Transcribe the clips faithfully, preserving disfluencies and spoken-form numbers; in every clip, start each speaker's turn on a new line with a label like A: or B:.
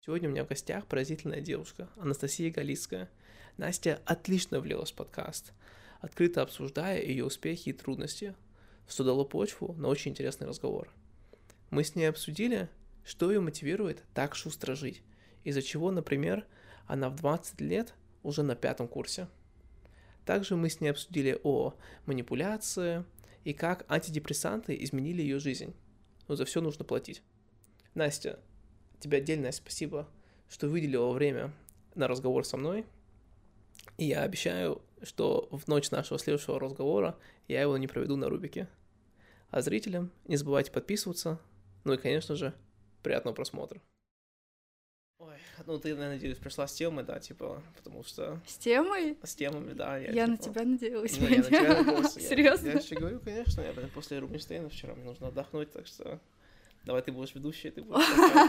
A: Сегодня у меня в гостях поразительная девушка, Анастасия Галицкая. Настя отлично влилась в подкаст, открыто обсуждая ее успехи и трудности, что дало почву на очень интересный разговор. Мы с ней обсудили, что ее мотивирует так шустро жить, из-за чего, например, она в двадцать лет уже на пятом курсе. Также мы с ней обсудили о манипуляции и как антидепрессанты изменили ее жизнь. Но за все нужно платить. Настя, тебе отдельное спасибо, что выделила время на разговор со мной. И я обещаю, что в ночь нашего следующего разговора я его не проведу на Рубике. А зрителям не забывайте подписываться. Ну и, конечно же, приятного просмотра. Ой, ну ты, я надеюсь, пришла с темой, да, типа, потому что...
B: С темой?
A: С темами, да.
B: Я,
A: Я
B: на
A: типа...
B: тебя надеялась.
A: Ну, я на тебя надеялся.
B: Серьезно?
A: Я, я еще говорю, конечно, я после Рубинштейна вчера, мне нужно отдохнуть, так что... Давай ты будешь ведущей, ты будешь...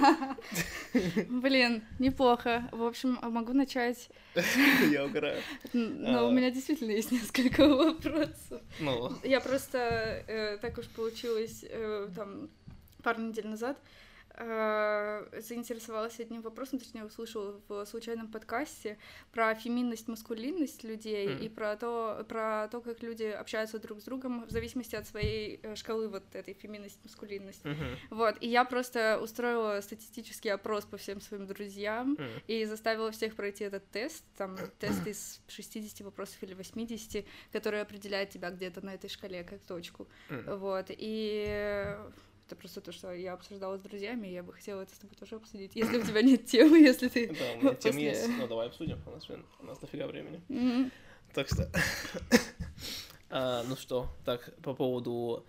B: Блин, неплохо. В общем, могу начать.
A: Я угораю.
B: Но у меня действительно есть несколько вопросов.
A: Ну.
B: Я просто, так уж получилось, там, пару недель назад заинтересовалась одним вопросом, точнее, услышала в случайном подкасте про феминность, маскулинность людей mm. и про то, про то, как люди общаются друг с другом в зависимости от своей шкалы вот этой феминность, маскулинность. Mm-hmm. Вот, и я просто устроила статистический опрос по всем своим друзьям mm. и заставила всех пройти этот тест, там, тест из шестидесяти вопросов или восьмидесяти, который определяет тебя где-то на этой шкале как точку. Mm. Вот, и... Это просто то, что я обсуждала с друзьями, и я бы хотела это с тобой тоже обсудить. Если у тебя нет темы, если ты...
A: Да, у меня тема есть, ну давай обсудим, у нас, у нас дофига времени.
B: Mm-hmm.
A: Так что... а, ну что, так, по поводу...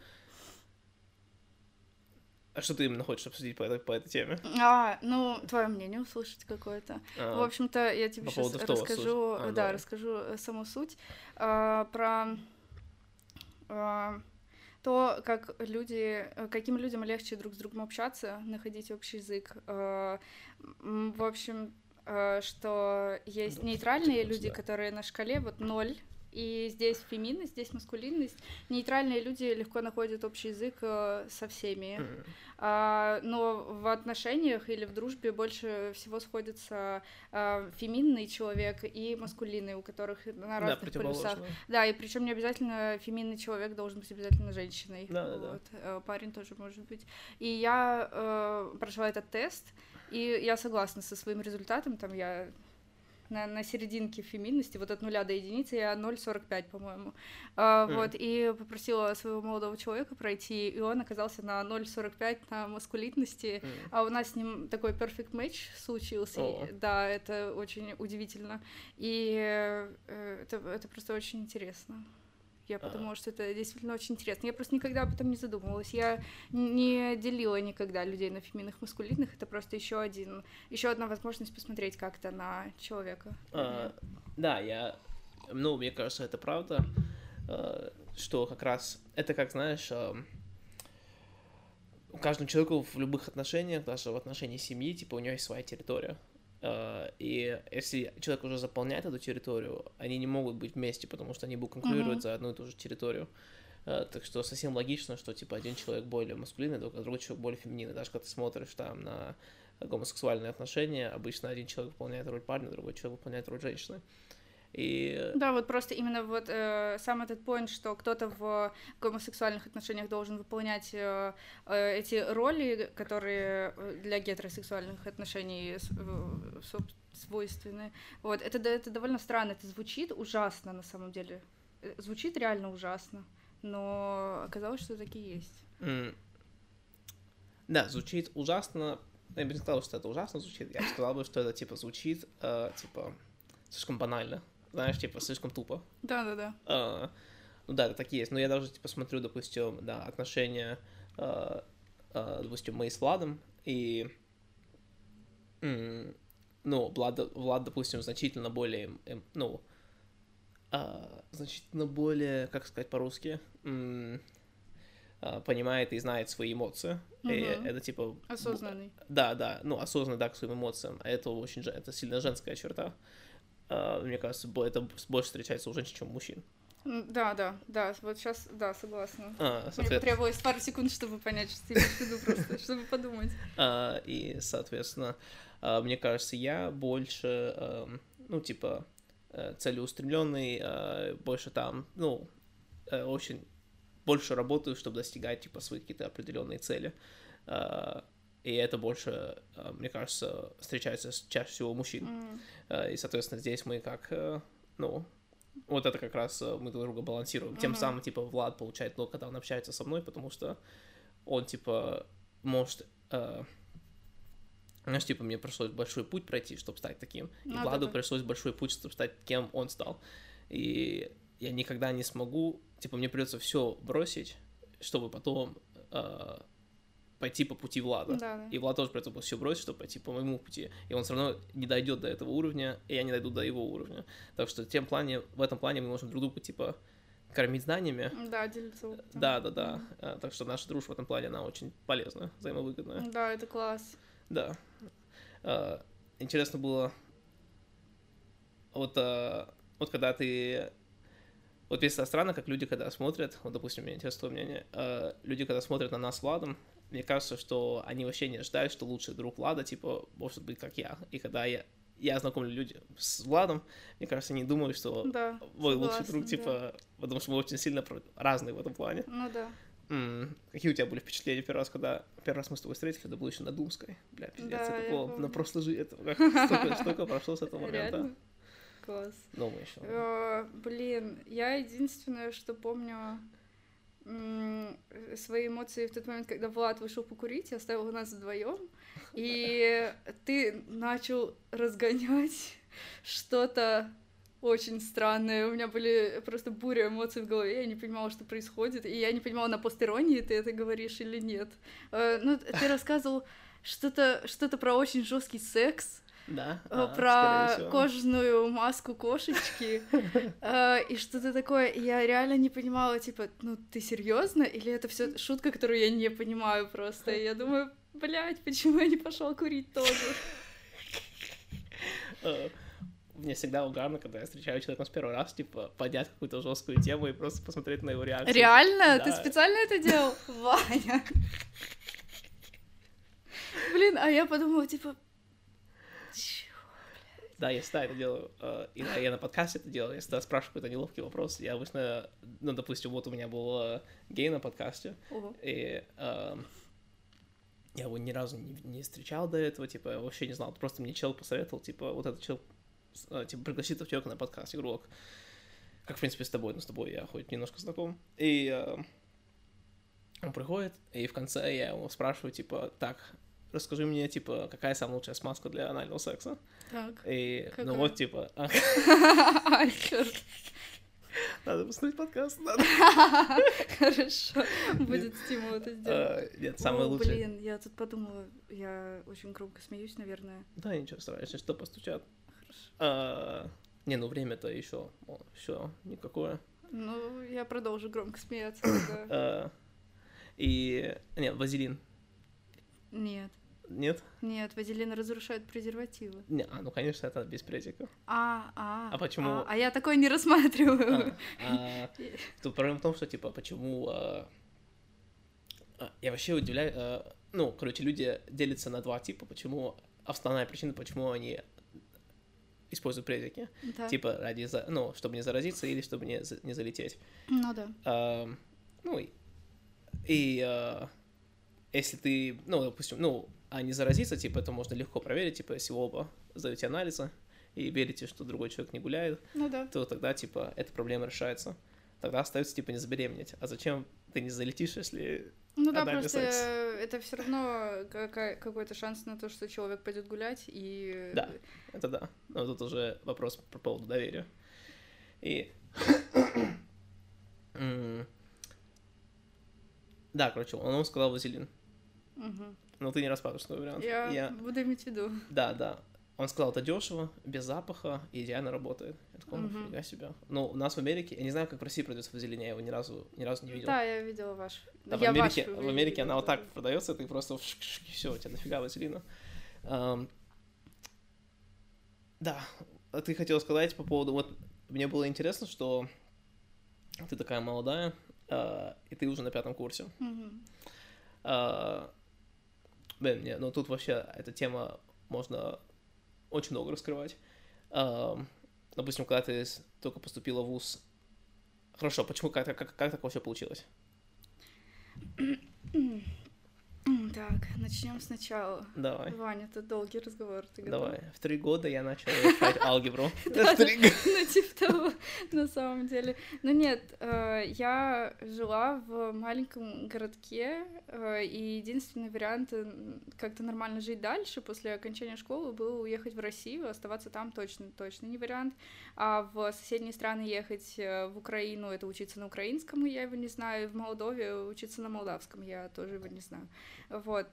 A: А что ты именно хочешь обсудить по этой, по этой теме?
B: А, ну, твое мнение услышать какое-то. А, в общем-то, я тебе сейчас расскажу... А, да, давай. расскажу саму суть а, про... А, то, как люди, каким людям легче друг с другом общаться, находить общий язык. В общем, что есть да, нейтральные люди, да. которые на шкале вот ноль, и здесь феминность, здесь маскулинность. Нейтральные люди легко находят общий язык со всеми. Mm-hmm. А, но в отношениях или в дружбе больше всего сходятся а, феминный человек и маскулинный, у которых на разных да, полюсах. Да, и причем не обязательно феминный человек должен быть обязательно женщиной.
A: Да,
B: вот.
A: да,
B: да. Парень тоже может быть. И я э, прошла этот тест, и я согласна со своим результатом. Там я на, на серединке феминности, вот от нуля до единицы, я ноль целых сорок пять, по-моему. А, mm. Вот, и попросила своего молодого человека пройти, и он оказался на ноль целых сорок пять на маскулинности, mm. а у нас с ним такой perfect match случился. Oh. И, да, это очень удивительно. И э, это, это просто очень интересно. Я подумала, а. что это действительно очень интересно. Я просто никогда об этом не задумывалась. Я не делила никогда людей на феминных, маскулинных. Это просто еще один, еще одна возможность посмотреть как-то на человека.
A: А, да, я, ну, мне кажется, это правда, что как раз это, как знаешь, у каждого человека в любых отношениях, даже в отношении семьи, типа у него есть своя территория. И если человек уже заполняет эту территорию, они не могут быть вместе, потому что они будут конкурировать mm-hmm. за одну и ту же территорию. Так что совсем логично, что типа один человек более маскулинный, а другой человек более фемининный. Даже когда ты смотришь там на гомосексуальные отношения, обычно один человек выполняет роль парня, другой человек выполняет роль женщины. И...
B: Да, вот просто именно вот э, сам этот point, что кто-то в гомосексуальных отношениях должен выполнять э, э, эти роли, которые для гетеросексуальных отношений э, свойственны. Вот, это, это довольно странно, это звучит ужасно на самом деле. Звучит реально ужасно, но оказалось, что такие есть.
A: Mm. Да, звучит ужасно. Я бы не сказал, что это ужасно звучит, я бы сказал бы, что это типа звучит э, типа слишком банально. Знаешь, типа, слишком тупо.
B: Да-да-да.
A: Uh, ну да, это так и есть. Но я даже, типа, смотрю, допустим, да, отношения, uh, uh, допустим, мы с Владом, и, mm, ну, Влад, Влад, допустим, значительно более, эм, ну, uh, значительно более, как сказать по-русски, mm, uh, понимает и знает свои эмоции. Uh-huh. И это, типа...
B: Осознанный.
A: Да, да, ну, осознанный, да, к своим эмоциям. Это очень, это сильно женская черта. Uh, мне кажется, это больше встречается у женщин, чем у мужчин.
B: Да, да, да, вот сейчас, да, согласна.
A: А, соответ...
B: Мне потребовалось пару секунд, чтобы понять, что ты имеешь в виду просто, чтобы подумать.
A: А, и, соответственно, мне кажется, я больше, ну, типа, целеустремленный, больше там, ну, очень больше работаю, чтобы достигать, типа, свои какие-то определенные цели. И это больше, мне кажется, встречается чаще всего у мужчин. Mm. И, соответственно, здесь мы как, ну, вот это как раз мы друг друга балансируем. Mm-hmm. Тем самым, типа, Влад получает много, когда он общается со мной, потому что он, типа, может... Знаешь, типа, мне пришлось большой путь пройти, чтобы стать таким. И а, Владу да, пришлось большой путь, чтобы стать кем он стал. И я никогда не смогу... Типа, мне придется все бросить, чтобы потом э, пойти по пути Влада.
B: Да, да.
A: И Влад тоже придется все бросить, чтобы пойти по моему пути. И он все равно не дойдет до этого уровня, и я не дойду до его уровня. Так что в, тем плане, в этом плане мы можем друг друга, типа, кормить знаниями.
B: Да, делиться опытом.
A: Да, да, да. Mm-hmm. Так что наша дружба в этом плане, она очень полезная, взаимовыгодная.
B: Да, это класс.
A: Да. Uh, интересно было, вот, uh, вот когда ты, вот весьма странно, как люди, когда смотрят, вот, допустим, мне интересно твое мнение, uh, люди, когда смотрят на нас с Владом, мне кажется, что они вообще не ожидают, что лучший друг Влада, типа, может быть, как я. И когда я, я знакомлю людей с Владом, мне кажется, они думают, что
B: да,
A: мой
B: согласна,
A: лучший друг, типа,
B: да.
A: Потому что мы очень сильно разные в этом плане.
B: Ну да.
A: М-м, какие у тебя были впечатления первый раз, когда первый раз мы с тобой встретились, это было еще на Думской? Бля, пиздец,
B: да,
A: это было на прошлой жизни, это столько, столько прошло с этого момента.
B: Реально? Класс.
A: Дома еще.
B: Э, блин, я единственное, что помню м- свои эмоции в тот момент, когда Влад вышел покурить, оставил нас вдвоем, и ты начал разгонять что-то очень странные. У меня были просто буря эмоций в голове, я не понимала, что происходит, и я не понимала, на постиронии ты это говоришь или нет. Э, ну, ты рассказывал что-то, что-то про очень жесткий секс,
A: да,
B: а, про кожаную маску кошечки, э, и что-то такое. И я реально не понимала, типа, ну, ты серьезно? Или это все шутка, которую я не понимаю просто? И я думаю, блядь, почему я не пошел курить тоже?
A: Мне всегда угарно, когда я встречаю человека с первый раз, типа, поднять какую-то жесткую тему и просто посмотреть на его реакцию.
B: Реально? Да. Ты специально это делал? Ваня. Блин, а я подумала, типа... Чего, блядь?
A: Да, я всегда это делаю. И я на подкасте это делаю. Я всегда спрашиваю какой-то неловкий вопрос. Я обычно... Ну, допустим, вот у меня был гей на подкасте.
B: Угу.
A: И... Я его ни разу не, не встречал до этого, типа, я вообще не знал. Просто мне чел посоветовал, типа, вот этот чел типа, пригласить этого человека на подкаст, игрок. Как, в принципе, с тобой, но с тобой я хоть немножко знаком. И э, он приходит, и в конце я его спрашиваю, типа, так, расскажи мне, типа, какая самая лучшая смазка для анального секса?
B: Так,
A: и,
B: какая?
A: Ну вот, типа...
B: Ай, чёрт.
A: Надо посмотреть подкаст, надо.
B: Хорошо, будет стимул это сделать.
A: Нет, самое лучшее.
B: Блин, я тут подумала, я очень громко смеюсь, наверное.
A: Да, ничего страшного, если что, постучат. А, не, ну время-то еще, еще никакое.
B: Ну, я продолжу громко смеяться. Да.
A: А, и... Нет, вазелин.
B: Нет.
A: Нет?
B: Нет, вазелин разрушает презервативы.
A: Не, а, ну, конечно, это без презика.
B: А, а.
A: А почему?
B: А, а я такое не рассматриваю.
A: А, а, тут проблема в том, что, типа, почему... А, а, я вообще удивляюсь... А, ну, короче, люди делятся на два типа, почему... Основная причина, почему они... используют презики.
B: Да.
A: Типа ради, ну, чтобы не заразиться или чтобы не, не залететь.
B: Ну да.
A: А, ну и, и а, если ты, ну, допустим, ну, а не заразиться, типа, это можно легко проверить, типа, если оба сдаете анализы и верите, что другой человек не гуляет,
B: ну, да.
A: то тогда, типа, эта проблема решается. Тогда остается, типа, не забеременеть. А зачем ты не залетишь, если...
B: Ну да, просто секс? Это все равно какой-то шанс на то, что человек пойдет гулять, и...
A: Да, это да. Но тут уже вопрос по поводу доверия. И... да, короче, он, он сказал вазелин.
B: Угу.
A: Но ты не рассматриваешь свой вариант.
B: Я, Я буду иметь в виду.
A: Да, да. Он сказал, это дешево, без запаха, и идеально работает. Я такой, ну, uh-huh. фига себе. Ну, у нас в Америке, я не знаю, как в России продается вазелин, я его ни разу, ни разу не видел.
B: Да, я видела ваш.
A: Да,
B: я
A: в Америке,
B: ваш
A: в Америке
B: видела,
A: она
B: да.
A: вот так продается, ты просто все, у тебя нафига вазелина. Um, да, ты хотел сказать по поводу, вот, мне было интересно, что ты такая молодая, э, и ты уже на пятом курсе.
B: Mm-hmm.
A: Э, блин, не, ну тут вообще эта тема можно очень много раскрывать. Э, допустим, когда ты только поступила в вуз. Хорошо, почему, как, как, как так вообще получилось?
B: Так, начнем сначала.
A: Давай.
B: Ваня, это долгий разговор, ты готов?
A: Давай. В три года я начала изучать алгебру.
B: Ну, типа того, на самом деле. Ну, нет, я жила в маленьком городке, и единственный вариант как-то нормально жить дальше после окончания школы был уехать в Россию, оставаться там точно, точно не вариант. А в соседние страны ехать в Украину, это учиться на украинском, я его не знаю, в Молдове учиться на молдавском, я тоже его не знаю. Вот.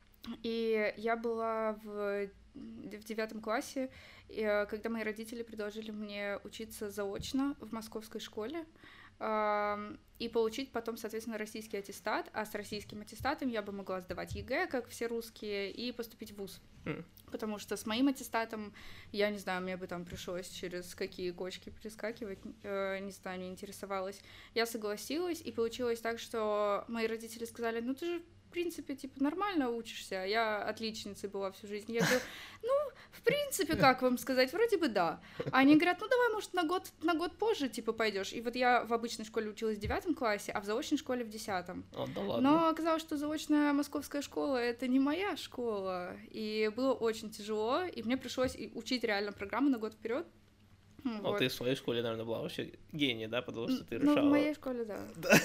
B: И я была в, в девятом классе, и, когда мои родители предложили мне учиться заочно в московской школе э, и получить потом, соответственно, российский аттестат, а с российским аттестатом я бы могла сдавать ЕГЭ, как все русские, и поступить в вуз. Mm. Потому что с моим аттестатом, я не знаю, мне бы там пришлось через какие кочки перескакивать, э, не знаю, не интересовалась. Я согласилась, и получилось так, что мои родители сказали, ну ты же в принципе, типа, нормально учишься, я отличницей была всю жизнь. Я говорю, ну, в принципе, как вам сказать, вроде бы да. А они говорят, ну, давай, может, на год, на год позже, типа, пойдешь. И вот я в обычной школе училась в девятом классе, а в заочной школе в десятом.
A: О, да ладно.
B: Но оказалось, что заочная московская школа — это не моя школа, и было очень тяжело, и мне пришлось учить реально программу на год вперед.
A: Ну, вот. Ты в своей школе, наверное, была вообще гений, да, потому что ты
B: ну,
A: решала...
B: Ну, в моей школе, да. Да.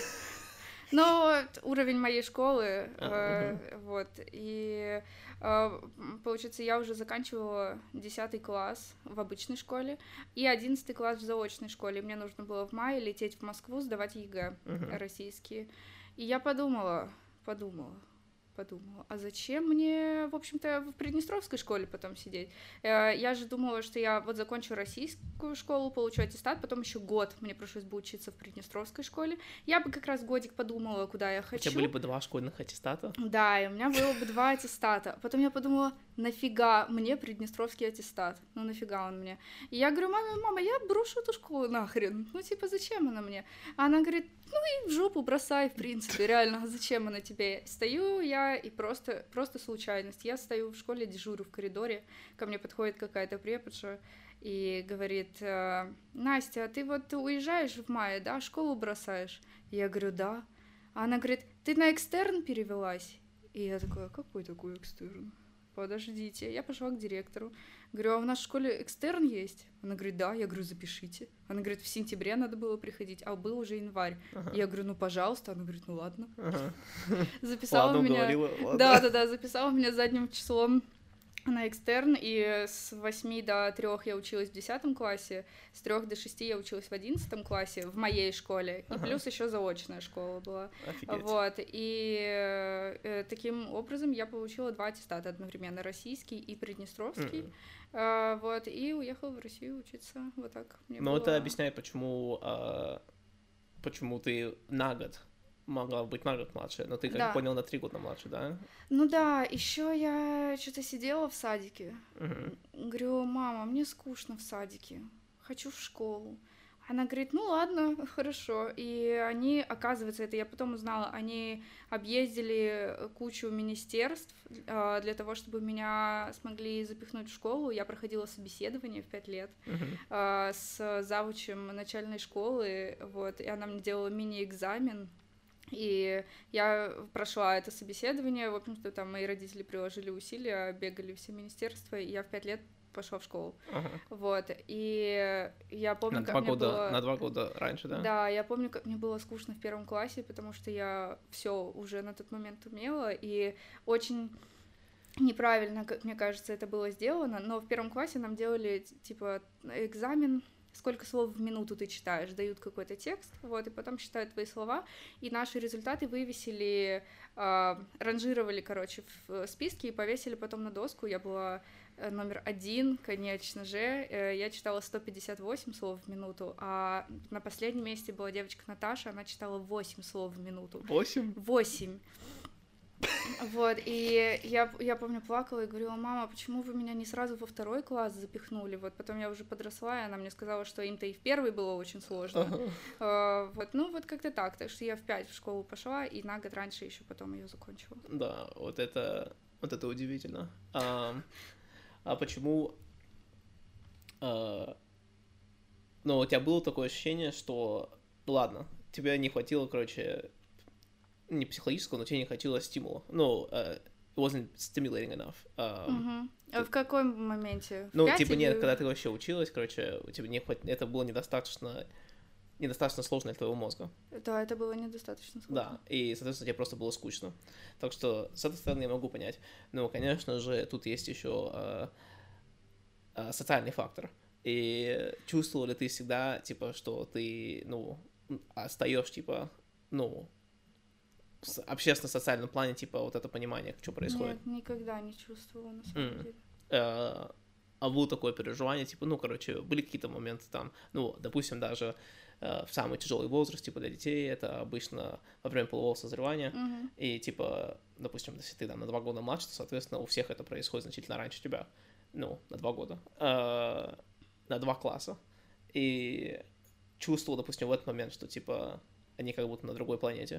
B: Но уровень моей школы,
A: а,
B: э, угу. вот, и, э, получается, я уже заканчивала десятый класс в обычной школе и одиннадцатый класс в заочной школе. Мне нужно было в мае лететь в Москву, сдавать ЕГЭ угу. российские. И я подумала, подумала, подумала, а зачем мне, в общем-то, в Приднестровской школе потом сидеть? Я же думала, что я вот закончу российскую школу, получу аттестат, потом еще год мне пришлось бы учиться в Приднестровской школе. Я бы как раз годик подумала, куда я хочу.
A: У тебя были бы два школьных аттестата?
B: Да, и у меня было бы два аттестата. Потом я подумала, нафига мне Приднестровский аттестат? Ну, нафига он мне? И я говорю, мама, мама, я брошу эту школу нахрен. Ну, типа, зачем она мне? А она говорит, ну и в жопу бросай, в принципе, реально, зачем она тебе? Стою я, и просто, просто случайность. Я стою в школе, дежурю в коридоре, ко мне подходит какая-то преподша и говорит, Настя, ты вот уезжаешь в мае, да, школу бросаешь? Я говорю, да. А она говорит, ты на экстерн перевелась? И я такая, какой такой экстерн? Подождите, я пошла к директору. Говорю, а у нас в школе экстерн есть? Она говорит, да. Я говорю, запишите. Она говорит, в сентябре надо было приходить, а был уже январь. Ага. Я говорю, ну, пожалуйста. Она говорит, ну, ладно. Ага. Записала
A: ладно,
B: меня...
A: Говорила,
B: Да-да-да, записала меня задним числом на экстерн, и с восьми до трех я училась в десятом классе, с трех до шести я училась в одиннадцатом классе в моей школе, ага. и плюс еще заочная школа была.
A: Офигеть.
B: Вот, и э, таким образом я получила два аттестата одновременно, российский и приднестровский, mm. э, вот, и уехала в Россию учиться, вот так. Мне
A: Но
B: было...
A: это объясняет, почему, э, почему ты на год могла быть на год младше, но ты, как да. понял, на три года младше, да?
B: Ну да, еще я что-то сидела в садике,
A: uh-huh.
B: говорю, мама, мне скучно в садике, хочу в школу. Она говорит, ну ладно, хорошо. И они, оказывается, это я потом узнала, они объездили кучу министерств э, для того, чтобы меня смогли запихнуть в школу. Я проходила собеседование в пять лет
A: uh-huh.
B: э, с завучем начальной школы, вот, и она мне делала мини-экзамен. И я прошла это собеседование, в общем-то, там мои родители приложили усилия, бегали все министерства, и я в пять лет пошла в школу.
A: Ага.
B: Вот, и я помню,
A: на
B: как
A: два
B: мне
A: года,
B: было...
A: На два года раньше, да?
B: Да, я помню, как мне было скучно в первом классе, потому что я все уже на тот момент умела, и очень неправильно, как мне кажется, это было сделано, но в первом классе нам делали, типа, экзамен, сколько слов в минуту ты читаешь, дают какой-то текст, вот, и потом считают твои слова, и наши результаты вывесили, э, ранжировали, короче, в списке и повесили потом на доску. Я была номер один, конечно же, э, я читала сто пятьдесят восемь слов в минуту, а на последнем месте была девочка Наташа, она читала восемь слов в минуту.
A: Восемь?
B: Восемь. Вот, и я, я помню, плакала и говорила: мама, почему вы меня не сразу во второй класс запихнули? Вот потом я уже подросла, и она мне сказала, что им-то и в первый было очень сложно. Uh-huh. Uh, вот, ну вот как-то так, так что я в пять в школу пошла, и на год раньше еще потом ее закончила.
A: Да, вот это, вот это удивительно. А, а почему... А, ну, у тебя было такое ощущение, что, ладно, тебе не хватило, короче... не психологического, но тебе не хватило стимула. Ну, uh, it wasn't stimulating enough. Um,
B: uh-huh. А ты... в каком моменте? В
A: ну,
B: пять
A: типа,
B: или...
A: нет, когда ты вообще училась, короче, у тебя не хват... это было недостаточно, недостаточно сложно для твоего мозга.
B: Да, это было недостаточно сложно.
A: Да, и, соответственно, тебе просто было скучно. Так что, с этой стороны, я могу понять. Но, конечно же, тут есть еще uh, uh, социальный фактор. И чувствовал ли ты всегда, типа, что ты, ну, остаешь, типа, ну, в общественно-социальном плане, типа, вот это понимание, что происходит?
B: Нет, никогда не чувствовала, на самом mm. деле.
A: Uh, а было такое переживание, типа, ну, короче, были какие-то моменты там, ну, допустим, даже uh, в самый тяжелый возраст, типа, для детей, это обычно во время полового созревания,
B: mm-hmm.
A: и, типа, допустим, если ты там на два года младше, то, соответственно, у всех это происходит значительно раньше тебя, ну, на два года, uh, на два класса, и чувствовал, допустим, в этот момент, что, типа, они как будто на другой планете.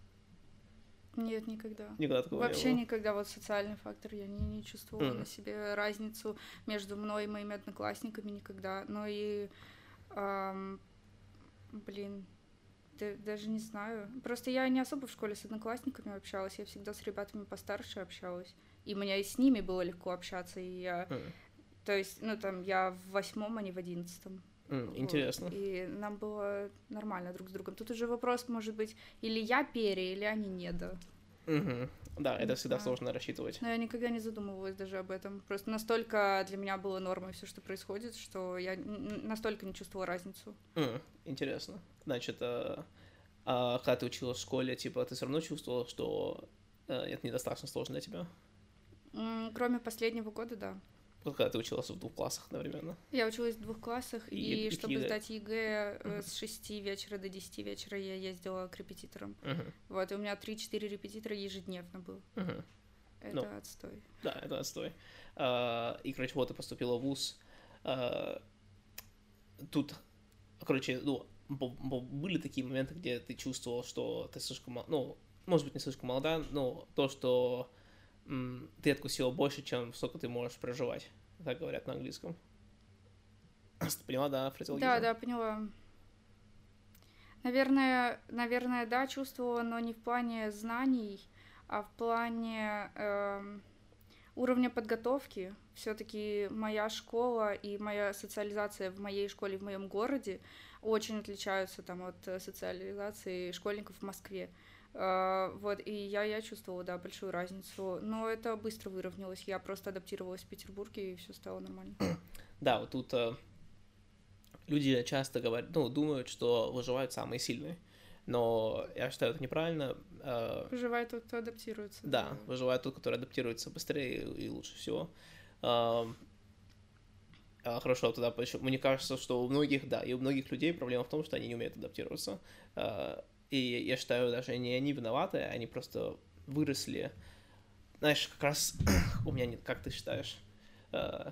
B: Нет, никогда.
A: Никогда такого
B: Вообще
A: не было.
B: никогда. Вот социальный фактор я не, не чувствовала mm. на себе разницу между мной и моими одноклассниками никогда. Но и, эм, блин, да, даже не знаю. Просто я не особо в школе с одноклассниками общалась. Я всегда с ребятами постарше общалась. И мне и с ними было легко общаться. И я, mm. то есть, ну там, я в восьмом, а не в одиннадцатом.
A: Mm, интересно.
B: И нам было нормально друг с другом. Тут уже вопрос может быть, или я пере, или они недо.
A: Mm-hmm. Да, это всегда сложно рассчитывать.
B: Но я никогда не задумывалась даже об этом. Просто настолько для меня было нормой все, что происходит, что я настолько не чувствовала разницу.
A: Mm, интересно. Значит, а, а когда ты училась в школе, типа, ты все равно чувствовала, что а, это недостаточно сложно для тебя?
B: Mm, кроме последнего года, да.
A: Вот когда ты училась в двух классах одновременно?
B: Я училась в двух классах, и, и, и чтобы ЕГЭ. Сдать ЕГЭ uh-huh. с шести вечера до десяти вечера я ездила к репетиторам. Uh-huh. Вот, и у меня три-четыре репетитора ежедневно было.
A: Uh-huh.
B: Это
A: ну,
B: отстой.
A: Да, это отстой. Uh, и, короче, вот ты поступила в вуз. Uh, тут, короче, ну, были такие моменты, где ты чувствовал, что ты слишком, ну, может быть, не слишком молода, но то, что м, ты откусила больше, чем сколько ты можешь проживать. Так говорят на английском. Ты поняла, да, фразеологизм?
B: Да, да, поняла. Наверное, наверное, да, чувствовала, но не в плане знаний, а в плане э, уровня подготовки. Все-таки моя школа и моя социализация в моей школе в моем городе очень отличаются там от социализации школьников в Москве. Uh, вот, и я, я чувствовала, да, большую разницу, но это быстро выровнялось, я просто адаптировалась в Петербурге, и все стало нормально.
A: Да, вот тут uh, люди часто говорят, ну, думают, что выживают самые сильные, но я считаю, это неправильно. Uh,
B: выживает тот, кто адаптируется.
A: Да, да, выживает тот, который адаптируется быстрее и лучше всего. Uh, uh, хорошо, тогда мне кажется, что у многих, да, и у многих людей проблема в том, что они не умеют адаптироваться. Uh, И я считаю, даже не они виноваты, они просто выросли. Знаешь, как раз у меня нет, как ты считаешь? Uh,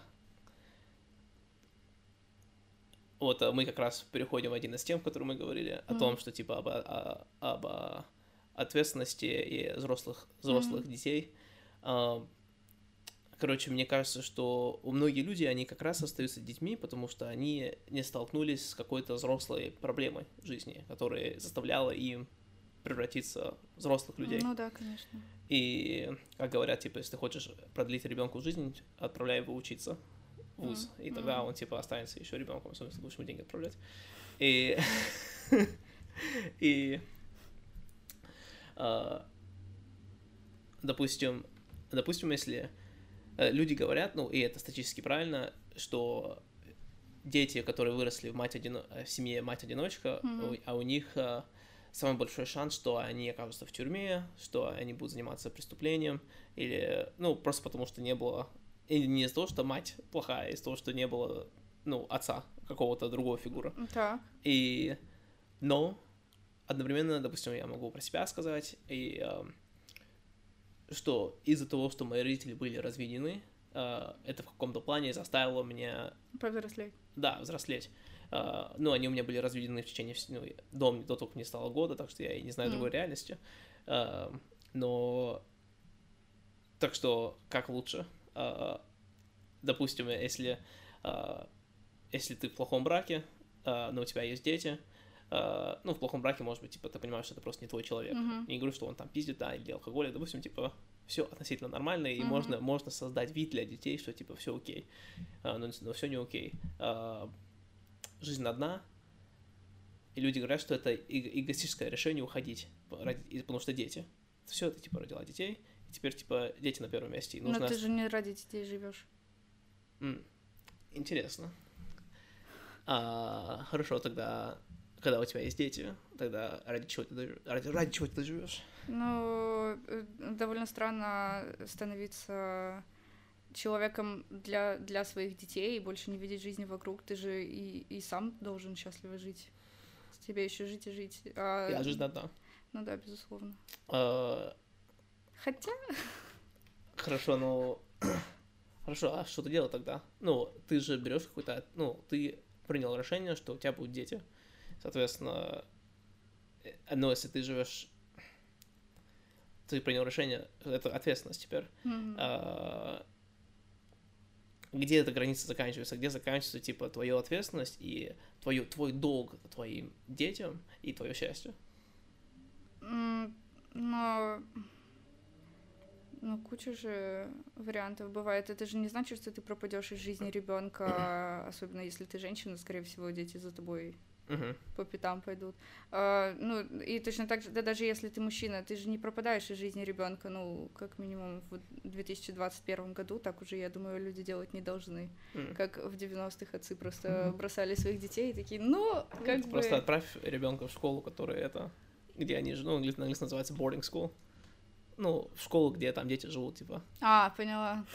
A: вот мы как раз переходим в один из тем, в котором мы говорили, mm-hmm. о том, что типа об, о, об ответственности и взрослых, взрослых mm-hmm. детей. Uh, короче, мне кажется, что у многих людей, они как раз остаются детьми, потому что они не столкнулись с какой-то взрослой проблемой в жизни, которая заставляла им превратиться в взрослых людей.
B: Ну да, конечно.
A: И, как говорят, типа, если ты хочешь продлить ребенку жизнь, отправляй его учиться в вуз, mm. и тогда mm. он, типа, останется еще ребенком, особенно если будешь ему деньги отправлять. И... И... Допустим, допустим, если... Люди говорят, ну, и это статистически правильно, что дети, которые выросли в, мать одино... в семье мать-одиночка, mm-hmm. а у них а, самый большой шанс, что они окажутся в тюрьме, что они будут заниматься преступлением, или, ну, просто потому что не было, или не из-за того, что мать плохая, а из-за того, что не было, ну, отца, какого-то другого фигуры.
B: Так.
A: И, но, одновременно, допустим, я могу про себя сказать, и... А, что из-за того, что мои родители были разведены, uh, это в каком-то плане заставило меня...
B: Повзрослеть.
A: Да, взрослеть. Uh, ну, они у меня были разведены в течение... Ну, до, до того, как мне стало года, так что я и не знаю mm. другой реальности. Uh, но... Так что, как лучше? Uh, допустим, если... Uh, если ты в плохом браке, uh, но у тебя есть дети... Uh, ну, в плохом браке, может быть, типа, ты понимаешь, что это просто не твой человек.
B: Mm-hmm.
A: Не говорю, что он там пиздит, да, или алкоголик, допустим, типа, все относительно нормально, и mm-hmm. можно, можно создать вид для детей, что, типа, все окей, uh, но, но все не окей. Uh, жизнь одна, и люди говорят, что это э- эгоистическое решение уходить, ради, потому что дети. Все, ты, типа, родила детей, и теперь, типа, дети на первом месте. И нужно...
B: Но ты же не ради детей живешь.
A: Mm. Интересно. Uh, хорошо, тогда... Когда у тебя есть дети, тогда ради чего ты, ради, ради чего ты живешь?
B: Ну, довольно странно становиться человеком для, для своих детей и больше не видеть жизни вокруг. Ты же и, и сам должен счастливо жить. Тебе еще жить и жить. А...
A: Я жизнь одна.
B: Ну да, безусловно.
A: А...
B: Хотя...
A: Хорошо, ну... Хорошо, а что ты делал тогда? Ну, ты же берешь какой-то... Ну, ты принял решение, что у тебя будут дети. Соответственно, ну, если ты живешь, ты принял решение, это ответственность теперь.
B: Mm-hmm.
A: А, где эта граница заканчивается? Где заканчивается, типа, твоя ответственность и твой, твой долг твоим детям и твое счастье?
B: Mm, но... Ну, куча же вариантов бывает. Это же не значит, что ты пропадешь из жизни ребенка, особенно если ты женщина, скорее всего, дети за тобой
A: Uh-huh.
B: по пятам пойдут. А, ну, и точно так же, да, даже если ты мужчина, ты же не пропадаешь из жизни ребенка, ну, как минимум в две тысячи двадцать первом году, так уже, я думаю, люди делать не должны.
A: Uh-huh. Как
B: в девяностых отцы просто uh-huh. бросали своих детей и такие, ну, как
A: ну,
B: бы...
A: Просто отправь ребенка в школу, которая это, где они живут, ну, на английском называется boarding school. Ну, в школу, где там дети живут, типа.
B: А, поняла.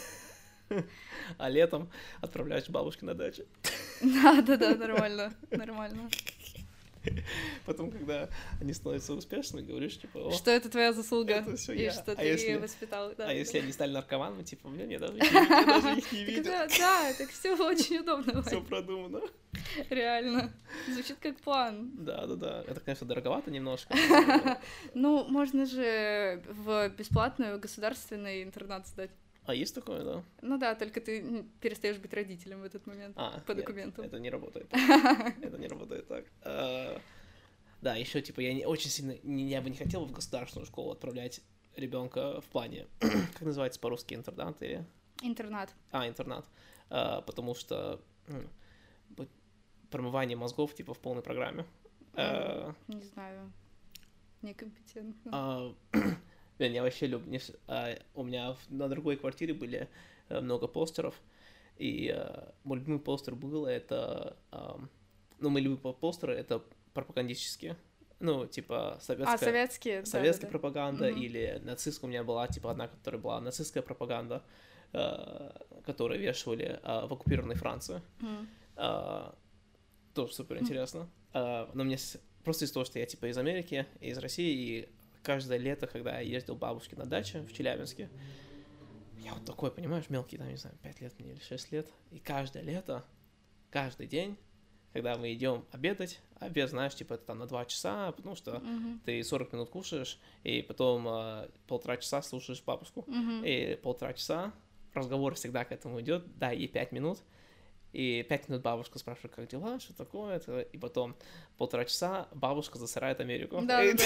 A: А летом отправляешь бабушки на дачу.
B: Да-да-да, нормально, нормально.
A: Потом, когда они становятся успешными, говоришь, типа... О,
B: что это твоя заслуга,
A: это всё
B: и
A: я.
B: что
A: а
B: ты
A: если...
B: воспитал. Да,
A: а
B: да.
A: если они стали наркоманами, типа, блин, я даже их не, я даже их не видел.
B: Да, да, так все очень удобно.
A: Все продумано.
B: Реально. Звучит как план.
A: Да-да-да. Это, конечно, дороговато немножко.
B: Ну, можно же в бесплатную государственный интернат сдать.
A: А есть такое, да?
B: Ну да, только ты перестаешь быть родителем в этот момент
A: а,
B: по
A: нет,
B: документам.
A: Это не работает. Это не работает так. Да, еще типа я не очень сильно, я бы не хотел в государственную школу отправлять ребенка в плане, как называется по-русски, интернат или?
B: Интернат.
A: А, интернат. Потому что промывание мозгов типа в полной программе.
B: Не знаю. Некомпетентно.
A: Блин, я вообще люблю... Uh, у меня на другой квартире были uh, много постеров, и uh, мой любимый постер был, это... Um, ну, мои любимые постеры — это пропагандические. Ну, типа, советская...
B: А, советские,
A: Советская
B: да,
A: пропаганда,
B: да, да.
A: или нацистская. У меня была, типа, одна, которая была нацистская пропаганда, uh, которую вешали uh, в оккупированной Франции.
B: Mm.
A: Uh, тоже супер интересно. Mm. Uh, но мне... Просто из-за того, что я, типа, из Америки, из России, и каждое лето, когда я ездил к бабушке на даче в Челябинске, я вот такой, понимаешь, мелкий, там, не знаю, пять лет мне или шесть лет, и каждое лето, каждый день, когда мы идем обедать, обед, знаешь, типа, это там на два часа, потому что
B: mm-hmm.
A: ты сорок минут кушаешь, и потом э, полтора часа слушаешь бабушку,
B: mm-hmm.
A: и полтора часа разговор всегда к этому идет, дай ей пять минут, и пять минут бабушка спрашивает, как дела, что такое, это, и потом полтора часа бабушка засирает Америку.
B: Да,
A: и...
B: да.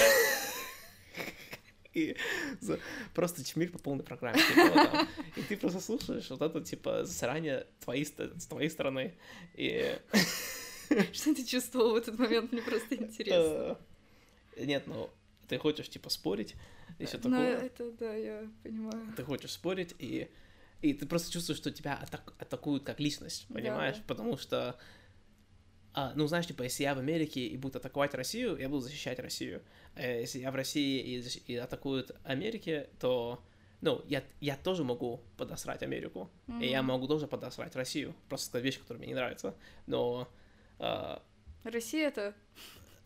A: И за... просто чмирь по полной программе. Типа, вот там. И ты просто слушаешь вот это, типа, засрание твоей, с твоей стороны. И...
B: Что ты чувствовал в этот момент? Мне просто интересно.
A: Нет, ну, ты хочешь, типа, спорить и всё такое.
B: Ну, это, да, я понимаю.
A: Ты хочешь спорить, и, и ты просто чувствуешь, что тебя атак... атакуют как личность, понимаешь? Да. Потому что, а, ну, знаешь, типа, если я в Америке и буду атаковать Россию, я буду защищать Россию. А если я в России и, и атакуют Америку, то, ну, я, я тоже могу подосрать Америку, mm-hmm. и я могу тоже подосрать Россию. Просто сказать вещи, которые мне не нравятся. Но... А...
B: Россия это...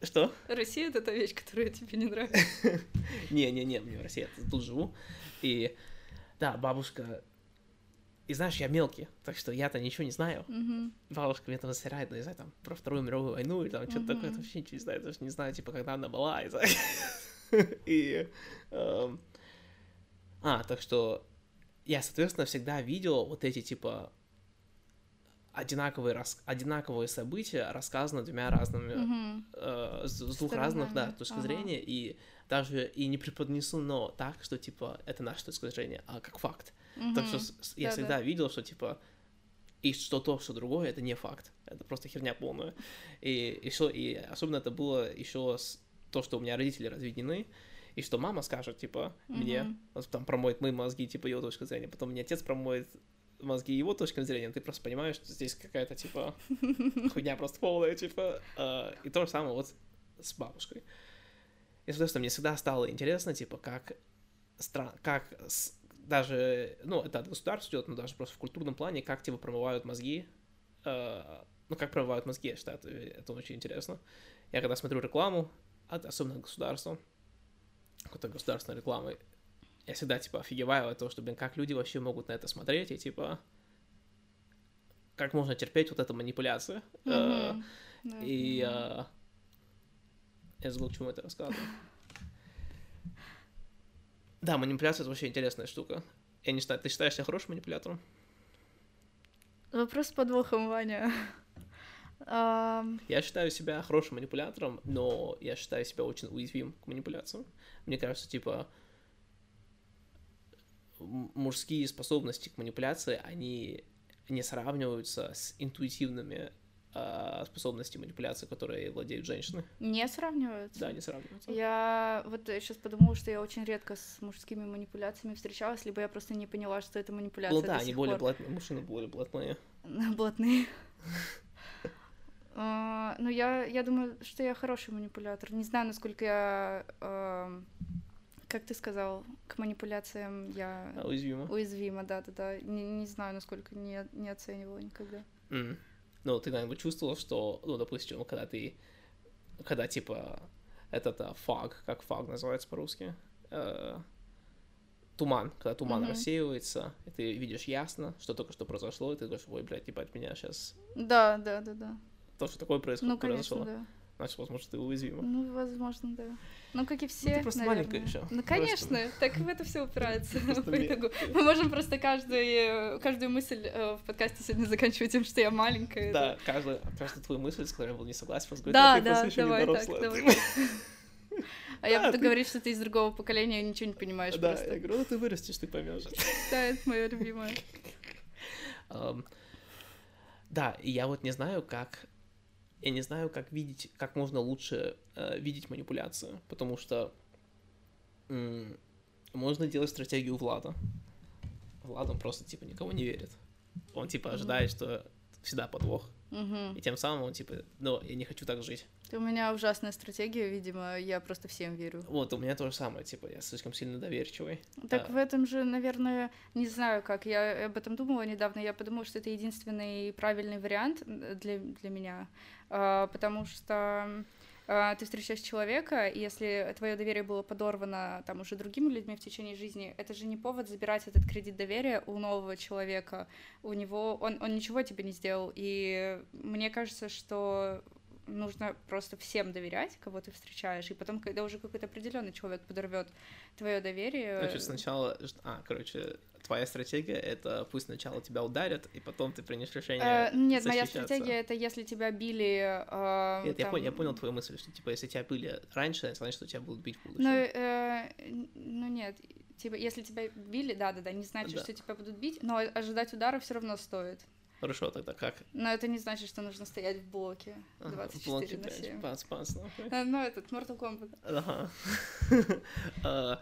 A: Что?
B: Россия — это та вещь, которая тебе не нравится.
A: Не-не-не, мне в России, я тут живу. И да, бабушка... И знаешь, я мелкий, так что я-то ничего не знаю.
B: Mm-hmm.
A: Бабушка мне там засирает, ну, не знаю, там, про Вторую мировую войну или там что-то mm-hmm. такое, я вообще ничего не знаю, даже не знаю, типа, когда она была, и... и эм... А, так что я, соответственно, всегда видел вот эти, типа, одинаковые, рас... одинаковые события, рассказаны двумя разными, mm-hmm. э, с, с двух разных, да, точек ага. зрения, и даже и не преподнесено так, что, типа, это наша точка зрения, а как факт. Mm-hmm. Так что я да, всегда да. видел, что, типа, и что то, что другое, это не факт. Это просто херня полная. И еще, и особенно это было еще с... то, что у меня родители разведены, и что мама скажет, типа, mm-hmm. мне, вот, там, промоет мои мозги, типа, его точка зрения, потом мне отец промоет мозги его точки зрения, ты просто понимаешь, что здесь какая-то, типа, хуйня просто полная, типа, и то же самое вот с бабушкой. И, соответственно, мне всегда стало интересно, типа, как стран... как с... даже, ну, это от государства идет, но даже просто в культурном плане, как, типа, промывают мозги, э... ну, как промывают мозги, я считаю, это, это очень интересно. Я когда смотрю рекламу, особенно от государства, какой-то государственной рекламы, я всегда, типа, офигеваю от того, что, блин, как люди вообще могут на это смотреть, и, типа, как можно терпеть вот эту манипуляцию. Mm-hmm. Uh, и uh, я забыл, к чему это рассказывал. Да, манипуляция — это вообще интересная штука. Я не знаю, ты считаешь себя хорошим манипулятором?
B: Вопрос с подвохом, Ваня.
A: um... Я считаю себя хорошим манипулятором, но я считаю себя очень уязвим к манипуляциям. Мне кажется, типа, мужские способности к манипуляции, они не сравниваются с интуитивными э, способностями манипуляции, которые владеют женщины.
B: Не сравниваются?
A: Да, не сравниваются.
B: Я вот сейчас подумала, что я очень редко с мужскими манипуляциями встречалась, либо я просто не поняла, что это манипуляция.
A: Ну да, они более блатные, мужчины более блатные.
B: Блатные. Ну, я, я думаю, что я хороший манипулятор. Не знаю, насколько я... Как ты сказал, к манипуляциям я...
A: А, уязвима.
B: Уязвима, да-да-да. Не, не знаю, насколько не, не оценивала никогда.
A: Mm. Ну, ты, наверное, чувствовал, что, ну, допустим, когда ты... Когда, типа, этот uh, fog, как fog называется по-русски? Uh, туман. Когда туман mm-hmm. рассеивается, и ты видишь ясно, что только что произошло, и ты говоришь, ой, блядь, типа, от меня сейчас...
B: Да, да, да, да.
A: То, что такое происходит,
B: ну, конечно,
A: произошло.
B: Да.
A: Значит, возможно, ты уязвима.
B: Ну, возможно, да. Ну, как и все,
A: ну, ты просто
B: наверное.
A: маленькая еще.
B: Ну, конечно, просто... так в это все упирается по итогу. Мы можем просто каждую, каждую мысль в подкасте сегодня заканчивать тем, что я маленькая.
A: Да, каждую, каждую твою мысль, с которой я был не согласен, просто говорить,
B: да,
A: а ты
B: да,
A: просто еще
B: давай
A: не
B: так, давай. А я буду говорить, что ты из другого поколения и ничего не понимаешь просто.
A: Да, я говорю, ну ты вырастешь, ты поймешь.
B: Да, это моё любимое.
A: Да, и я вот не знаю, как... Я не знаю, как видеть, как можно лучше э, видеть манипуляцию, потому что м- можно делать стратегию Влада. Влад, он просто, типа, никого не верит. Он, типа, mm-hmm. ожидает, что всегда подвох.
B: Mm-hmm.
A: И тем самым он, типа, ну, я не хочу так жить.
B: У меня ужасная стратегия, видимо, я просто всем верю.
A: Вот, у меня то же самое, типа, я слишком сильно доверчивый.
B: Так
A: а...
B: в этом же, наверное, не знаю как, я об этом думала недавно, я подумала, что это единственный правильный вариант для, для меня, потому что ты встречаешь человека, и если твое доверие было подорвано там уже другими людьми в течение жизни, это же не повод забирать этот кредит доверия у нового человека, у него, он, он ничего тебе не сделал, и мне кажется, что нужно просто всем доверять, кого ты встречаешь, и потом, когда уже какой-то определенный человек подорвет твое доверие...
A: Значит, сначала... А, короче, твоя стратегия — это пусть сначала тебя ударят, и потом ты примешь решение
B: э, Нет,
A: защищаться.
B: Моя стратегия — это если тебя били... Э,
A: нет,
B: там...
A: я, понял, я понял твою мысль, что, типа, если тебя били раньше, это значит, что тебя будут бить в будущем.
B: Ну, э, ну нет, типа, если тебя били, да-да-да, не значит, да. что тебя будут бить, но ожидать удара все равно стоит.
A: Хорошо, тогда как?
B: Но это не значит, что нужно стоять в блоке двадцать четыре на семь.
A: Пац, пац,
B: ну, этот, Mortal Kombat.
A: Ага.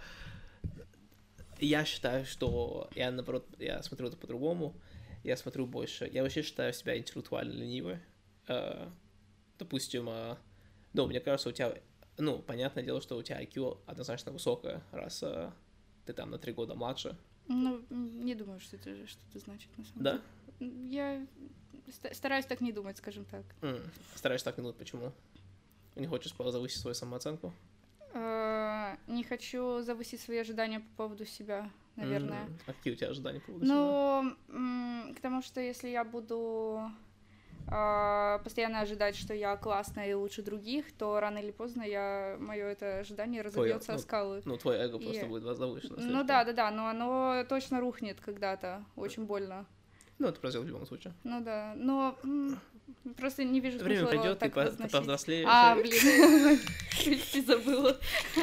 A: Я считаю, что я, наоборот, я смотрю это по-другому. Я смотрю больше... Я вообще считаю себя интеллектуально ленивой. Допустим, ну, мне кажется, у тебя... Ну, понятное дело, что у тебя ай кью однозначно высокое, раз ты там на три года младше.
B: Ну, не думаю, что это что-то значит, на самом
A: деле.
B: Да? Я стараюсь так не думать, скажем так.
A: Mm. Стараюсь так не думать, почему? Не хочешь завысить свою самооценку?
B: Не хочу завысить свои ожидания по поводу себя, наверное.
A: Mm. А какие у тебя ожидания по поводу
B: себя? Ну, потому что если я буду постоянно ожидать, что я классная и лучше других, то рано или поздно я мое это ожидание разобьется о
A: ну,
B: скалы.
A: Ну, твое эго и... просто будет завышено.
B: Ну да, да, да, но оно точно рухнет когда-то, очень больно.
A: Ну, это произойдет в любом случае.
B: Ну да, но просто не вижу
A: Время
B: смысла
A: придет,
B: так
A: ты
B: возносить.
A: повзрослеешь.
B: А, блин, ты забыла.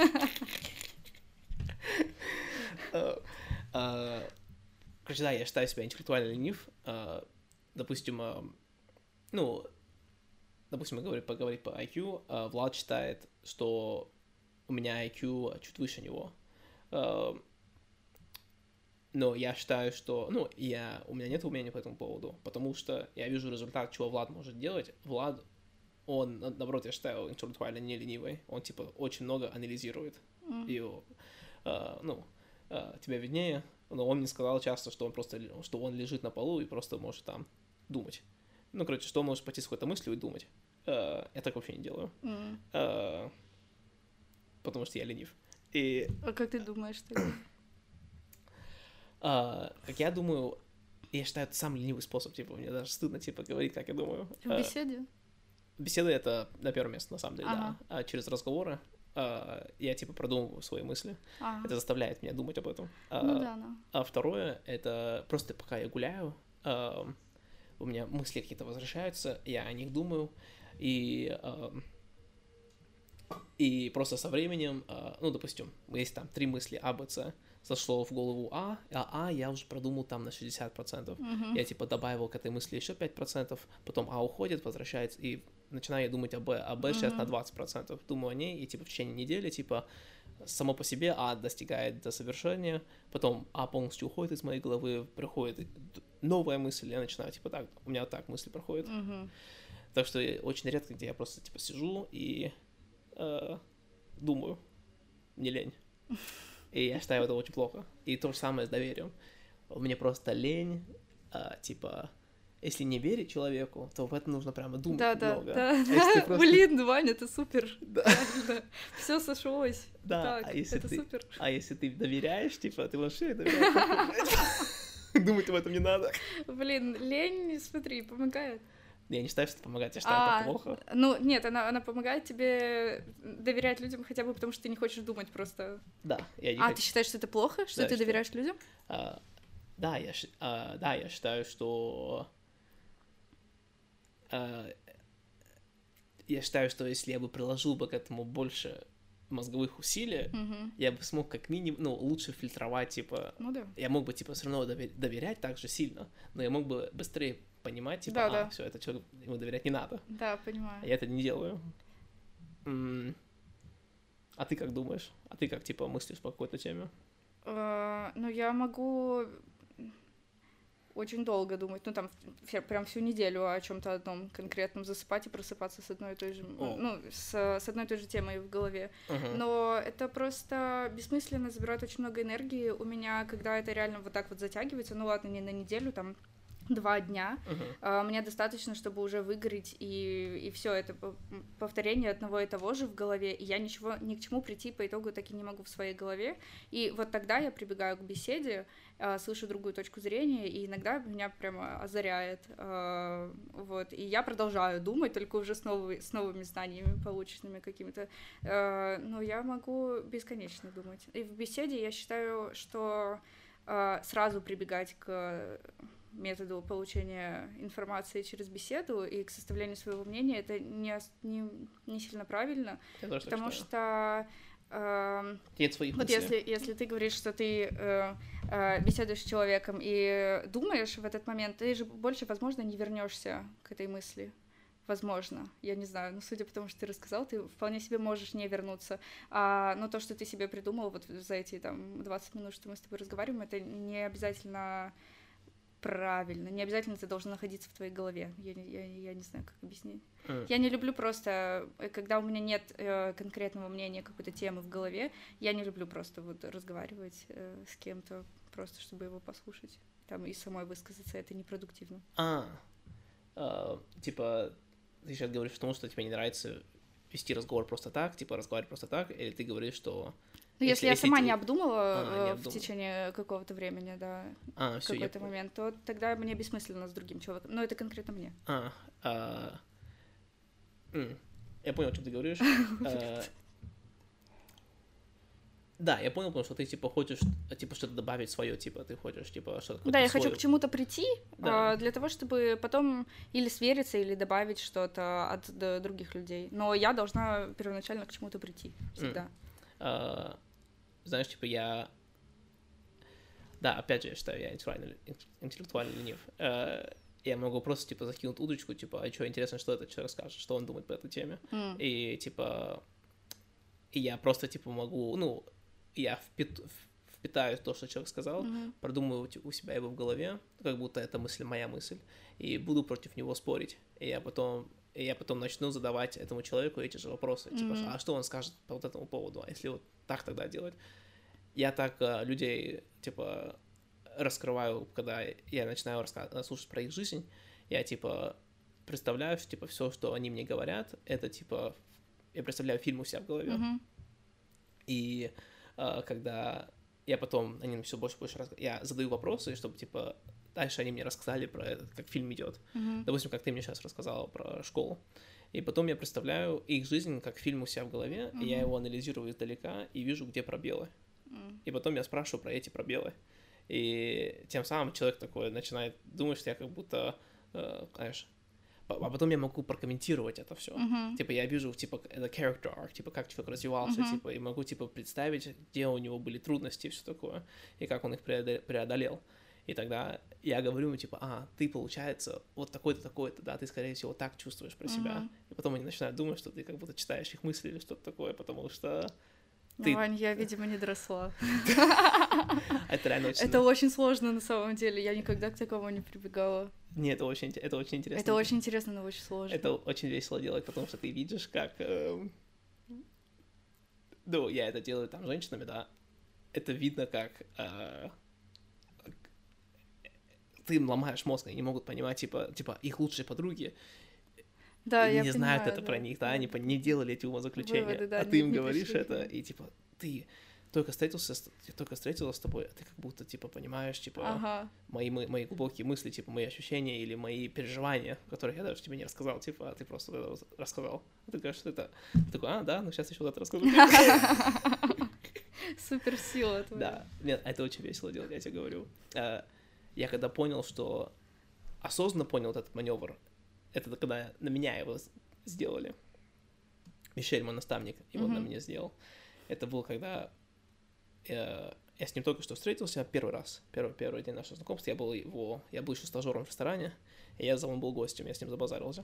A: Короче, да, я считаю себя интеллектуально ленив. Допустим, ну, допустим, мы говорим, поговорить по ай кью, Влад считает, что у меня ай кью чуть выше него. Но я считаю, что, ну, я, у меня нет умения по этому поводу, потому что я вижу результат, чего Влад может делать. Влад, он, наоборот, я считаю, интеллектуально не ленивый. Он, типа, очень много анализирует. Mm. И, э, ну, э, тебя виднее, но он мне сказал часто, что он просто, что он лежит на полу и просто может там думать. Ну, короче, что он может пойти с какой-то мыслью и думать. Э, я так вообще не делаю.
B: Mm.
A: Э, потому что я ленив. И...
B: А как ты думаешь, что это?
A: Uh, как я думаю, я считаю, это самый ленивый способ, типа, мне даже стыдно, типа, говорить, как я думаю.
B: В uh, беседе?
A: Беседа — это на первое место, на самом деле,
B: ага.
A: да. А через разговоры uh, я, типа, продумываю свои мысли.
B: Ага.
A: Это заставляет меня думать об этом.
B: Uh, ну да, да.
A: А второе — это просто пока я гуляю, uh, у меня мысли какие-то возвращаются, я о них думаю, и... Uh, и просто со временем, uh, ну, допустим, есть там три мысли А, Б, С, зашло в голову А, а А я уже продумал там на шестьдесят процентов.
B: Uh-huh.
A: Я, типа, добавил к этой мысли еще пять процентов, потом А уходит, возвращается, и начинаю я думать о Б, а Б uh-huh. сейчас на двадцать процентов. Думаю о ней, и, типа, в течение недели, типа, само по себе А достигает до совершения, потом А полностью уходит из моей головы, приходит новая мысль, я начинаю, типа, так, у меня вот так мысли проходят.
B: Uh-huh.
A: Так что очень редко, где я просто, типа, сижу и э, думаю, мне лень. И я считаю это очень плохо. И то же самое с доверием. Мне просто лень, а, типа, если не верить человеку, то в это нужно прямо думать
B: да,
A: много.
B: Да, да, просто... Блин, Ваня, это супер.
A: Да.
B: да. Все сошлось.
A: Да,
B: так,
A: а если
B: это
A: ты,
B: супер.
A: А если ты доверяешь, типа, ты вообще доверяешь. Думать об этом не надо.
B: Блин, лень, смотри, помогает.
A: Я не считаю, что это помогает, я считаю,
B: а,
A: это плохо.
B: Ну, нет, она, она помогает тебе доверять людям хотя бы потому, что ты не хочешь думать просто.
A: Да. Я не
B: а,
A: хочу...
B: ты считаешь, что это плохо, что
A: да,
B: ты
A: что...
B: доверяешь людям?
A: А, да, я, а, да, я считаю, что... А, я считаю, что если я бы приложил бы к этому больше мозговых усилий,
B: mm-hmm.
A: я бы смог как минимум, ну, лучше фильтровать, типа...
B: Ну да.
A: Я мог бы, типа, все равно доверять так же сильно, но я мог бы быстрее понимать, типа,
B: да,
A: а,
B: да.
A: все, это человек, ему доверять не надо.
B: Да, понимаю.
A: Я это не делаю. М- а ты как думаешь? А ты как, типа, мыслишь по какой-то теме?
B: Uh, ну, я могу очень долго думать, ну, там, все, прям всю неделю о чем-то одном конкретном, засыпать и просыпаться с одной и той же, oh. ну, с, с одной и той же темой в голове.
A: Uh-huh.
B: Но это просто бессмысленно, забирает очень много энергии у меня, когда это реально вот так вот затягивается, ну, ладно, не на неделю, там, два дня,
A: uh-huh.
B: uh, мне достаточно, чтобы уже выгореть, и, и все это повторение одного и того же в голове, и я ничего, ни к чему прийти по итогу так и не могу в своей голове, и вот тогда я прибегаю к беседе, uh, слышу другую точку зрения, и иногда меня прямо озаряет, uh, вот, и я продолжаю думать, только уже с, новыми, с новыми знаниями, полученными какими-то, uh, но я могу бесконечно думать, и в беседе я считаю, что uh, сразу прибегать к методу получения информации через беседу и к составлению своего мнения, это не, не, не сильно правильно,
A: Я
B: потому что э,
A: нет своих
B: вот если, если ты говоришь, что ты э, э, беседуешь с человеком и думаешь в этот момент, ты же больше, возможно, не вернешься к этой мысли. Возможно, я не знаю, но судя по тому, что ты рассказал, ты вполне себе можешь не вернуться. А, но то, что ты себе придумал вот за эти там двадцать минут, что мы с тобой разговариваем, это не обязательно правильно, не обязательно это должно находиться в твоей голове. Я, я, я не знаю, как объяснить.
A: Mm.
B: Я не люблю просто, когда у меня нет э, конкретного мнения какой-то темы в голове, я не люблю просто вот разговаривать э, с кем-то, просто чтобы его послушать, там и самой высказаться, это непродуктивно.
A: А, а типа, ты сейчас говоришь о том, что тебе не нравится вести разговор просто так, типа разговаривать просто так, или ты говоришь, что...
B: Ну, если, если я если сама ты... не обдумала а, не в обдумала. течение какого-то времени, да,
A: а, всё,
B: какой-то момент, то тогда мне бессмысленно с другим человеком. Но это конкретно мне.
A: А, а... я понял, о чем ты говоришь. Да, я понял, потому что ты, типа, хочешь, типа, что-то добавить свое, типа, ты хочешь, типа, что-то...
B: Да, я свое... хочу к чему-то прийти, да. для того, чтобы потом или свериться, или добавить что-то от других людей. Но я должна первоначально к чему-то прийти, всегда.
A: Mm. А, знаешь, типа, я... Да, опять же, я считаю, я интеллектуально, интеллектуально ленив. А, я могу просто, типа, закинуть удочку, типа, а что, интересно, что этот человек скажет, что он думает по этой теме.
B: Mm.
A: И, типа... И я просто, типа, могу, ну... я впит... впитаю то, что человек сказал,
B: mm-hmm.
A: продумаю у себя его в голове, как будто эта мысль моя мысль, и буду против него спорить. И я потом, и я потом начну задавать этому человеку эти же вопросы.
B: Mm-hmm.
A: Типа, а что он скажет по вот этому поводу? А если вот так тогда делать? Я так а, людей, типа, раскрываю, когда я начинаю раска... слушать про их жизнь, я, типа, представляю, что, типа, все, что они мне говорят, это, типа, я представляю фильм у себя в голове.
B: Mm-hmm.
A: И когда я потом, они мне все больше и больше рассказывают, я задаю вопросы, чтобы, типа, дальше они мне рассказали про это, как фильм идет.
B: Mm-hmm.
A: Допустим, как ты мне сейчас рассказала про школу. И потом я представляю их жизнь как фильм у себя в голове,
B: mm-hmm.
A: и я его анализирую издалека и вижу, где пробелы.
B: Mm-hmm.
A: И потом я спрашиваю про эти пробелы. И тем самым человек такой начинает думать, что я как будто, э, знаешь, а потом я могу прокомментировать это все.
B: Uh-huh.
A: Типа, я вижу, типа, это character arc, типа, как человек развивался,
B: uh-huh.
A: типа, и могу, типа, представить, где у него были трудности и все такое, и как он их преодолел. И тогда я говорю ему, типа, а, ты, получается, вот такой-то, такой-то, да, ты, скорее всего, так чувствуешь про себя.
B: Uh-huh.
A: И потом они начинают думать, что ты как будто читаешь их мысли или что-то такое, потому что...
B: Ты... Вань, я, видимо, не доросла.
A: Это реально очень...
B: Это очень сложно на самом деле, я никогда к такому не прибегала.
A: Не, это очень, это очень интересно.
B: Это очень интересно, но очень сложно.
A: Это очень весело делать, потому что ты видишь, как... Э... Ну, я это делаю там с женщинами, да. Это видно, как... Э... Ты им ломаешь мозг, они не могут понимать, типа, типа их лучшие подруги
B: да,
A: не
B: я
A: знают
B: понимаю,
A: это
B: да.
A: про них, да, они не делали эти умозаключения,
B: Выводы, да,
A: а ты им
B: не
A: говоришь
B: пришли.
A: это, и, типа, ты... только встретился, с... только встретилась с тобой, а ты как будто, типа, понимаешь, типа,
B: ага.
A: мои, мои, мои глубокие мысли, типа, мои ощущения или мои переживания, которых я даже тебе не рассказал, типа, а ты просто вот это вот рассказал. Ты говоришь, что это... Ты такой, а, да, ну сейчас еще вот это расскажу.
B: Суперсила твоя.
A: Да, нет, это очень весело делать, я тебе говорю. Я когда понял, что... осознанно понял вот этот маневр, это когда на меня его сделали. Мишель, мой наставник, его mm-hmm. на меня сделал. Это было, когда я, я с ним только что встретился первый раз, первый, первый день нашего знакомства. Я был его, я был еще стажером в ресторане, и я за он был гостем, я с ним забазарился.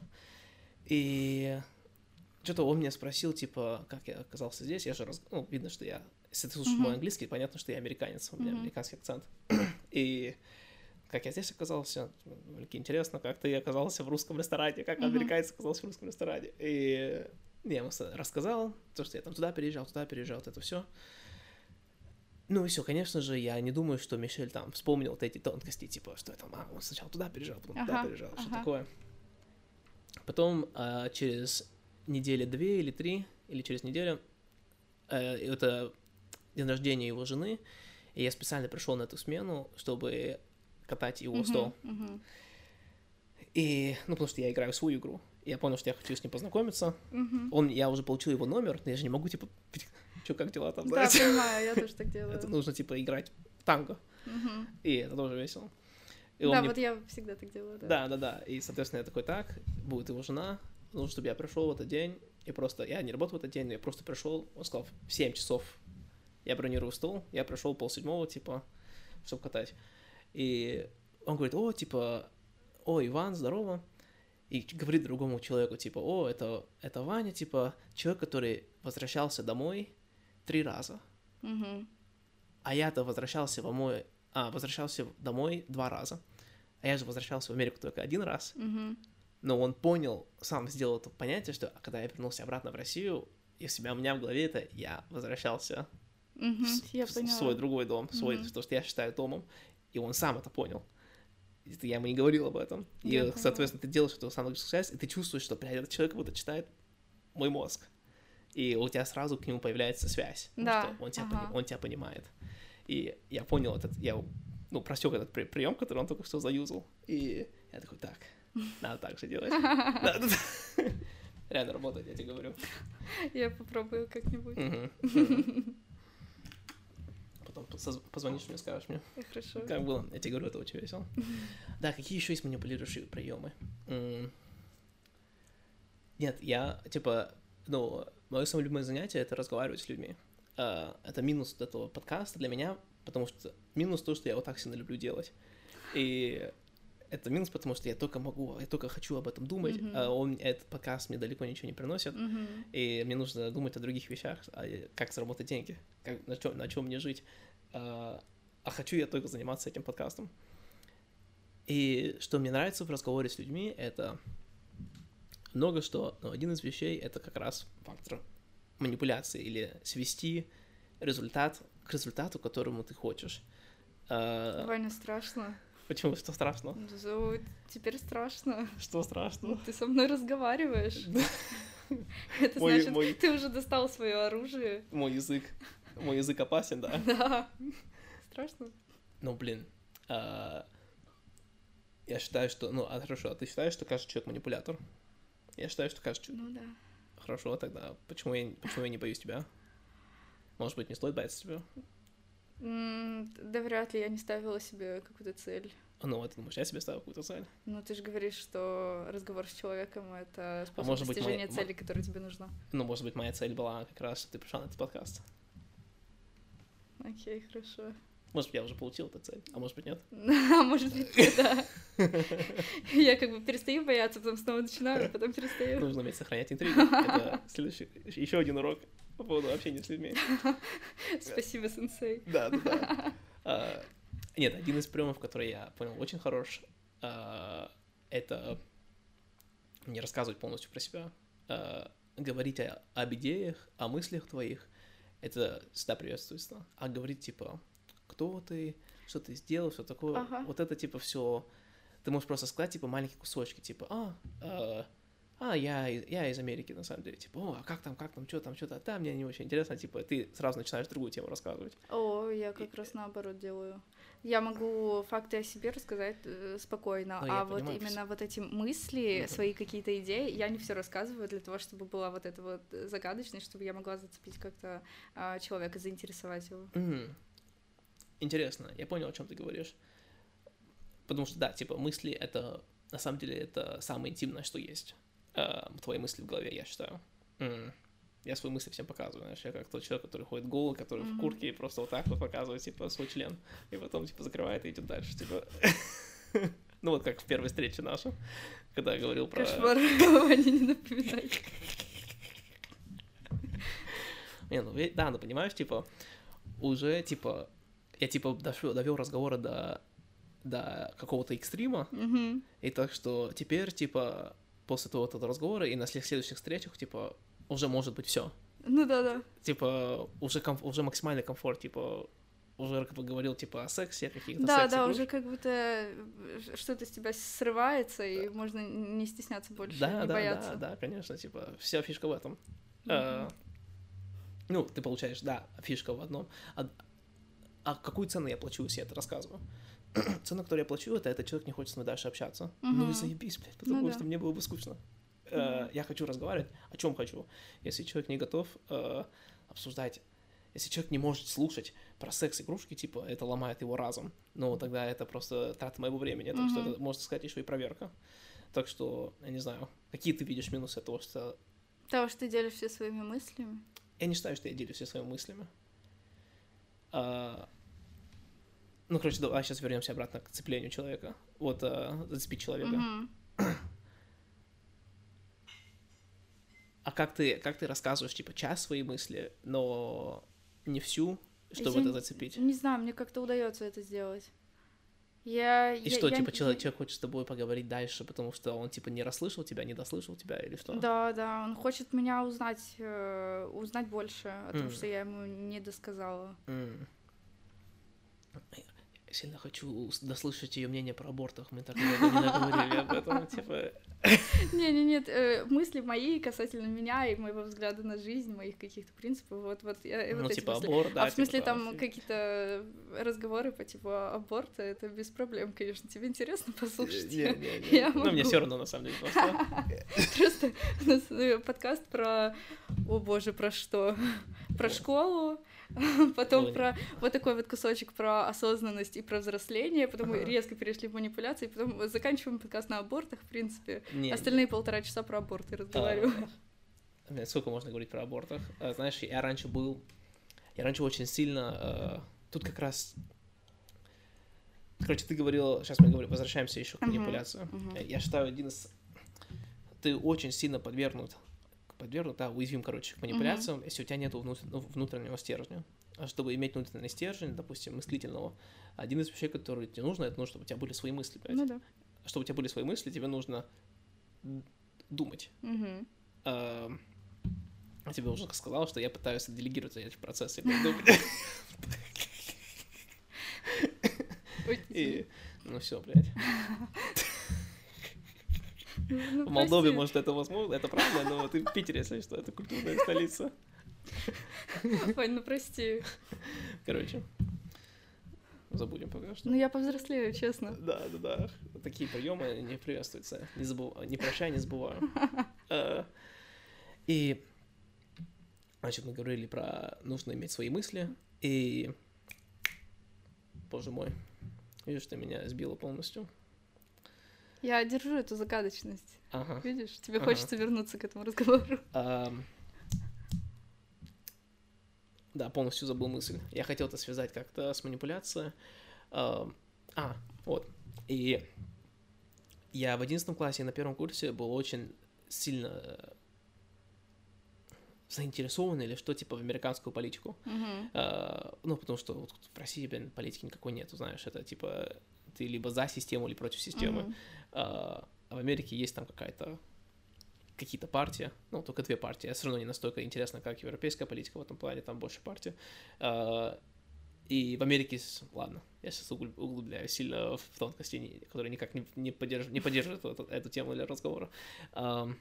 A: И что-то он меня спросил, типа, как я оказался здесь. Я же, раз... ну, видно, что я, если ты слушаешь mm-hmm. мой английский, понятно, что я американец, у меня mm-hmm. американский акцент. И как я здесь оказался, интересно, как ты оказался в русском ресторане, как mm-hmm. американец оказался в русском ресторане. И я ему рассказал, то, что я там туда переезжал, туда переезжал, вот это все. Ну и все, конечно же, я не думаю, что Мишель там вспомнил вот эти тонкости, типа, что это, а, он сначала туда переезжал, потом ага, туда переезжал, ага. что такое. Потом а, через недели две или три, или через неделю, а, это день рождения его жены, и я специально пришел на эту смену, чтобы катать его uh-huh, стол.
B: Uh-huh.
A: И, ну, потому что я играю свою игру. Я понял, что я хочу с ним познакомиться.
B: Uh-huh.
A: Он, я уже получил его номер, но я же не могу, типа, что, как дела там,
B: да, знаете? Понимаю, я тоже так делаю.
A: Это нужно, типа, играть в танго.
B: Uh-huh.
A: И это тоже весело. И
B: да,
A: мне...
B: вот я всегда так делаю, да.
A: Да, да, да. И, соответственно, я такой, так, будет его жена, нужно, чтобы я пришел в этот день, и просто, я не работал в этот день, но я просто пришел, он сказал, в семь часов я бронирую стол, я пришел полседьмого, типа, чтобы катать. И он говорит, о, типа, о, Иван, здорово. И говорит другому человеку, типа, о, это, это Ваня, типа, человек, который возвращался домой три раза.
B: Mm-hmm.
A: А я-то возвращался домой, а, возвращался домой два раза. А я же возвращался в Америку только один раз.
B: Mm-hmm.
A: Но он понял, сам сделал это понятие, что когда я вернулся обратно в Россию, и у себя у меня в голове это я возвращался
B: mm-hmm.
A: в,
B: я
A: в, в свой другой дом, в свой,
B: mm-hmm.
A: то, что я считаю домом. И он сам это понял. Я ему не говорил об этом.
B: Я
A: и, поняла. Соответственно, ты делаешь эту самую связь, и ты чувствуешь, что, блядь, этот человек будто читает мой мозг. и у тебя сразу к нему появляется связь,
B: да.
A: что он тебя,
B: ага.
A: пони- он тебя понимает. И я понял этот, я, ну, просек этот при- прием, который он только что заюзал, и я такой, так, надо так же делать. Реально работает, я тебе говорю.
B: Я попробую как-нибудь.
A: Потом позвонишь мне, скажешь мне.
B: Хорошо.
A: Как было? Я тебе говорю, это очень весело. Да, какие еще есть манипулирующие приемы? Нет, я, типа, ну, мое самое любимое занятие — это разговаривать с людьми. Это минус этого подкаста для меня, потому что минус то, что я вот так сильно люблю делать. И это минус, потому что я только могу, я только хочу об этом думать, mm-hmm. а он, этот подкаст мне далеко ничего не приносит, mm-hmm. и мне нужно думать о других вещах, как заработать деньги, как, на чем на чем мне жить, а, а хочу я только заниматься этим подкастом. И что мне нравится в разговоре с людьми, это много что, но один из вещей — это как раз фактор манипуляции или свести результат к результату, к которому ты хочешь.
B: А... Ваня, страшно.
A: Почему? Что страшно?
B: Ну, теперь страшно.
A: Что страшно?
B: Ты со мной разговариваешь. Это
A: мой,
B: значит,
A: мой...
B: ты уже достал свое оружие.
A: Мой язык. Мой язык опасен, да?
B: Да. Страшно.
A: Ну, блин. А... Я считаю, что... Ну, а хорошо, а ты считаешь, что каждый человек манипулятор? Я считаю, что каждый человек...
B: Ну, да.
A: Хорошо, тогда почему я, почему я не боюсь тебя? Может быть, не стоит бояться тебя?
B: Mm, да вряд ли, я не ставила себе какую-то цель.
A: Ну, а ты думаешь, я себе ставил какую-то цель?
B: Ну, ты же говоришь, что разговор с человеком — это способ
A: а может
B: достижения
A: быть,
B: цели,
A: моя...
B: которая тебе нужна.
A: Ну, может быть, моя цель была как раз, что ты пришла на этот подкаст.
B: Окей, хорошо.
A: Может быть, я уже получил эту цель, а может быть, нет?
B: А может быть, да. Я как бы перестаю бояться, потом снова начинаю, потом перестаю.
A: Нужно уметь сохранять интригу. Это следующий, еще один урок по поводу общения с людьми.
B: Спасибо, сенсей.
A: Да, да, да. А, нет, один из приемов, который я понял очень хорош, а, это не рассказывать полностью про себя, а, говорить о, об идеях, о мыслях твоих, это всегда приветствуется. А говорить типа, кто ты, что ты сделал, что такое, ага. Вот это типа все. Ты можешь просто сказать типа маленькие кусочки, типа, а, а, а я, я из Америки, на самом деле, типа, о, а как там, как там, что там, что-то, да, мне не очень интересно, типа, ты сразу начинаешь другую тему рассказывать.
B: О, я как и... раз наоборот делаю. Я могу факты о себе рассказать э, спокойно, ну, а вот понимаю, именно все. Вот эти мысли, uh-huh. свои какие-то идеи, я не все рассказываю для того, чтобы была вот эта вот загадочность, чтобы я могла зацепить как-то э, человека, заинтересовать его.
A: Mm-hmm. Интересно, я понял, о чем ты говоришь. Потому что, да, типа, мысли — это, на самом деле, это самое интимное, что есть. Э, твои мысли в голове, я считаю. Mm. Я свои мысли всем показываю, знаешь, я как тот человек, который ходит голый, который mm-hmm. в куртке и просто вот так вот показывает, типа, свой член, и потом, типа, закрывает и идет дальше, типа... Ну, вот как в первой встрече нашу, когда я говорил про...
B: Кошмар, Ваня, не напоминай.
A: Не, ну, да, ну, понимаешь, типа, уже, типа, я, типа, довел разговоры до... до какого-то экстрима,
B: mm-hmm.
A: и так что теперь, типа, после того этого разговора и на следующих встречах, типа, уже может быть все.
B: Ну да-да.
A: Типа, уже, комф- уже максимальный комфорт, типа, уже как бы говорил, типа, о сексе, о каких-то
B: да,
A: сексе.
B: Да, да, уже как будто что-то с тебя срывается, и можно не стесняться больше,
A: да,
B: не
A: да,
B: бояться.
A: Да, да, конечно, типа, вся фишка в этом.
B: Mm-hmm.
A: А, ну, ты получаешь, да, фишка в одном. А, а какую цену я плачу, если я это рассказываю? Цену, которую я плачу, это этот человек не хочет с мной дальше общаться. Uh-huh. Ну и заебись, блядь, потому ну, что да. мне было бы скучно. Uh-huh. Uh, я хочу разговаривать, о чем хочу. Если человек не готов uh, обсуждать, если человек не может слушать про секс-игрушки, типа, это ломает его разум, ну, тогда это просто трата моего времени. Uh-huh. Так что это, можно сказать, еще и проверка. Так что, я не знаю, какие ты видишь минусы того, что...
B: Того, что ты делишься своими мыслями?
A: Я не считаю, что я делюсь своими мыслями. Uh, Ну, короче, давай сейчас вернемся обратно к цеплению человека. Вот, э, зацепить человека.
B: Mm-hmm.
A: А как ты, как ты рассказываешь, типа, часть своей мысли, но не всю, чтобы
B: я
A: это зацепить?
B: Не знаю, мне как-то удается это сделать. Я,
A: И
B: я,
A: что,
B: я,
A: типа,
B: я...
A: человек, человек хочет с тобой поговорить дальше, потому что он, типа, не расслышал тебя, не дослышал тебя, или что?
B: Да, да, он хочет меня узнать, э, узнать больше о том,
A: mm.
B: что я ему не досказала.
A: Mm. сильно хочу дослышать ее мнение про абортах. Мы так много не договорили об этом, типа...
B: Не-не-нет, э, мысли мои касательно меня и моего взгляда на жизнь, моих каких-то принципов, вот, вот, я,
A: ну,
B: вот
A: типа
B: мысли.
A: аборт, да,
B: а в смысле
A: типа,
B: там
A: да,
B: какие-то разговоры по типу аборта, это без проблем, конечно, тебе интересно послушать?
A: Не-не-не, я ну, могу. Мне все равно, на самом деле, просто.
B: Просто у нас подкаст про, о боже, про что? Про школу, потом Ой. про вот такой вот кусочек про осознанность и про взросление, потом ага. мы резко перешли в манипуляции, потом заканчиваем подкаст на абортах, в принципе. Не, Остальные не. полтора часа про аборты разговариваем.
A: А, сколько можно говорить про абортах? А, знаешь, я раньше был... Я раньше очень сильно... А, тут как раз... Короче, ты говорил... Сейчас мы говорим, возвращаемся еще к uh-huh. манипуляции. Uh-huh. Я считаю, один из... Ты очень сильно подвергнут подвергнут, да, уязвим, короче, к манипуляциям, mm-hmm. если у тебя нет внутреннего стержня. А чтобы иметь внутренний стержень, допустим, мыслительного, один из вещей, которые тебе нужно, это нужно, чтобы у тебя были свои мысли, блядь.
B: Ну да.
A: Чтобы у тебя были свои мысли, тебе нужно думать.
B: Mm-hmm.
A: А, я тебе уже сказал, что я пытаюсь делегировать эти процессы. И, ну все, блядь.
B: Ну,
A: в Молдове, прости. Может, это возможно, это правда, но вот и в Питере, если что, это культурная столица.
B: Вань, ну прости.
A: Короче, забудем пока что.
B: Ну я повзрослею, честно.
A: Да, да, да. Такие приемы не приветствуются. Не, забыв... не прощай, не забываю. И, значит, мы говорили про нужно иметь свои мысли, и, боже мой, видишь, ты меня сбила полностью.
B: Я держу эту загадочность.
A: Ага.
B: Видишь, тебе
A: ага.
B: хочется вернуться к этому разговору.
A: Um, да, полностью забыл мысль. Я хотел это связать как-то с манипуляцией. Um, а, вот. И я в одиннадцатом классе на первом курсе был очень сильно заинтересован или что, типа, в американскую политику.
B: Uh-huh.
A: Uh, ну, потому что вот в России, блин, политики никакой нету, знаешь, это, типа, ты либо за систему, или против системы. Uh-huh. Uh, а в Америке есть там какая-то, какие-то партии, ну, только две партии, а все равно не настолько интересно, как европейская политика в этом плане, там больше партий. Uh, и в Америке, ладно, я сейчас углубляюсь сильно в тонкости, которые никак не, не, поддерж, не поддерживают эту, эту тему для разговора. Uh,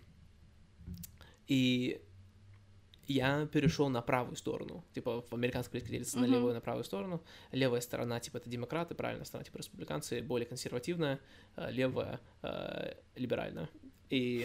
A: и я перешел на правую сторону, типа в американской политике делится uh-huh. на левую и на правую сторону. Левая сторона, типа, это демократы, правильная сторона, типа, республиканцы, более консервативная, левая, э, либеральная. И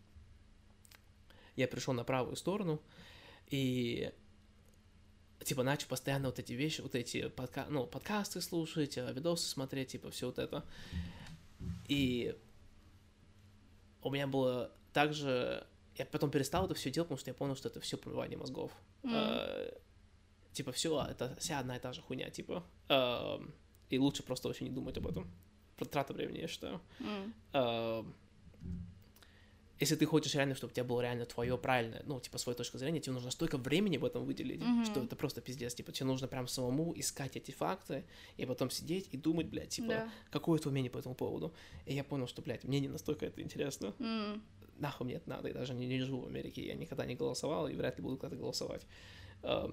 A: я перешел на правую сторону, и, типа, начал постоянно вот эти вещи, вот эти подка... ну, подкасты слушать, видосы смотреть, типа, все вот это. И у меня было также... Я потом перестал это все делать, потому что я понял, что это все промывание мозгов.
B: Mm.
A: Uh, типа, все, это вся одна и та же хуйня, типа. Uh, и лучше просто вообще не думать об этом. Трата времени, я считаю.
B: Mm.
A: Uh, если ты хочешь реально, чтобы у тебя было реально твое правильное, ну, типа, своя точка зрения, тебе нужно столько времени в этом выделить,
B: mm-hmm.
A: что это просто пиздец. Типа, тебе нужно прям самому искать эти факты, и потом сидеть и думать, блядь, типа,
B: yeah.
A: какое твое мнение по этому поводу. И я понял, что, блядь, мне не настолько это интересно.
B: Mm.
A: Нахуй мне это надо, я даже не, не живу в Америке, я никогда не голосовал и вряд ли буду когда-то голосовать. Um,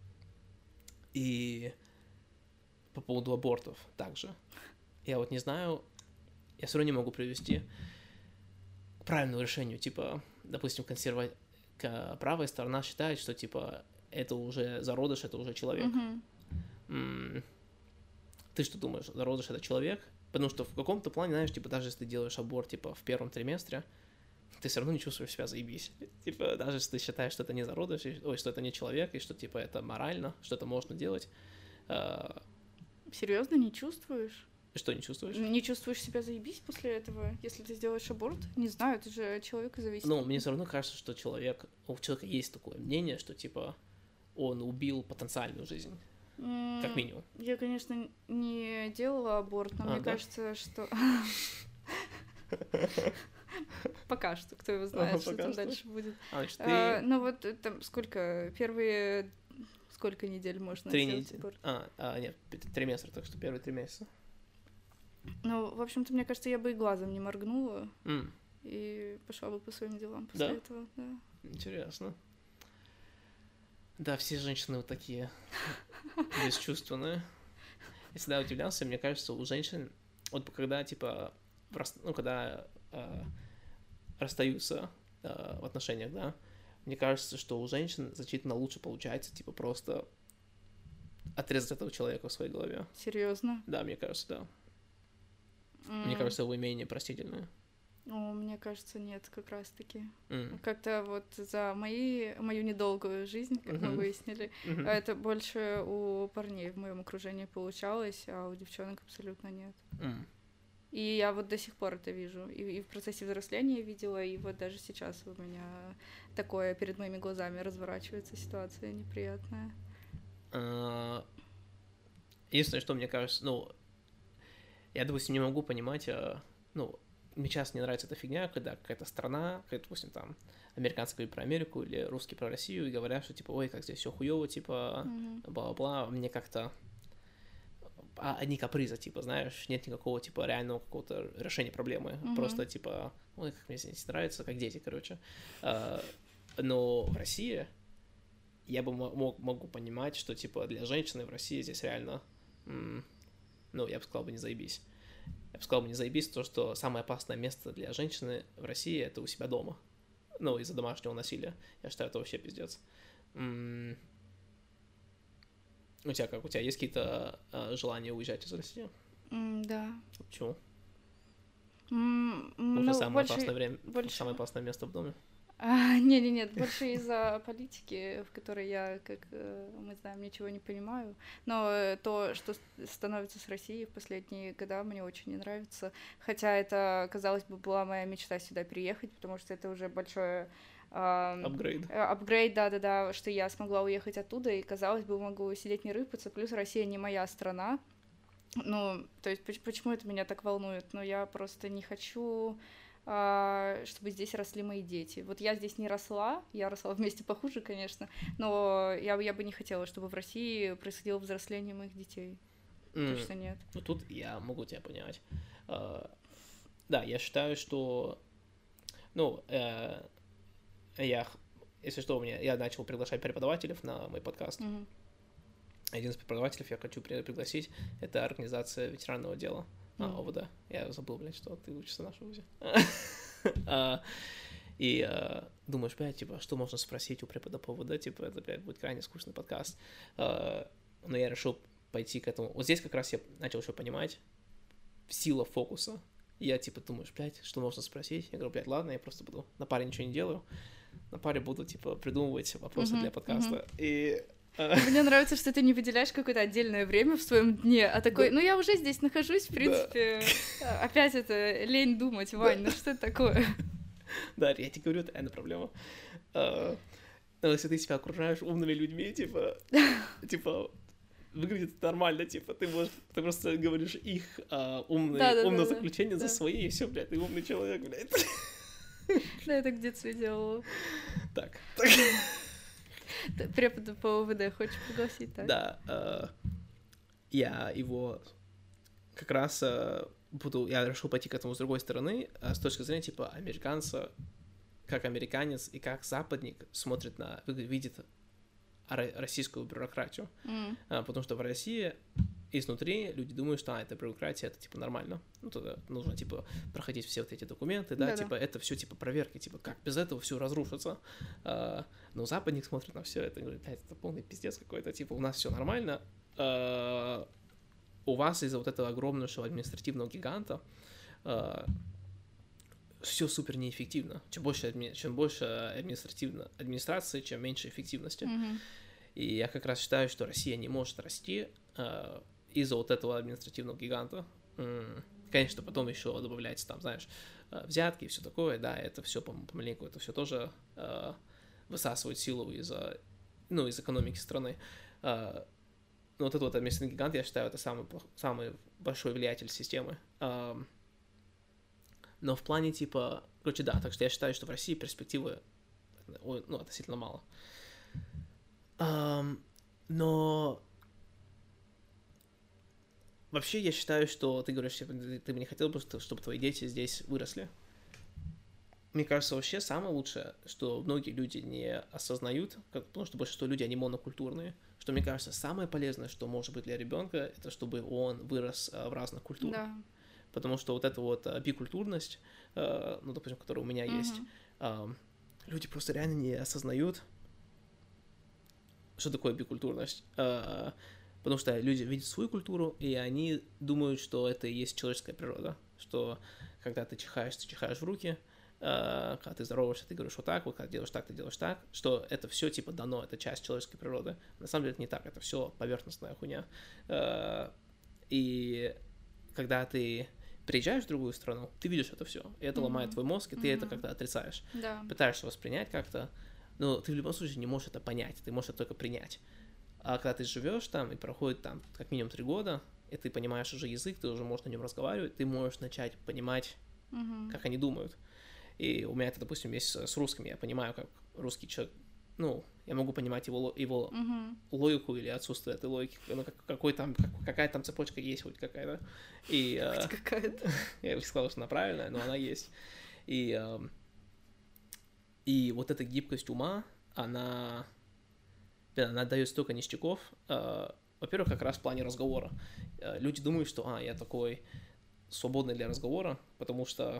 A: и по поводу абортов также. Я вот не знаю, я все равно не могу привести к правильному решению. Типа, допустим, консерва... правая сторона считает, что, типа, это уже зародыш, это уже человек.
B: Mm-hmm.
A: М- Ты что думаешь, зародыш — это человек? Потому что в каком-то плане, знаешь, типа, даже если ты делаешь аборт, типа, в первом триместре, ты все равно не чувствуешь себя заебись. Типа, даже если ты считаешь, что это не зародыш, ой, что это не человек, и что, типа, это морально, что это можно делать. Э...
B: Серьезно, не чувствуешь?
A: Что не чувствуешь?
B: Не чувствуешь себя заебись после этого, если ты сделаешь аборт? Не знаю, это же от человека зависит.
A: Ну, мне все равно кажется, что человек, у человека есть такое мнение, что, типа, он убил потенциальную жизнь. Mm, как минимум.
B: Я, конечно, не делала аборт, но а, мне да? кажется, что... Пока что, кто его знает, что там дальше будет. Ну вот там сколько, первые... Сколько недель можно сделать аборт?
A: А, нет, триместр, так что первые три месяца.
B: Ну, в общем-то, мне кажется, я бы и глазом не моргнула и пошла бы по своим делам после этого, да.
A: Интересно. Да, все женщины вот такие бесчувственные. Я всегда удивлялся, мне кажется, у женщин, вот когда, типа, ну, когда э, расстаются э, в отношениях, да, мне кажется, что у женщин значительно лучше получается, типа, просто отрезать этого человека в своей голове.
B: Серьезно?
A: Да, мне кажется, да. Mm. Мне кажется, его менее простительное.
B: Ну, мне кажется, нет, как раз-таки.
A: Mm.
B: Как-то вот за мои, мою недолгую жизнь, как mm-hmm. мы выяснили, mm-hmm. это больше у парней в моем окружении получалось, а у девчонок абсолютно нет.
A: Mm.
B: И я вот до сих пор это вижу. И, и в процессе взросления видела, и вот даже сейчас у меня такое перед моими глазами разворачивается ситуация неприятная.
A: Uh, единственное, что мне кажется, ну, я, допустим, не могу понимать, ну, мне часто не нравится эта фигня, когда какая-то страна, какая-то, допустим, там, американцы говорят про Америку или русские про Россию и говорят, что, типа, ой, как здесь все хуёво, типа, mm-hmm. бла-бла-бла, мне как-то одни капризы, типа, знаешь, нет никакого, типа, реального какого-то решения проблемы, mm-hmm. просто, типа, ой, как мне здесь нравится, как дети, короче. Но в России я бы мог, могу понимать, что, типа, для женщины в России здесь реально, ну, я бы сказал бы, не заебись. Я бы сказал бы, не заебись то, что самое опасное место для женщины в России — это у себя дома. Ну, из-за домашнего насилия. Я считаю, это вообще пиздец. М- у тебя как? У тебя есть какие-то э, желания уезжать из России?
B: Mm, да.
A: Почему?
B: Mm,
A: Потому
B: ну,
A: что самое
B: больше,
A: опасное время,
B: больше...
A: самое опасное место в доме?
B: А, не-не-нет, больше из-за политики, в которой я, как мы знаем, ничего не понимаю. Но то, что становится с Россией в последние годы, мне очень не нравится. Хотя это, казалось бы, была моя мечта сюда переехать, потому что это уже большое...
A: Апгрейд.
B: Апгрейд, да-да-да, что я смогла уехать оттуда, и, казалось бы, могу сидеть не рыпаться, плюс Россия не моя страна. Ну, то есть почему это меня так волнует? Ну, я просто не хочу... чтобы здесь росли мои дети. Вот я здесь не росла, я росла вместе похуже, конечно, но я, я бы не хотела, чтобы в России происходило взросление моих детей. Mm. Точно нет.
A: Ну, тут я могу тебя понимать. Uh, да, я считаю, что... Ну, uh, я... Если что, у меня... Я начал приглашать преподавателей на мой подкаст. Mm-hmm. Один из преподавателей я хочу пригласить. Это организация ветеранного дела. А, mm. ОВД. Я забыл, блядь, что ты учишься в нашем вузе. И думаешь, блядь, типа, что можно спросить у препода по ОВД, типа, это, блядь, будет крайне скучный подкаст. Но я решил пойти к этому. Вот здесь как раз я начал еще понимать сила фокуса. Я, типа, думаешь, блядь, что можно спросить? Я говорю, блядь, ладно, я просто буду на паре ничего не делаю. На паре буду, типа, придумывать вопросы для подкаста. И...
B: Мне нравится, что ты не выделяешь какое-то отдельное время в своем дне, а такой, да. ну я уже здесь нахожусь, в принципе, да. Опять это лень думать, Вань, да. ну что это такое?
A: Да, я тебе говорю, это реально проблема. Но если ты себя окружаешь умными людьми, типа, типа, выглядит нормально, типа, ты можешь, ты просто говоришь их умные, да, да, умное да, заключение да. за свои, и все, блядь, ты умный человек, блядь.
B: Да, я так в детстве делала.
A: Так,
B: так. Препода по ОВД хочешь пригласить, так?
A: Да, э, я его как раз э, буду, я решил пойти к этому с другой стороны, э, с точки зрения, типа, американца, как американец и как западник смотрит на, видит российскую бюрократию, mm. э, потому что в России изнутри люди думают, что а, это бюрократия, это, типа, нормально, ну, тогда нужно, типа, проходить все вот эти документы, да, да типа, да. это все, типа, проверки, типа, как без этого все разрушится, а, но западник смотрит на все это и говорит, блядь, это полный пиздец какой-то, типа, у нас все нормально, а, у вас из-за вот этого огромнейшего административного гиганта а, все супер неэффективно, чем больше, адми... чем больше административно... администрации, чем меньше эффективности, mm-hmm. и я как раз считаю, что Россия не может расти а, из-за вот этого административного гиганта. Конечно, потом еще добавляется там, знаешь, взятки и все такое, да, это все помаленьку, это все тоже э, высасывает силу из, ну, из экономики страны. Э, но вот этот вот административный гигант, я считаю, это самый, самый большой влиятель системы. Э, но в плане, типа, короче, да, так что я считаю, что в России перспективы, ну, относительно мало. Э, но... Вообще, я считаю, что ты говоришь, типа, ты бы не хотел бы, чтобы твои дети здесь выросли. Мне кажется, вообще самое лучшее, что многие люди не осознают, как, потому что большинство людей, они монокультурные, что, мне кажется, самое полезное, что может быть для ребенка, это чтобы он вырос в разных культурах.
B: Да.
A: Потому что вот эта вот бикультурность, ну, допустим, которая у меня mm-hmm. есть, люди просто реально не осознают, что такое бикультурность. Потому что люди видят свою культуру, и они думают, что это и есть человеческая природа. Что когда ты чихаешь, ты чихаешь в руки, когда ты здороваешься, ты говоришь вот так, вот когда делаешь так, ты делаешь так, что это все типа дано, это часть человеческой природы. На самом деле это не так, это все поверхностная хуйня. И когда ты приезжаешь в другую страну, ты видишь это все, и это mm-hmm. ломает твой мозг, и ты mm-hmm. это как-то отрицаешь.
B: Да.
A: Пытаешься воспринять как-то, но ты в любом случае не можешь это понять, ты можешь это только принять. А когда ты живешь там, и проходит там как минимум три года, и ты понимаешь уже язык, ты уже можешь на нем разговаривать, ты можешь начать понимать,
B: mm-hmm.
A: как они думают. И у меня это, допустим, есть с русским, я понимаю, как русский человек, ну, я могу понимать его, его
B: mm-hmm.
A: логику или отсутствие этой логики, ну, какой там, как, какая там цепочка есть хоть какая-то. И,
B: хоть какая-то.
A: Я бы сказал, что она правильная, но она есть. И, и вот эта гибкость ума, она, она дает столько ништяков. Во-первых, как раз в плане разговора. Люди думают, что, а, я такой свободный для разговора, потому что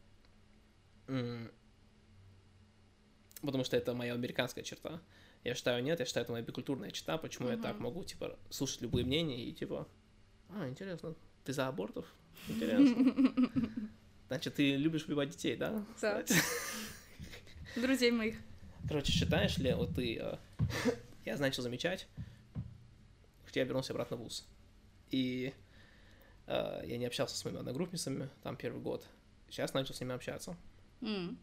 A: потому что это моя американская черта. Я считаю, нет, я считаю, это моя бикультурная черта, почему uh-huh. я так могу, типа, слушать любые мнения и, типа, а, интересно, ты за абортов? Интересно. Значит, ты любишь убивать детей, да?
B: Да. Друзей моих.
A: Короче, считаешь ли, вот ты... Я начал замечать, хотя я вернулся обратно в вуз, и я не общался с моими одногруппницами, там, первый год. Сейчас начал с ними общаться.
B: Mm.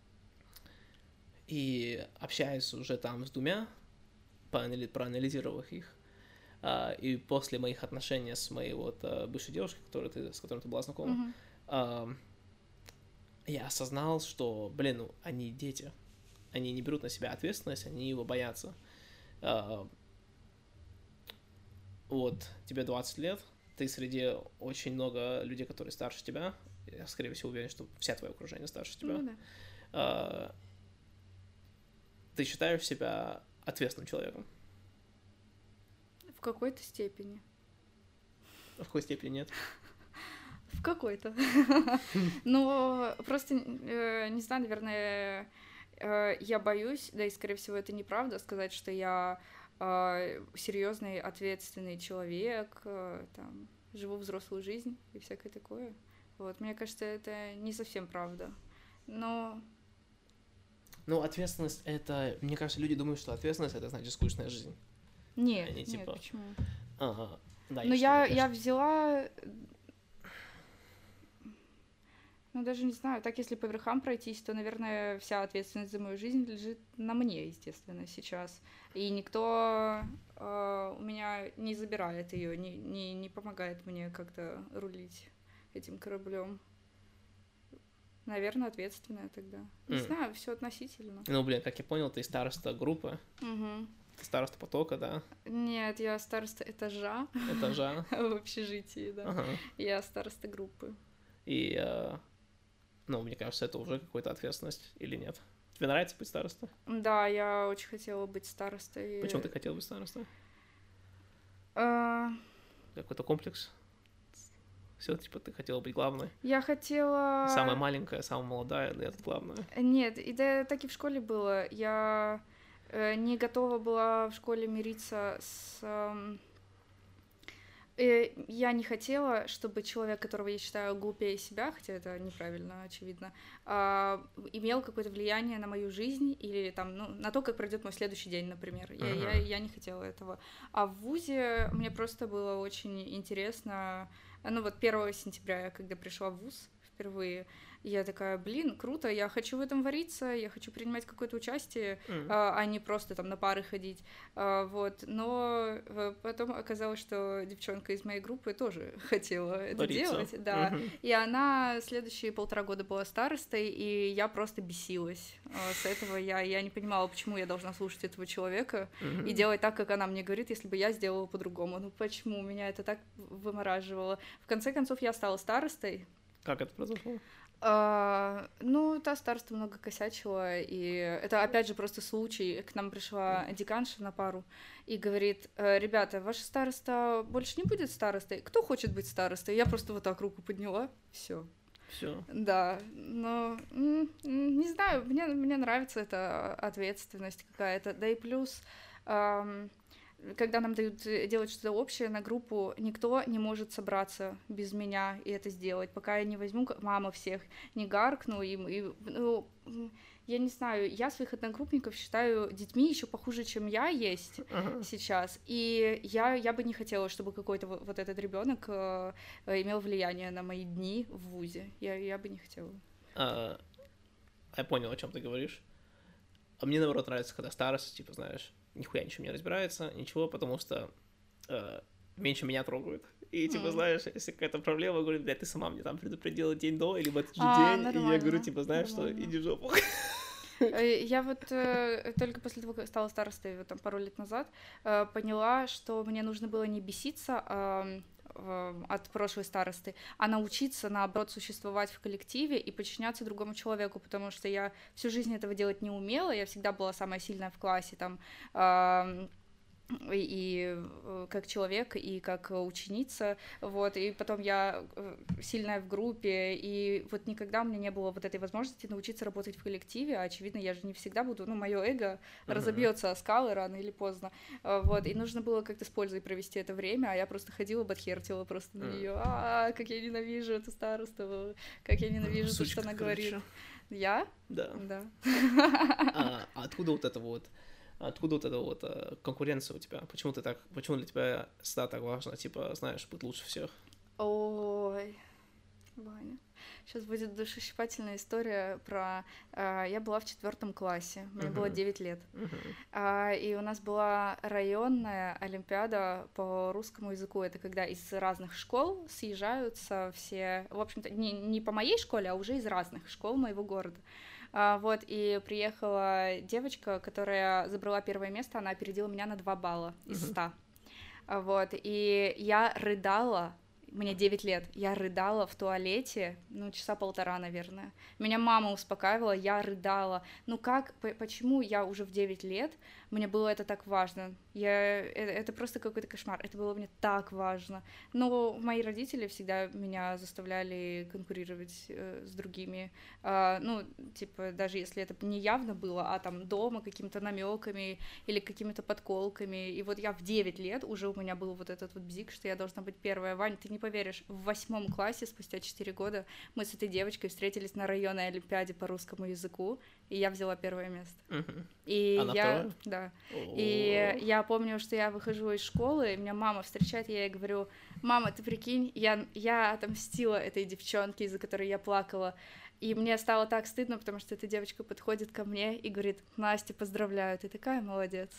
A: И общаюсь уже там с двумя, проанализировав их, и после моих отношений с моей вот бывшей девушкой, которой ты, с которой ты была знакома,
B: mm-hmm.
A: я осознал, что, блин, ну, они дети, они не берут на себя ответственность, они его боятся. Вот, тебе двадцать лет, ты среди очень много людей, которые старше тебя, я, скорее всего, уверен, что вся твое окружение старше тебя.
B: Ну, да.
A: Ты считаешь себя ответственным человеком?
B: В какой-то степени.
A: В какой степени нет?
B: В какой-то. Ну, просто, не знаю, наверное, я боюсь, да и, скорее всего, это неправда, сказать, что я серьезный, ответственный человек, там, живу взрослую жизнь и всякое такое. Вот, мне кажется, это не совсем правда. Но...
A: Ну, ответственность — это... Мне кажется, люди думают, что ответственность — это значит скучная жизнь.
B: Нет,
A: Они,
B: нет,
A: типа...
B: почему?
A: Ага, да.
B: Но я, я, я взяла... Ну, даже не знаю, так если по верхам пройтись, то, наверное, вся ответственность за мою жизнь лежит на мне, естественно, сейчас. И никто э, у меня не забирает ее, не, не, не помогает мне как-то рулить этим кораблем. Наверное, ответственная тогда. Не mm. знаю, все относительно.
A: Ну, блин, как я понял, ты староста группы.
B: Угу.
A: Ты староста потока, да?
B: Нет, я староста этажа.
A: Этажа?
B: В общежитии, да.
A: Ага.
B: Я староста группы.
A: И, э, ну, мне кажется, это уже какая-то ответственность или нет? Тебе нравится быть старостой?
B: Да, я очень хотела быть старостой.
A: Почему ты хотела быть старостой?
B: А...
A: Какой-то комплекс? Все, типа, ты хотела быть главной?
B: Я хотела...
A: Самая маленькая, самая молодая, да, это главное.
B: Нет, и да, так и в школе было. Я э, не готова была в школе мириться с... Э, э, я не хотела, чтобы человек, которого я считаю глупее себя, хотя это неправильно, очевидно, э, имел какое-то влияние на мою жизнь или там, ну, на то, как пройдет мой следующий день, например. Я, uh-huh. я, я не хотела этого. А в вузе мне просто было очень интересно... Ну вот первого сентября, я когда пришла в вуз впервые, я такая, блин, круто, я хочу в этом вариться, я хочу принимать какое-то участие, mm. а, а не просто там на пары ходить, а, вот, но потом оказалось, что девчонка из моей группы тоже хотела это вариться. Делать, да, mm-hmm. и она следующие полтора года была старостой, и я просто бесилась а, с этого, я, я не понимала, почему я должна слушать этого человека mm-hmm. и делать так, как она мне говорит, если бы я сделала по-другому, ну почему, меня это так вымораживало. В конце концов, я стала старостой.
A: Как это произошло?
B: А, ну, та староста много косячила, и это, опять же, просто случай. К нам пришла деканша на пару и говорит: ребята, ваша староста больше не будет старостой? Кто хочет быть старостой? Я просто вот так руку подняла, все.
A: Все.
B: Да, но не знаю, мне, мне нравится эта ответственность какая-то, да и плюс... Эм, когда нам дают делать что-то общее на группу, никто не может собраться без меня и это сделать, пока я не возьму, мама всех, не гаркну им. И, ну, я не знаю, я своих одногруппников считаю детьми еще похуже, чем я есть uh-huh. сейчас. И я, я бы не хотела, чтобы какой-то вот, вот этот ребенок э, имел влияние на мои дни в вузе. Я, я бы не хотела.
A: Uh, я понял, о чем ты говоришь. А мне, наоборот, нравится, когда старость, типа, знаешь, нихуя ничего не разбирается, ничего, потому что э, меньше меня трогают. И, типа, mm. знаешь, если какая-то проблема, говорю, блядь, ты сама мне там предупредила день до, или в этот же а, день, нормально. И я говорю, типа, знаешь, нормально. Что, иди в жопу.
B: Я вот э, только после того, как стала старостой, вот, там, пару лет назад, э, поняла, что мне нужно было не беситься э, э, от прошлой старосты, а научиться, наоборот, существовать в коллективе и подчиняться другому человеку, потому что я всю жизнь этого делать не умела, я всегда была самая сильная в классе, там... Э, И, и как человек, и как ученица, вот, и потом я сильная в группе, и вот никогда у меня не было вот этой возможности научиться работать в коллективе, а, очевидно, я же не всегда буду, ну, мое эго uh-huh. разобьется о скалы рано или поздно, вот, и нужно было как-то с пользой провести это время, а я просто ходила, бадхертила просто на uh-huh. нее, а, как я ненавижу эту старосту, как я ненавижу uh-huh. то, что она говорит. Я?
A: Да.
B: Да.
A: А откуда вот это вот? Откуда вот эта вот а, конкуренция у тебя? Почему ты так, почему для тебя всегда так важно, типа, знаешь, быть лучше всех?
B: Ой, Ваня. Сейчас будет душещипательная история про... Э, я была в четвертом классе, мне uh-huh. было девять лет, uh-huh. э, и у нас была районная олимпиада по русскому языку. Это когда из разных школ съезжаются все, в общем-то, не, не по моей школе, а уже из разных школ моего города. Uh, вот, и приехала девочка, которая забрала первое место, она опередила меня на два балла из ста. Uh-huh. Вот, и я рыдала, мне девять лет, я рыдала в туалете, ну, часа полтора, наверное. Меня мама успокаивала, я рыдала. Ну как, по- почему я уже в девять лет, мне было это так важно? Я, это, это просто какой-то кошмар, это было мне так важно. Но мои родители всегда меня заставляли конкурировать э, с другими. Э, ну, типа, даже если это не явно было, а там дома какими-то намеками или какими-то подколками. И вот я в девять лет уже у меня был вот этот вот бзик, что я должна быть первая. Вань, ты не поверишь, в восьмом классе, спустя четыре года, мы с этой девочкой встретились на районной олимпиаде по русскому языку, и я взяла первое место.
A: Uh-huh.
B: И
A: Она
B: я,
A: второе?
B: да,
A: Oh.
B: и я помню, что я выхожу из школы, и меня мама встречает, и я ей говорю: мама, ты прикинь, я, я отомстила этой девчонке, из-за которой я плакала. И мне стало так стыдно, потому что эта девочка подходит ко мне и говорит: Настя, поздравляю, ты такая молодец.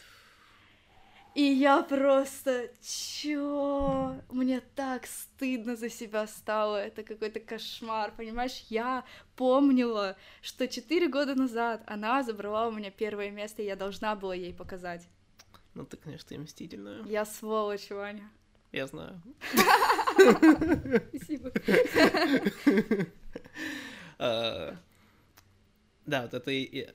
B: И я просто, чё? Мне так стыдно за себя стало, это какой-то кошмар, понимаешь? Я помнила, что четыре года назад она забрала у меня первое место, и я должна была ей показать.
A: Ну ты, конечно, и мстительная.
B: Я сволочь, Ваня.
A: Я знаю.
B: Спасибо.
A: Да, вот это и...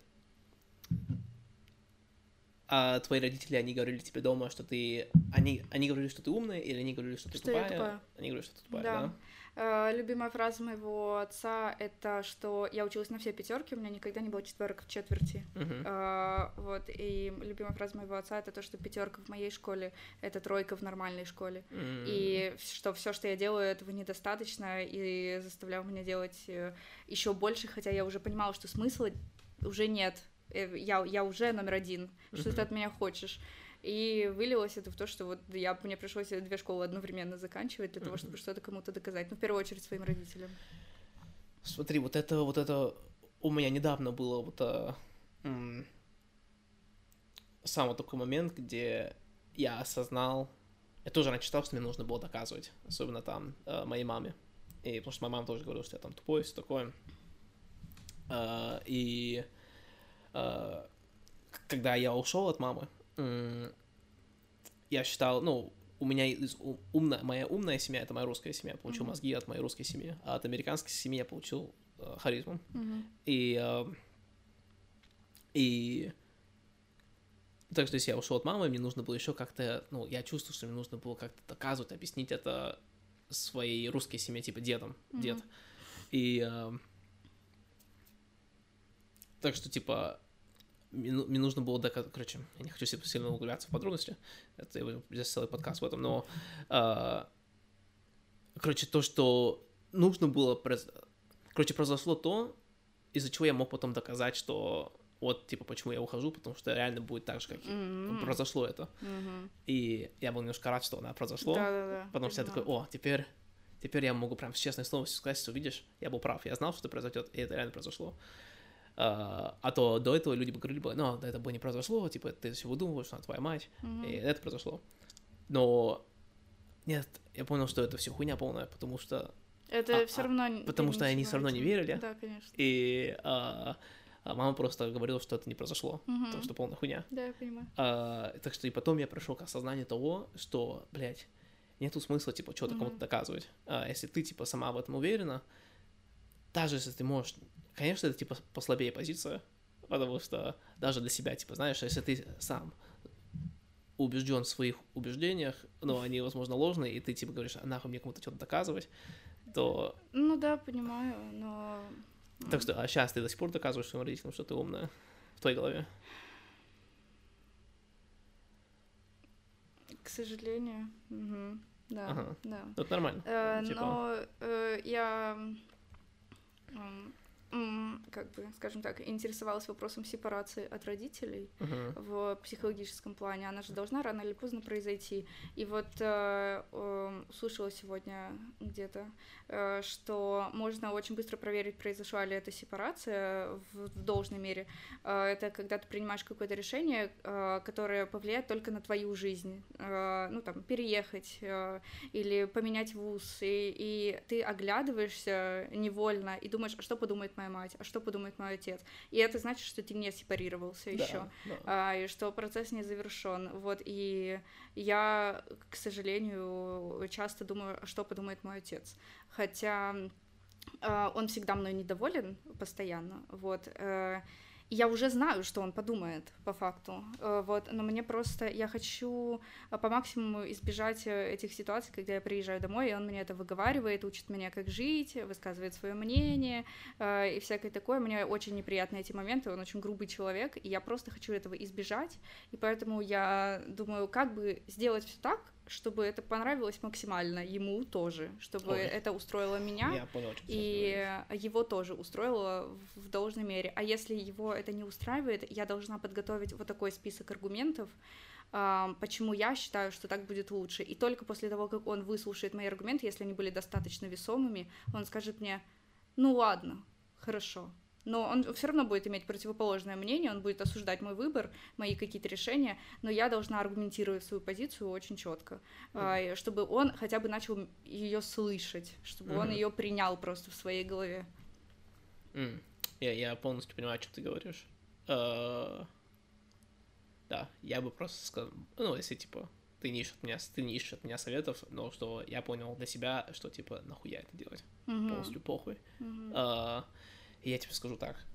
A: А твои родители, они говорили тебе дома, что ты... Они, они говорили, что ты умная, или они говорили, что ты
B: что
A: тупая?
B: Я тупая?
A: Они говорили, что ты тупая,
B: да?
A: да?
B: Uh, любимая фраза моего отца — это что я училась на все пятерки, у меня никогда не было четверок в четверти. Uh-huh. Uh, вот, и любимая фраза моего отца — это то, что пятерка в моей школе — это тройка в нормальной школе. Uh-huh. И что все, что я делаю, этого недостаточно, и заставлял меня делать еще больше, хотя я уже понимала, что смысла уже нет. Я, я уже номер один, uh-huh. что ты от меня хочешь. И вылилось это в то, что вот я, мне пришлось две школы одновременно заканчивать для uh-huh. того, чтобы что-то кому-то доказать. Ну, в первую очередь, своим родителям.
A: Смотри, вот это, вот это у меня недавно было вот а, м- сам вот такой момент, где я осознал, я тоже начитал, что мне нужно было доказывать, особенно там а, моей маме. И потому что моя мама тоже говорила, что я там тупой, все такое. А, и а, когда я ушел от мамы, я считал, ну, у меня умная, моя умная семья — это моя русская семья, я получил mm-hmm. мозги от моей русской семьи, а от американской семьи я получил э, харизму.
B: Mm-hmm.
A: И, э, и так что если я ушел от мамы, мне нужно было еще как-то, ну, я чувствую, что мне нужно было как-то доказывать, объяснить это своей русской семье, типа дедом, mm-hmm. дед. И э, так что, типа, мне, мне нужно было доказать, короче, я не хочу сильно углубляться в подробности, это здесь целый подкаст в этом, но, э, короче, то, что нужно было, короче, произошло то, из-за чего я мог потом доказать, что вот, типа, почему я ухожу, потому что реально будет так же, как mm-hmm. произошло это.
B: Mm-hmm.
A: И я был немножко рад, что она произошло,
B: Да-да-да,
A: потому что я такой, о, теперь, теперь я могу прям с честной словом сказать, что, видишь, я был прав, я знал, что это произойдет, и это реально произошло. А, а то до этого люди бы говорили, бы, ну, это бы не произошло, типа, ты все выдумываешь, что она твоя мать,
B: mm-hmm.
A: и это произошло. Но нет, я понял, что это все хуйня полная, потому что...
B: Это
A: а,
B: все равно...
A: А, потому что они все равно не верили.
B: Да, конечно.
A: И а, а мама просто говорила, что это не произошло,
B: mm-hmm.
A: потому что полная хуйня.
B: Да, я понимаю.
A: А, так что и потом я пришел к осознанию того, что, блядь, нету смысла, типа, что-то mm-hmm. кому-то доказывать. А, если ты, типа, сама в этом уверена, даже если ты можешь... Конечно, это, типа, послабее позиция, потому что даже для себя, типа, знаешь, если ты сам убежден в своих убеждениях, но они, возможно, ложные, и ты, типа, говоришь, а нахуй мне кому-то что-то доказывать, то...
B: Ну да, понимаю, но...
A: Так что, а сейчас ты до сих пор доказываешь своим родителям, что ты умная в твоей голове?
B: К сожалению, угу. Да,
A: ага.
B: да.
A: Это нормально.
B: Э,
A: типа...
B: Но э, я... как бы, скажем так, интересовалась вопросом сепарации от родителей
A: uh-huh.
B: в психологическом плане. Она же должна рано или поздно произойти. И вот э, э, услышала сегодня где-то, э, что можно очень быстро проверить, произошла ли эта сепарация в, в должной мере. Э, это когда ты принимаешь какое-то решение, э, которое повлияет только на твою жизнь. Э, ну, там, переехать э, или поменять вуз. И, и ты оглядываешься невольно и думаешь, а что подумает моя мать, а что подумает мой отец. И это значит, что ты не сепарировался да, еще,
A: да.
B: а, и что процесс не завершен. Вот, и я, к сожалению, часто думаю, а что подумает мой отец. Хотя а, он всегда мной недоволен постоянно, вот. А, я уже знаю, что он подумает по факту, вот, но мне просто, я хочу по максимуму избежать этих ситуаций, когда я приезжаю домой, и он мне это выговаривает, учит меня, как жить, высказывает свое мнение и всякое такое. Мне очень неприятны эти моменты, он очень грубый человек, и я просто хочу этого избежать, и поэтому я думаю, как бы сделать все так, чтобы это понравилось максимально ему тоже, чтобы Ой. это устроило меня,
A: Я понял,
B: и его тоже устроило в должной мере. А если его это не устраивает, я должна подготовить вот такой список аргументов, почему я считаю, что так будет лучше. И только после того, как он выслушает мои аргументы, если они были достаточно весомыми, он скажет мне, ну ладно, хорошо. Но он все равно будет иметь противоположное мнение, он будет осуждать мой выбор, мои какие-то решения, но я должна аргументировать свою позицию очень четко, mm-hmm. чтобы он хотя бы начал ее слышать, чтобы mm-hmm. он ее принял просто в своей голове.
A: Mm. Я, я полностью понимаю, о чем ты говоришь. Uh, да, я бы просто сказал, ну, если, типа, ты не ищешь от меня, ты не ищешь от меня советов, но что я понял для себя, что, типа, нахуя это делать,
B: mm-hmm.
A: полностью похуй.
B: Mm-hmm.
A: Uh, И я тебе скажу так,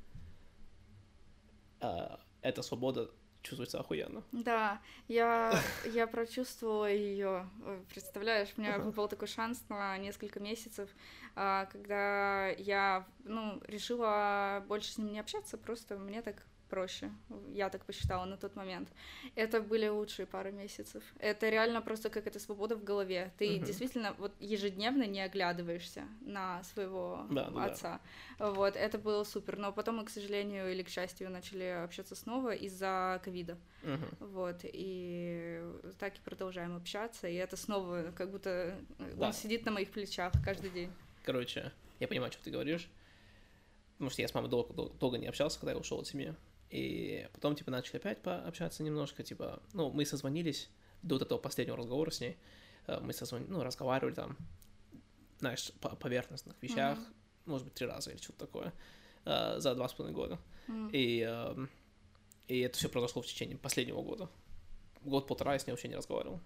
A: эта свобода чувствуется охуенно.
B: Да, я, я прочувствовала ее. Представляешь, у меня uh-huh. был такой шанс на несколько месяцев, когда я, ну, решила больше с ним не общаться, просто мне так проще, я так посчитала на тот момент. Это были лучшие пару месяцев. Это реально просто какая-то свобода в голове. Ты uh-huh. действительно вот ежедневно не оглядываешься на своего
A: да,
B: отца.
A: Да.
B: Вот, это было супер. Но потом мы, к сожалению или к счастью, начали общаться снова из-за ковида.
A: Uh-huh.
B: Вот, и так и продолжаем общаться, и это снова как будто
A: да.
B: он сидит на моих плечах каждый день.
A: Короче, я понимаю, что ты говоришь, потому что я с мамой долго, долго не общался, когда я ушел от семьи. И потом, типа, начали опять пообщаться немножко, типа, ну, мы созвонились до вот этого последнего разговора с ней, мы созвонились, ну, разговаривали там, знаешь, по поверхностных вещах, mm-hmm. может быть, три раза или что-то такое, за два с половиной года.
B: Mm-hmm.
A: И, и это все произошло в течение последнего года. Год-полтора я с ней вообще не разговаривал.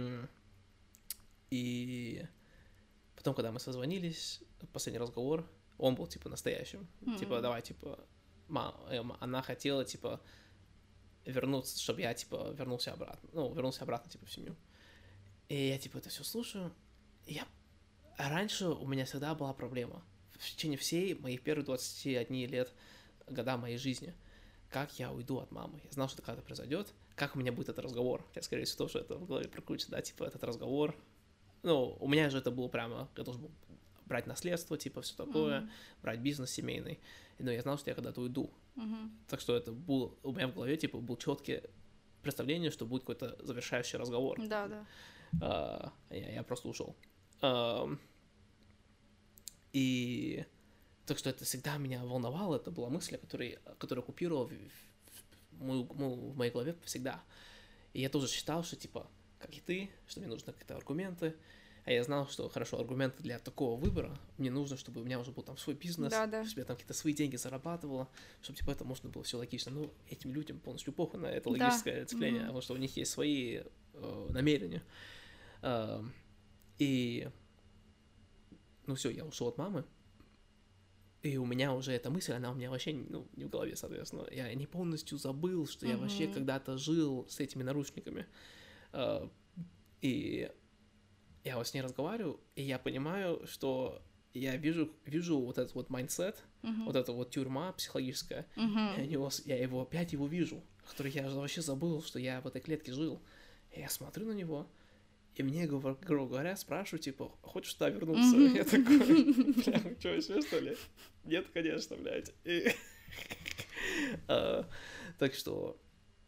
A: И потом, когда мы созвонились, последний разговор, он был, типа, настоящим. Mm-hmm. Типа, давай, типа, мама, она хотела, типа, вернуться, чтобы я, типа, вернулся обратно, ну, вернулся обратно, типа, в семью. И я, типа, это все слушаю, и я... А раньше у меня всегда была проблема. В течение всей моих первых двадцати одних лет, года моей жизни, как я уйду от мамы. Я знал, что когда-то произойдет, как у меня будет этот разговор. Я, скорее всего, тоже это в голове прокрутится, да, типа, этот разговор. Ну, у меня же это было прямо, я должен был брать наследство, типа, все такое, mm-hmm. брать бизнес семейный. Но я знал, что я когда-то уйду. Mm-hmm. Так что это был, у меня в голове, типа, был четкий представление, что будет какой-то завершающий разговор.
B: Да, да.
A: А, я, я просто ушел. А, и так что это всегда меня волновало, это была мысль, которая, которая оккупировала в, в, мою, в моей голове всегда. И я тоже считал, что, типа, как и ты, что мне нужны какие-то аргументы. А я знал, что, хорошо, аргументы для такого выбора, мне нужно, чтобы у меня уже был там свой бизнес,
B: да, да.
A: чтобы я там какие-то свои деньги зарабатывала, чтобы, типа, это можно было все логично. Ну, этим людям полностью похуй на это логическое да. цепление, mm-hmm. потому что у них есть свои э, намерения. Э, и, ну все, я ушел от мамы, и у меня уже эта мысль, она у меня вообще, ну, не в голове, соответственно. Я не полностью забыл, что mm-hmm. я вообще когда-то жил с этими наручниками. Uh, и я вот с ней разговариваю, и я понимаю, что я вижу, вижу вот этот вот майндсет, mm-hmm. вот эта вот тюрьма психологическая, mm-hmm. и его, я его опять его вижу, который я вообще забыл, что я в этой клетке жил. И я смотрю на него, и мне, грубо говоря, спрашивают, типа, хочешь туда вернуться? Mm-hmm. Я такой, бля, что, вообще, что ли? Нет, конечно, блядь. И... uh, так что...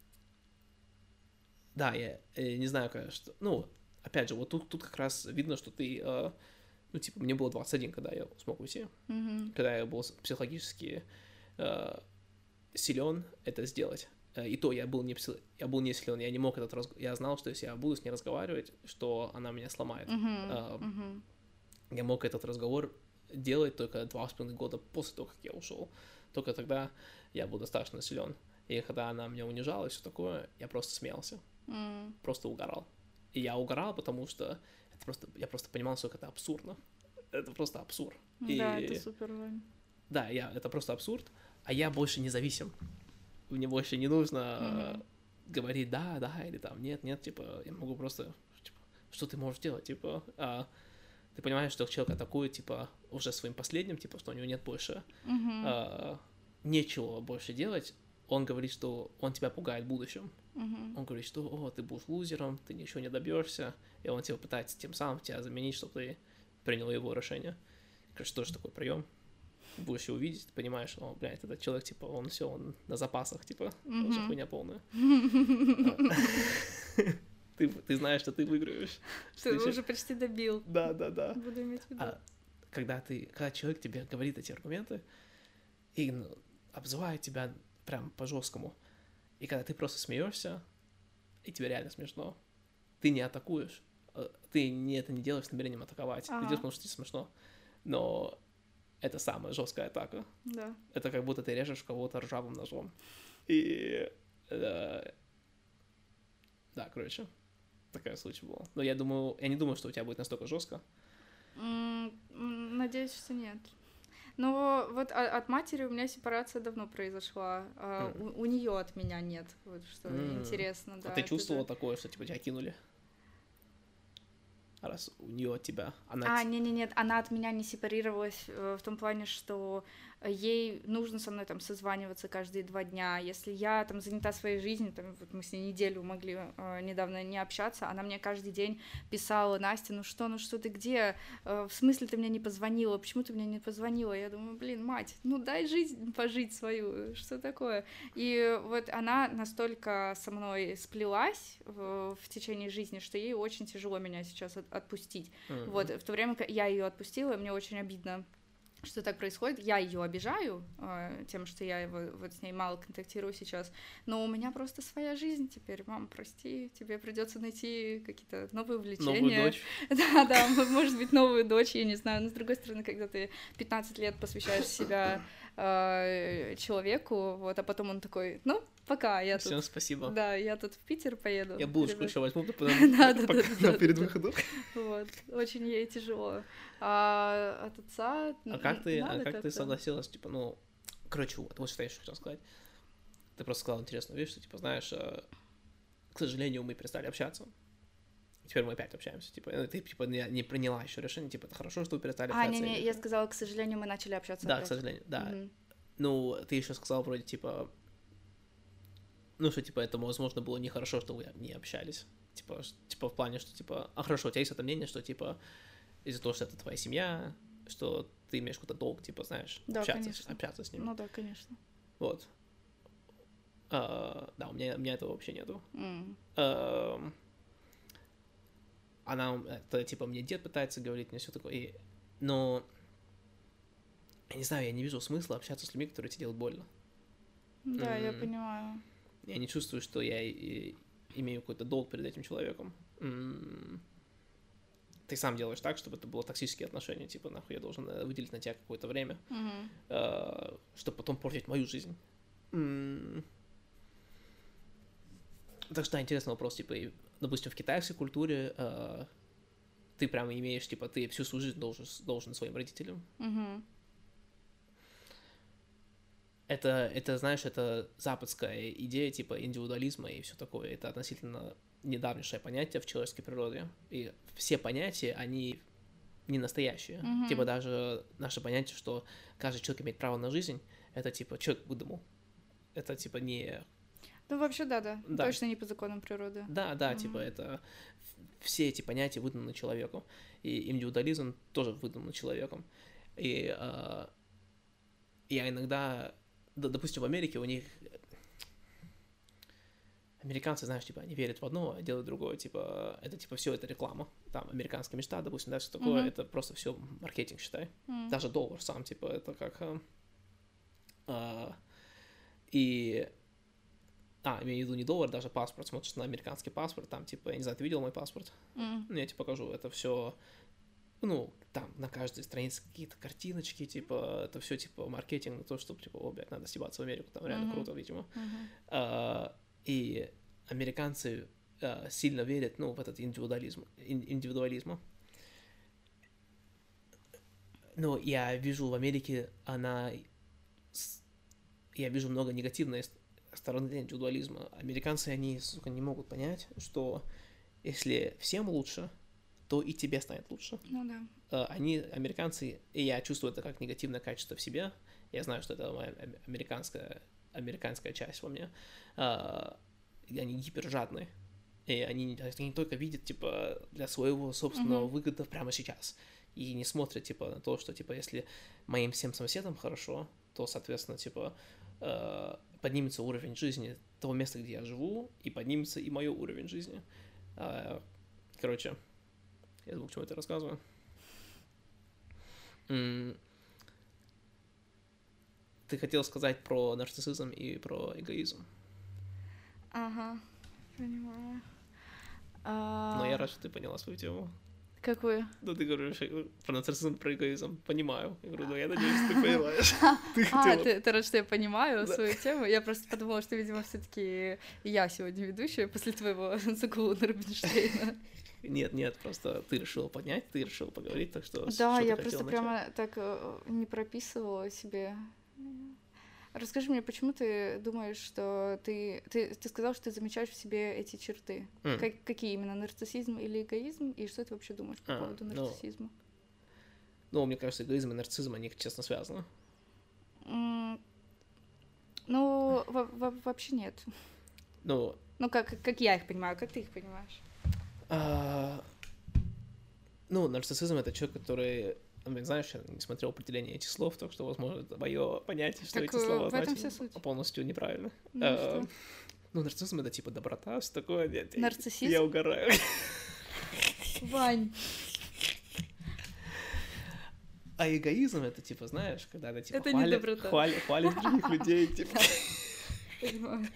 A: Да, я, я не знаю, конечно, ну, опять же, вот тут, тут как раз видно, что ты, э, ну, типа, мне было двадцать один, когда я смог уйти, mm-hmm. когда я был психологически э, силен это сделать. И то я был не, я был не силен, я не мог этот разговор, я знал, что если я буду с ней разговаривать, что она меня сломает. Mm-hmm. Э, mm-hmm. Я мог этот разговор делать только два с половиной года после того, как я ушел. Только тогда я был достаточно силен. И когда она меня унижала и все такое, я просто смеялся. Mm. Просто угорал. И я угорал, потому что это просто, я просто понимал, что это абсурдно. Это просто абсурд.
B: Да,
A: и...
B: это супер.
A: Да, я, это просто абсурд, а я больше независим. Мне больше не нужно mm-hmm. говорить да, да, или там нет, нет, типа, я могу просто, типа, что ты можешь делать, типа, а, ты понимаешь, что человек атакует, типа, уже своим последним, типа, что у него нет больше, mm-hmm. а, нечего больше делать. Он говорит, что он тебя пугает в будущем. Uh-huh. Он говорит, что о, ты будешь лузером, ты ничего не добьешься, и он тебя пытается тем самым тебя заменить, чтобы ты принял его решение. Короче, тоже такой прием. Будешь его видеть, ты понимаешь, о, блядь, этот человек, типа, он все, он на запасах, типа, uh-huh. уже хуйня полная. ты, ты знаешь, что ты выиграешь.
B: Ты его уже почти добил.
A: Да, да, да.
B: Буду иметь в виду.
A: А когда ты, когда человек тебе говорит эти аргументы и ну, обзывает тебя прям по-жесткому, и когда ты просто смеешься, и тебе реально смешно, ты не атакуешь, ты не, это не делаешь с намерением атаковать, ага. ты делаешь, потому что тебе смешно, но это самая жесткая атака.
B: Да.
A: Это как будто ты режешь кого-то ржавым ножом. И э, да, короче, такой случай был. Но я думаю, я не думаю, что у тебя будет настолько жестко.
B: Mm, надеюсь, что нет. Но вот от матери у меня сепарация давно произошла, а mm. у, у нее от меня нет, вот что mm. интересно, да.
A: А ты чувствовала
B: да.
A: такое, что типа тебя кинули? Раз у нее от тебя,
B: она... А, не-не-нет, она от меня не сепарировалась э, в том плане, что ей нужно со мной там созваниваться каждые два дня. Если я там занята своей жизнью, там вот мы с ней неделю могли э, недавно не общаться, она мне каждый день писала: Настя, ну что, ну что ты где? Э, в смысле ты мне не позвонила? Почему ты мне не позвонила? Я думаю, блин, мать, ну дай жизнь пожить свою, что такое? И вот она настолько со мной сплелась в, в течение жизни, что ей очень тяжело меня сейчас от, отпустить. Mm-hmm. Вот, в то время, как я ее отпустила, мне очень обидно, что так происходит. Я ее обижаю э, тем, что я его, вот с ней мало контактирую сейчас, но у меня просто своя жизнь теперь. Мам, прости, тебе придется найти какие-то новые увлечения.
A: Новую дочь.
B: Да, да, может быть, новую дочь, я не знаю. Но с другой стороны, когда ты пятнадцать лет посвящаешь себя э, человеку, вот, а потом он такой, ну, Пока, я
A: Всем
B: тут...
A: спасибо.
B: Да, я тут в Питер поеду.
A: Я булочку
B: ребят.
A: еще возьму, потом перед выходом.
B: Вот, очень ей тяжело. А от отца
A: А как ты, а как ты согласилась, типа, ну, короче, вот, вот что я еще хотел сказать. Ты просто сказал интересную вещь, что, типа, знаешь, к сожалению, мы перестали общаться. Теперь мы опять общаемся, типа, ты, типа, не, не приняла еще решение, типа, это хорошо, что вы перестали
B: а,
A: общаться.
B: А, не-не, я сказала, к сожалению, мы начали общаться
A: Да,
B: опять.
A: к сожалению, да.
B: Mm-hmm.
A: Ну, ты еще сказала вроде, типа, ну, что, типа, это, возможно, было нехорошо, что вы не общались. Типа, типа, в плане, что, типа, а, хорошо, у тебя есть это мнение, что, типа, из-за того, что это твоя семья, что ты имеешь какой-то долг, типа, знаешь,
B: да,
A: общаться, общаться с ними.
B: Ну, да, конечно.
A: Вот. А, да, у меня, у меня этого вообще нету.
B: Mm.
A: А, она, это, типа, мне дед пытается говорить, мне все такое, и... но, я не знаю, я не вижу смысла общаться с людьми, которые тебе делают больно.
B: Да,
A: mm.
B: я понимаю.
A: Я не чувствую, что я и, и, имею какой-то долг перед этим человеком. Mm. Ты сам делаешь так, чтобы это было токсические отношения, типа, нахуй, я должен выделить на тебя какое-то время,
B: mm-hmm.
A: uh, чтобы потом портить мою жизнь. Mm. Так что, да, интересный вопрос, типа, и, допустим, в китайской культуре э, ты прямо имеешь, типа, ты всю свою жизнь должен, должен своим родителям.
B: Mm-hmm.
A: Это, это, знаешь, это западская идея, типа, индивидуализма и все такое. Это относительно недавнейшее понятие в человеческой природе. И все понятия, они не настоящие.
B: Mm-hmm.
A: Типа, даже наше понятие, что каждый человек имеет право на жизнь, это, типа, человек выдумал. Это, типа, не...
B: Ну, вообще, да-да,
A: да.
B: Точно не по законам природы.
A: Да, да, mm-hmm. типа, это... Все эти понятия выдуманы человеком. И индивидуализм тоже выдуман человеком. И э, я иногда... Да, допустим, в Америке у них... Американцы, знаешь, типа, они верят в одно, а делают другое. Типа, это, типа, все это реклама. Там, американская мечта, допустим, да, все такое. Mm-hmm. Это просто все маркетинг, считай. Mm-hmm. Даже доллар сам, типа, это как... Э, э, и... А, имею в виду не доллар, даже паспорт. Смотришь на американский паспорт, там, типа, я не знаю, ты видел мой паспорт?
B: Mm.
A: Ну, я тебе покажу. Это все, ну, там, на каждой странице какие-то картиночки, типа, это все, типа, маркетинг на то, чтобы, типа, о, блядь, надо съебаться в Америку, там реально mm-hmm. круто, видимо.
B: Mm-hmm.
A: А, и американцы а, сильно верят, ну, в этот индивидуализм, индивидуализм. Но я вижу в Америке, она... Я вижу много негативной стороны индивидуализма. Американцы, они, сука, не могут понять, что если всем лучше, то и тебе станет лучше.
B: Ну да.
A: Они, американцы, и я чувствую это как негативное качество в себе, я знаю, что это моя американская, американская часть во мне, они гипержадные, и они, они не только видят, типа, для своего собственного mm-hmm. выгода прямо сейчас, и не смотрят, типа, на то, что, типа, если моим всем соседям хорошо, то, соответственно, типа, поднимется уровень жизни того места, где я живу, и поднимется и мой уровень жизни. Короче, я забыл, к чему это рассказываю. Ты хотел сказать про нарциссизм и про эгоизм.
B: Ага, понимаю.
A: Но я рад, что ты поняла свою тему.
B: Какую?
A: Ну, ты говоришь про нарциссизм, про эгоизм. Понимаю. Я говорю, ну, я надеюсь, ты понимаешь.
B: Ты хотела... А, ты, ты рад, что я понимаю да. свою тему? Я просто подумала, что, видимо, все таки я сегодня ведущая после твоего загула на Рубинштейна.
A: Нет, нет, просто ты решила поднять, ты решила поговорить, так что...
B: Да, я просто прямо так не прописывала себе... Расскажи мне, почему ты думаешь, что ты... Ты, ты сказал, что ты замечаешь в себе эти черты. Mm. Как, какие именно? Нарциссизм или эгоизм? И что ты вообще думаешь по а, поводу нарциссизма?
A: Ну, ну, мне кажется, эгоизм и нарциссизм, они, честно, связаны.
B: Mm, ну, во- во- вообще нет.
A: Ну...
B: Ну, как, как я их понимаю, как ты их понимаешь?
A: А, ну, нарциссизм — это человек, который... Знаешь, я не смотрел определение этих слов, так что, возможно, это мое понятие, что
B: так
A: эти слова
B: значат,
A: полностью неправильно.
B: Ну,
A: а, ну, нарциссизм — это типа доброта, все такое. Нет,
B: нарциссизм?
A: Я угораю.
B: Вань.
A: А эгоизм — это, типа, знаешь, когда ты, типа,
B: это
A: хвалит,
B: не
A: хвалит, хвалит других людей, типа.
B: Понимаю.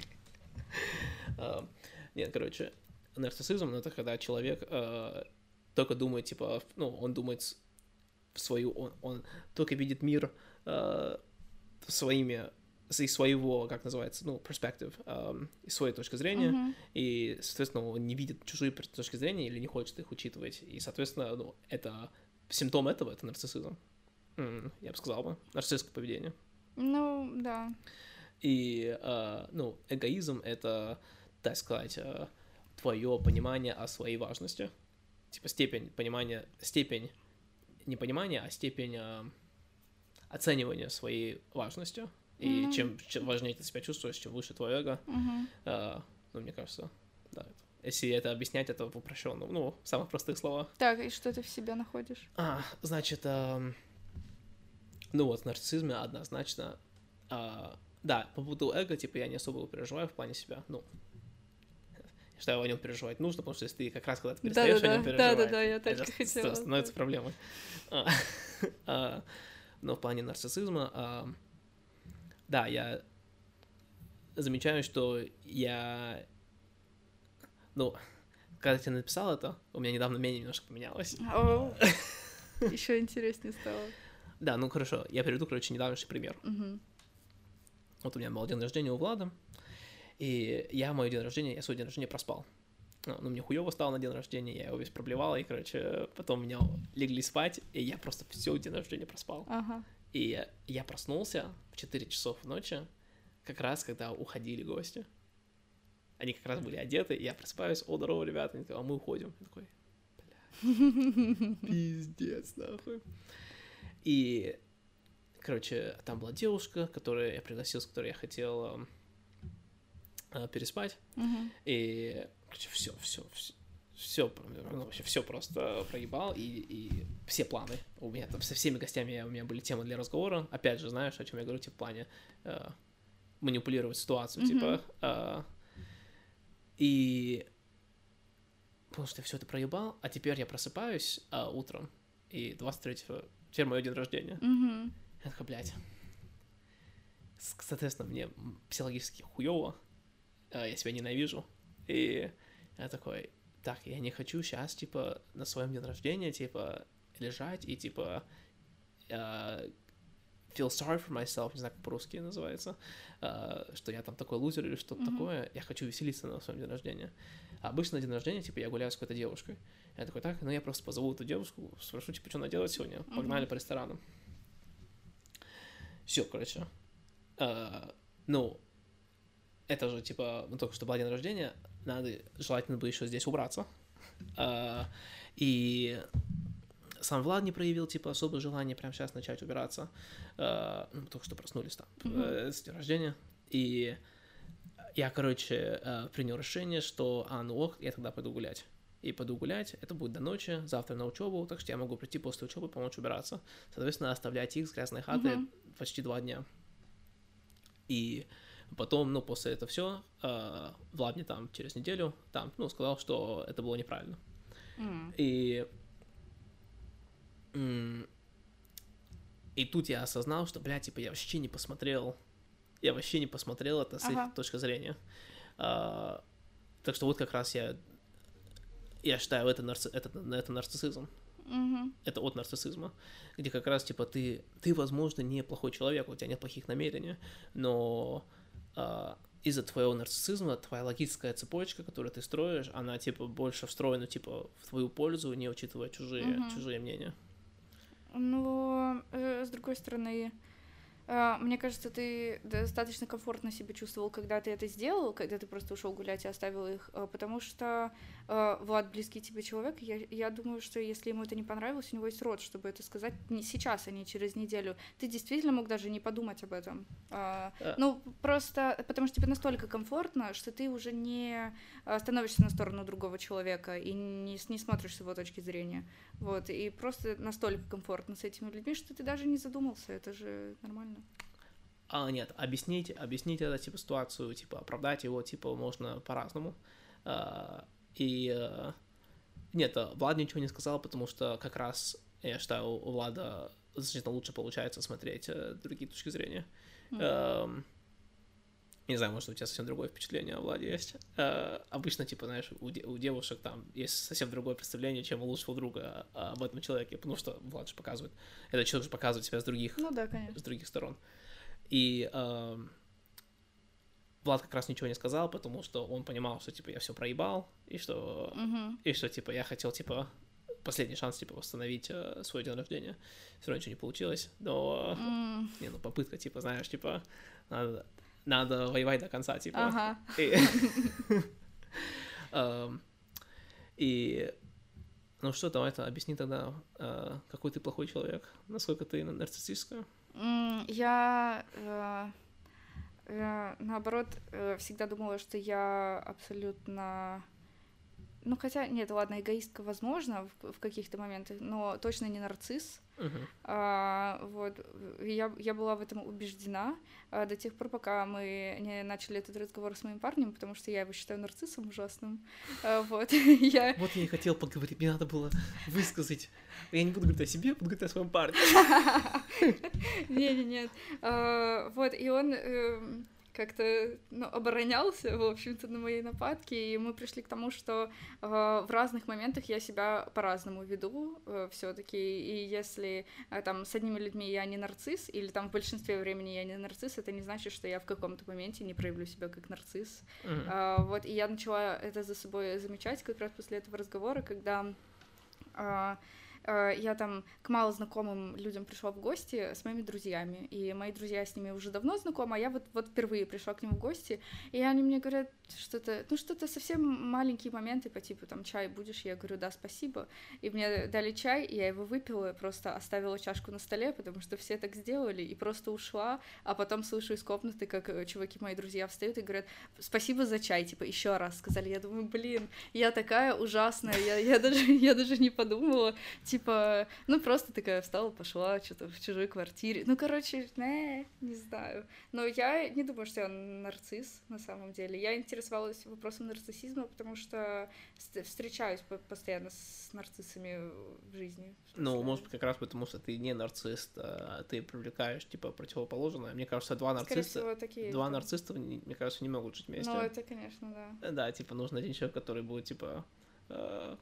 A: Нет, короче, нарциссизм — это когда человек только думает, типа, ну, он думает... свою, он, он только видит мир э, своими из своего, как называется, ну, perspective, um, из своей точки зрения, uh-huh. и, соответственно, он не видит чужие точки зрения или не хочет их учитывать, и, соответственно, ну, это симптом этого — это нарциссизм. Mm, я бы сказал бы, нарциссическое поведение.
B: Ну, да.
A: И, uh, ну, эгоизм — это, так сказать, uh, твое понимание о своей важности. Типа степень понимания, степень не понимания, а степень uh, оценивания своей важности. И mm-hmm. чем, чем важнее ты себя чувствуешь, чем выше твое эго,
B: mm-hmm.
A: uh, ну, мне кажется, да, это, если это объяснять, это в упрощенном, ну, в самых простых словах.
B: Так, и что ты в себе находишь?
A: А, значит, uh, ну вот, в нарциссизме однозначно, uh, да, по поводу эго, типа, я не особо переживаю в плане себя, ну, я считаю, о нем переживать нужно, потому что если ты как раз когда ты перестаешь
B: да,
A: о нем
B: да,
A: переживать,
B: да, да, я только
A: это
B: хотела,
A: становится
B: да.
A: проблемой. Но в плане нарциссизма, да, я замечаю, что я, ну, когда я тебе написал это, у меня недавно мнение немножко поменялось.
B: Еще интереснее стало.
A: Да, ну хорошо, я приведу, короче, недавнешний пример.
B: Угу.
A: Вот у меня был день рождения у Влада, и я мой день рождения, я свой день рождения проспал. Ну, ну, мне хуёво стало на день рождения, я его весь проблевал, и, короче, потом меня легли спать, и я просто все день рождения проспал.
B: Ага.
A: И я проснулся в четыре часов ночи, как раз, когда уходили гости. Они как раз были одеты, и я просыпаюсь: о, здорово, ребята, они такие: а мы уходим. Я такой: бля, пиздец, нахуй. И, короче, там была девушка, которую я пригласил, с которой я хотел э, переспать.
B: Uh-huh.
A: И, короче, все, все, все, все, ну, вообще все просто проебал, и, и все планы у меня там со всеми гостями у меня были темы для разговора. Опять же, знаешь, о чем я говорю, типа, в плане э, манипулировать ситуацию, uh-huh. типа. Э, и потому что я все это проебал, а теперь я просыпаюсь э, утром, и двадцать третьего теперь мой день рождения.
B: Uh-huh.
A: Я такой: блядь. Соответственно, мне психологически хуёво, э, я себя ненавижу. И я такой: так, я не хочу сейчас, типа, на своем день рождения, типа, лежать и, типа, uh, feel sorry for myself, не знаю, как по-русски называется, uh, что я там такой лузер или что-то mm-hmm. такое. Я хочу веселиться на своем день рождения. А обычно на день рождения, типа, я гуляю с какой-то девушкой. Я такой: так, ну я просто позову эту девушку, спрошу, типа, что она делает сегодня. Погнали mm-hmm. по ресторанам. Все, короче. Uh, ну, это же, типа, ну, только что был день рождения, надо, желательно бы еще здесь убраться. Uh, и сам Влад не проявил, типа, особое желание прямо сейчас начать убираться. Uh, ну, мы только что проснулись там mm-hmm. с дня рождения. И я, короче, uh, принял решение, что, а, ну ок, я тогда пойду гулять. И пойду гулять, это будет до ночи, завтра на учебу, так что я могу прийти после учебы, помочь убираться. Соответственно, оставлять их с грязной хаты mm-hmm. почти два дня. И потом, ну, после этого все, э, Влад мне там через неделю там, ну, сказал, что это было неправильно.
B: Mm.
A: И, м- и тут я осознал, что, блядь, типа, я вообще не посмотрел, я вообще не посмотрел это с ага. их точки зрения. А, так что вот как раз я, я считаю, это, нарци- это, это нарциссизм.
B: Mm-hmm.
A: Это от нарциссизма, где как раз, типа, ты, ты, возможно, не плохой человек, у тебя нет плохих намерений, но Uh, из-за твоего нарциссизма твоя логическая цепочка, которую ты строишь, она, типа, больше встроена, типа, в твою пользу, не учитывая чужие, uh-huh. чужие мнения.
B: Ну, э, с другой стороны, э, мне кажется, ты достаточно комфортно себя чувствовал, когда ты это сделал, когда ты просто ушел гулять и оставил их, э, потому что э, Влад близкий тебе человек, я, я думаю, что если ему это не понравилось, у него есть рот, чтобы это сказать не сейчас, а не через неделю. Ты действительно мог даже не подумать об этом. Э, uh. Ну, просто потому что тебе настолько комфортно, что ты уже не становишься на сторону другого человека и не, не смотришь с его точки зрения. Вот, и просто настолько комфортно с этими людьми, что ты даже не задумался, это же нормально.
A: А, нет, объяснить, объяснить это, типа, ситуацию, типа, оправдать его, типа, можно по-разному. А, и, а, нет, Влад ничего не сказал, потому что как раз, я считаю, у Влада значительно лучше получается смотреть а, другие точки зрения. Mm-hmm. А, не знаю, может, у тебя совсем другое впечатление о Владе есть. Uh, обычно, типа, знаешь, у, де- у девушек там есть совсем другое представление, чем у лучшего друга об этом человеке, потому что Влад же показывает, этот человек же показывает себя с других,
B: ну, да, конечно.
A: с других сторон. и э, Влад как раз ничего не сказал, потому что он понимал, что, типа, я все проебал, и что,
B: mm-hmm.
A: и что, типа, я хотел, типа, последний шанс, типа, восстановить э, свой день рождения. Все равно ничего не получилось, но,
B: mm.
A: не, ну, попытка, типа, знаешь, типа, надо, надо воевать до конца, типа.
B: Ага.
A: И, ну что, давай это объясни тогда, какой ты плохой человек, насколько ты нарциссическая.
B: Я... Я, наоборот, всегда думала, что я абсолютно... Ну, хотя, нет, ладно, эгоистка, возможно, в, в каких-то моментах, но точно не нарцисс.
A: Uh-huh.
B: А, вот, я, я была в этом убеждена а, до тех пор, пока мы не начали этот разговор с моим парнем, потому что я его считаю нарциссом ужасным. А, вот, я...
A: Вот я и хотела поговорить, мне надо было высказать. Я не буду говорить о себе, буду говорить о своем парне.
B: Нет-нет-нет. Вот, и он... как-то, ну, оборонялся, в общем-то, на моей нападке, и мы пришли к тому, что э, в разных моментах я себя по-разному веду э, все-таки, и если э, там с одними людьми я не нарцисс, или там в большинстве времени я не нарцисс, это не значит, что я в каком-то моменте не проявлю себя как нарцисс.
A: Mm-hmm.
B: Э, вот, и я начала это за собой замечать как раз после этого разговора, когда... Э, я там к малознакомым людям пришла в гости с моими друзьями, и мои друзья с ними уже давно знакомы, а я вот, вот впервые пришла к ним в гости, и они мне говорят что-то, ну что-то совсем маленькие моменты, по типу там чай будешь, я говорю да, спасибо, и мне дали чай, и я его выпила, просто оставила чашку на столе, потому что все так сделали, и просто ушла, а потом слышу из комнаты, как чуваки, мои друзья, встают и говорят спасибо за чай, типа еще раз сказали, я думаю, блин, я такая ужасная, я, я, даже, я даже не подумала, типа, ну, просто такая встала, пошла, что-то в чужой квартире. Ну, короче, не, не знаю. Но я не думаю, что я нарцисс, на самом деле. Я интересовалась вопросом нарциссизма, потому что встречаюсь постоянно с нарциссами в жизни.
A: Ну, может быть, как раз потому, что ты не нарцисс, а ты привлекаешь, типа, противоположное. Мне кажется, два нарцисса...
B: Всего, такие,
A: два
B: да.
A: нарцисса, мне кажется, не могут жить вместе.
B: Ну, это, конечно, да.
A: Да, типа, нужен один человек, который будет, типа... Э-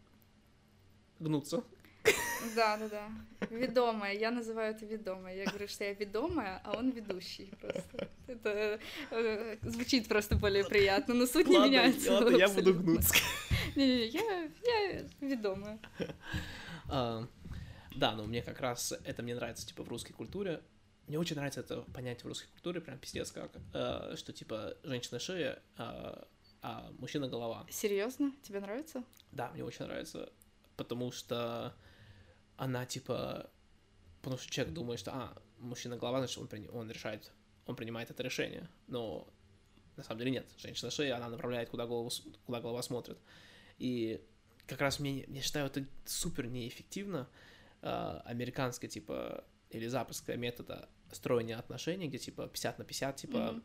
A: гнуться.
B: Да, да, да. Ведомая. Я называю это ведомая. Я говорю, что я ведомая, а он ведущий просто. Это э, звучит просто более приятно, но суть
A: ладно,
B: не меняется.
A: Ладно, я буду гнуться.
B: Не-не-не, я, я ведомая.
A: Uh, да, но мне как раз это мне нравится, типа, в русской культуре. Мне очень нравится это понятие в русской культуре, прям пиздец как, uh, что, типа, женщина шея, uh, а мужчина голова.
B: Серьезно? Тебе нравится?
A: Да, мне очень нравится, потому что она, типа, потому что человек думает, что, а, мужчина голова, значит, он, при... он решает, он принимает это решение, но на самом деле нет. Женщина шея, она направляет, куда, голову, куда голова смотрит. И как раз мне, я считаю, это супер неэффективно, э, американское, типа, или западское метода строения отношений, где, типа, пятьдесят на пятьдесят, типа, mm-hmm.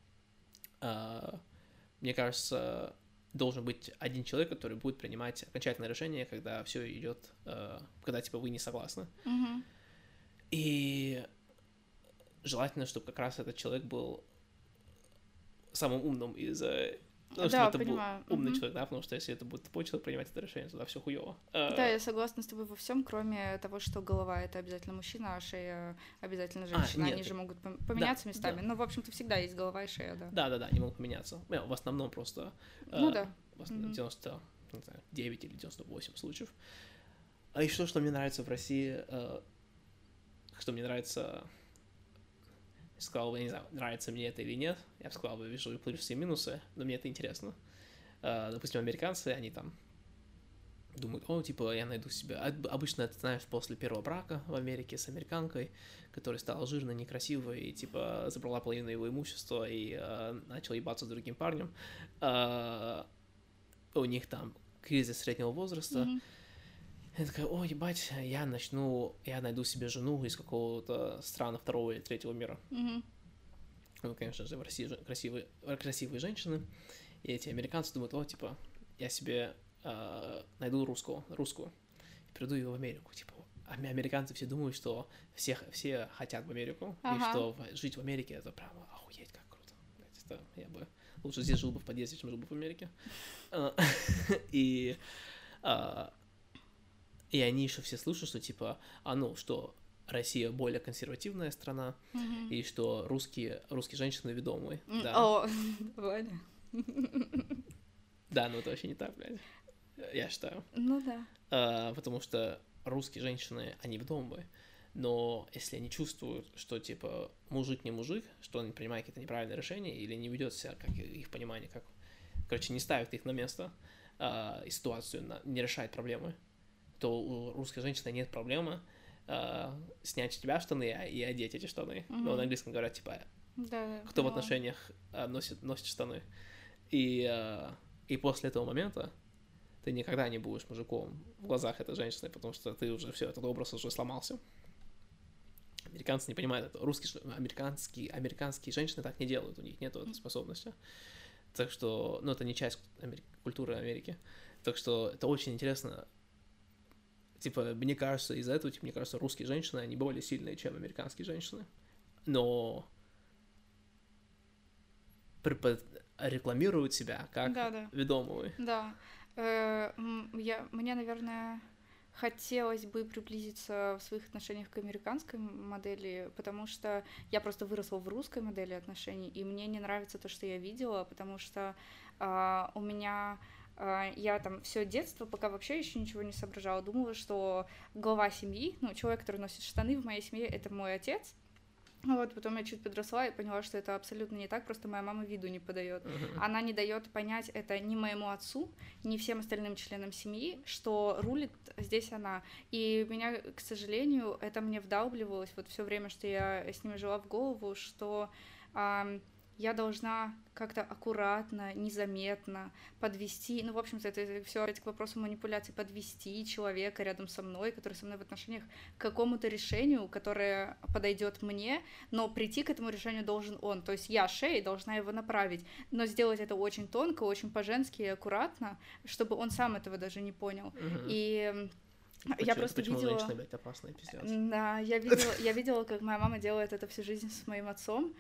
A: э, мне кажется, должен быть один человек, который будет принимать окончательное решение, когда все идет, э, когда, типа, вы не согласны.
B: Mm-hmm.
A: И желательно, чтобы как раз этот человек был самым умным из... Потому
B: да,
A: что это
B: понимаю.
A: был умный
B: угу.
A: человек, да, потому что если это будет тупой человек принимать это решение, тогда все хуёво.
B: Да, я согласна с тобой во всем, кроме того, что голова — это обязательно мужчина, а шея обязательно женщина. А, нет, Они же могут поменяться да, местами. Да. Но, в общем-то, всегда есть голова и шея, да.
A: Да-да-да, они могут меняться. В основном просто...
B: Ну э, да.
A: В основном девяносто девять или девяносто восемь случаев. А еще что мне нравится в России, э, что мне нравится... Я сказал бы, я не знаю, нравится мне это или нет. Я бы сказал, вижу и плюсы, и минусы, но мне это интересно. Uh, допустим, американцы, они там думают, о, типа, я найду себя. Обычно это, знаешь, после первого брака в Америке с американкой, которая стала жирной, некрасивой, и, типа, забрала половину его имущества и uh, начала ебаться с другим парнем. Uh, у них там кризис среднего возраста.
B: Mm-hmm.
A: Я такая, о, ебать, я начну, я найду себе жену из какого-то страны второго или третьего мира.
B: Mm-hmm.
A: Ну, конечно же, в России красивые, красивые женщины. И эти американцы думают, о, типа, я себе э, найду русского, русскую, и приду ее в Америку. Типа, а американцы все думают, что все, все хотят в Америку, ага. и что жить в Америке это прям охуеть, как круто. Это, я бы лучше здесь жил бы в подъезде, чем жил бы в Америке. И и они еще все слышат, что, типа, а ну, что Россия более консервативная страна,
B: mm-hmm.
A: и что русские, русские женщины ведомые.
B: Mm-hmm.
A: Да.
B: О, Ваня.
A: Да, но это вообще не так, блядь. Я считаю.
B: Ну да.
A: А, потому что русские женщины, они ведомые. Но если они чувствуют, что, типа, мужик не мужик, что он принимает какие-то неправильные решения или не ведет себя, как их понимание, как, короче, не ставит их на место а, и ситуацию, на, не решает проблемы, то у русской женщины нет проблемы а, снять с тебя штаны и одеть эти штаны. Mm-hmm. Но на английском говорят, типа,
B: да,
A: кто
B: да.
A: в отношениях а, носит, носит штаны. И, а, и после этого момента ты никогда не будешь мужиком в глазах этой женщины, потому что ты уже, все, этот образ уже сломался. Американцы не понимают это. Русские, американские, американские женщины так не делают, у них нет этой способности. Так что, ну, это не часть Амери- культуры Америки. Так что это очень интересно. Типа, мне кажется, из-за этого, типа, мне кажется, русские женщины, они более сильные, чем американские женщины. Но рекламируют себя как
B: да, да.
A: ведомые.
B: Да. Э, я, мне, наверное... хотелось бы приблизиться в своих отношениях к американской модели, потому что я просто выросла в русской модели отношений, и мне не нравится то, что я видела, потому что э, у меня э, я там все детство, пока вообще еще ничего не соображала, думала, что глава семьи, ну, человек, который носит штаны в моей семье, это мой отец. Вот, потом я чуть подросла и поняла, что это абсолютно не так, просто моя мама виду не подает. Uh-huh. Она не дает понять это ни моему отцу, ни всем остальным членам семьи, что рулит здесь она. И меня, к сожалению, это мне вдалбливалось вот все время, что я с ними жила в голову, что э, я должна как-то аккуратно, незаметно подвести, ну, в общем-то, это все к вопросу манипуляции, подвести человека рядом со мной, который со мной в отношениях, к какому-то решению, которое подойдет мне, но прийти к этому решению должен он, то есть я шеей должна его направить, но сделать это очень тонко, очень по-женски и аккуратно, чтобы он сам этого даже не понял.
A: Uh-huh.
B: И
A: Почему,
B: я просто
A: почему
B: видела...
A: женщина, блядь, опасная, пиздец.
B: Да, я видела, я видела, как моя мама делает это всю жизнь с моим отцом,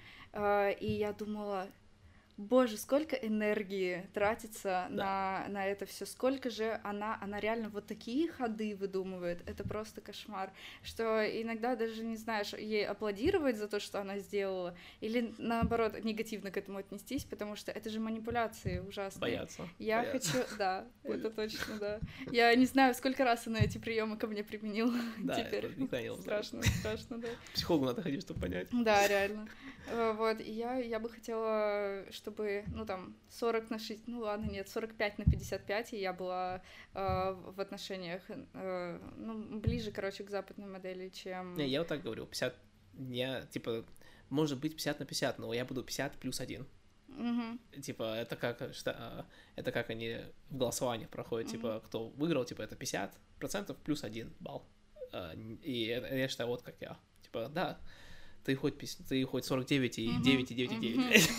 B: и я думала, боже, сколько энергии тратится да. на, на это все, сколько же она, она реально вот такие ходы выдумывает, это просто кошмар, что иногда даже не знаешь, ей аплодировать за то, что она сделала, или наоборот негативно к этому отнестись, потому что это же манипуляции ужасные.
A: Бояться.
B: Я
A: Бояться.
B: хочу, да, это точно, да. Я не знаю, сколько раз она эти приемы ко мне применила
A: да,
B: теперь. Страшно, страшно, да.
A: К психологу надо ходить, чтобы понять.
B: Да, реально. Вот, и я, я бы хотела, чтобы, ну, там, сорок на шестьдесят, ну, ладно, нет, сорок пять на пятьдесят пять, и я была э, в отношениях, э, ну, ближе, короче, к западной модели, чем...
A: Не, я вот так говорю, пятьдесят, я, типа, может быть пятьдесят на пятьдесят, но я буду пятьдесят плюс один.
B: Угу.
A: Типа, это как, что, это как они в голосованиях проходят, угу. Типа, кто выиграл, типа, это пятьдесят процентов плюс один балл. И я считаю, вот как я. Типа, да, ты хоть, ты хоть сорок девять и девять и девять и девять.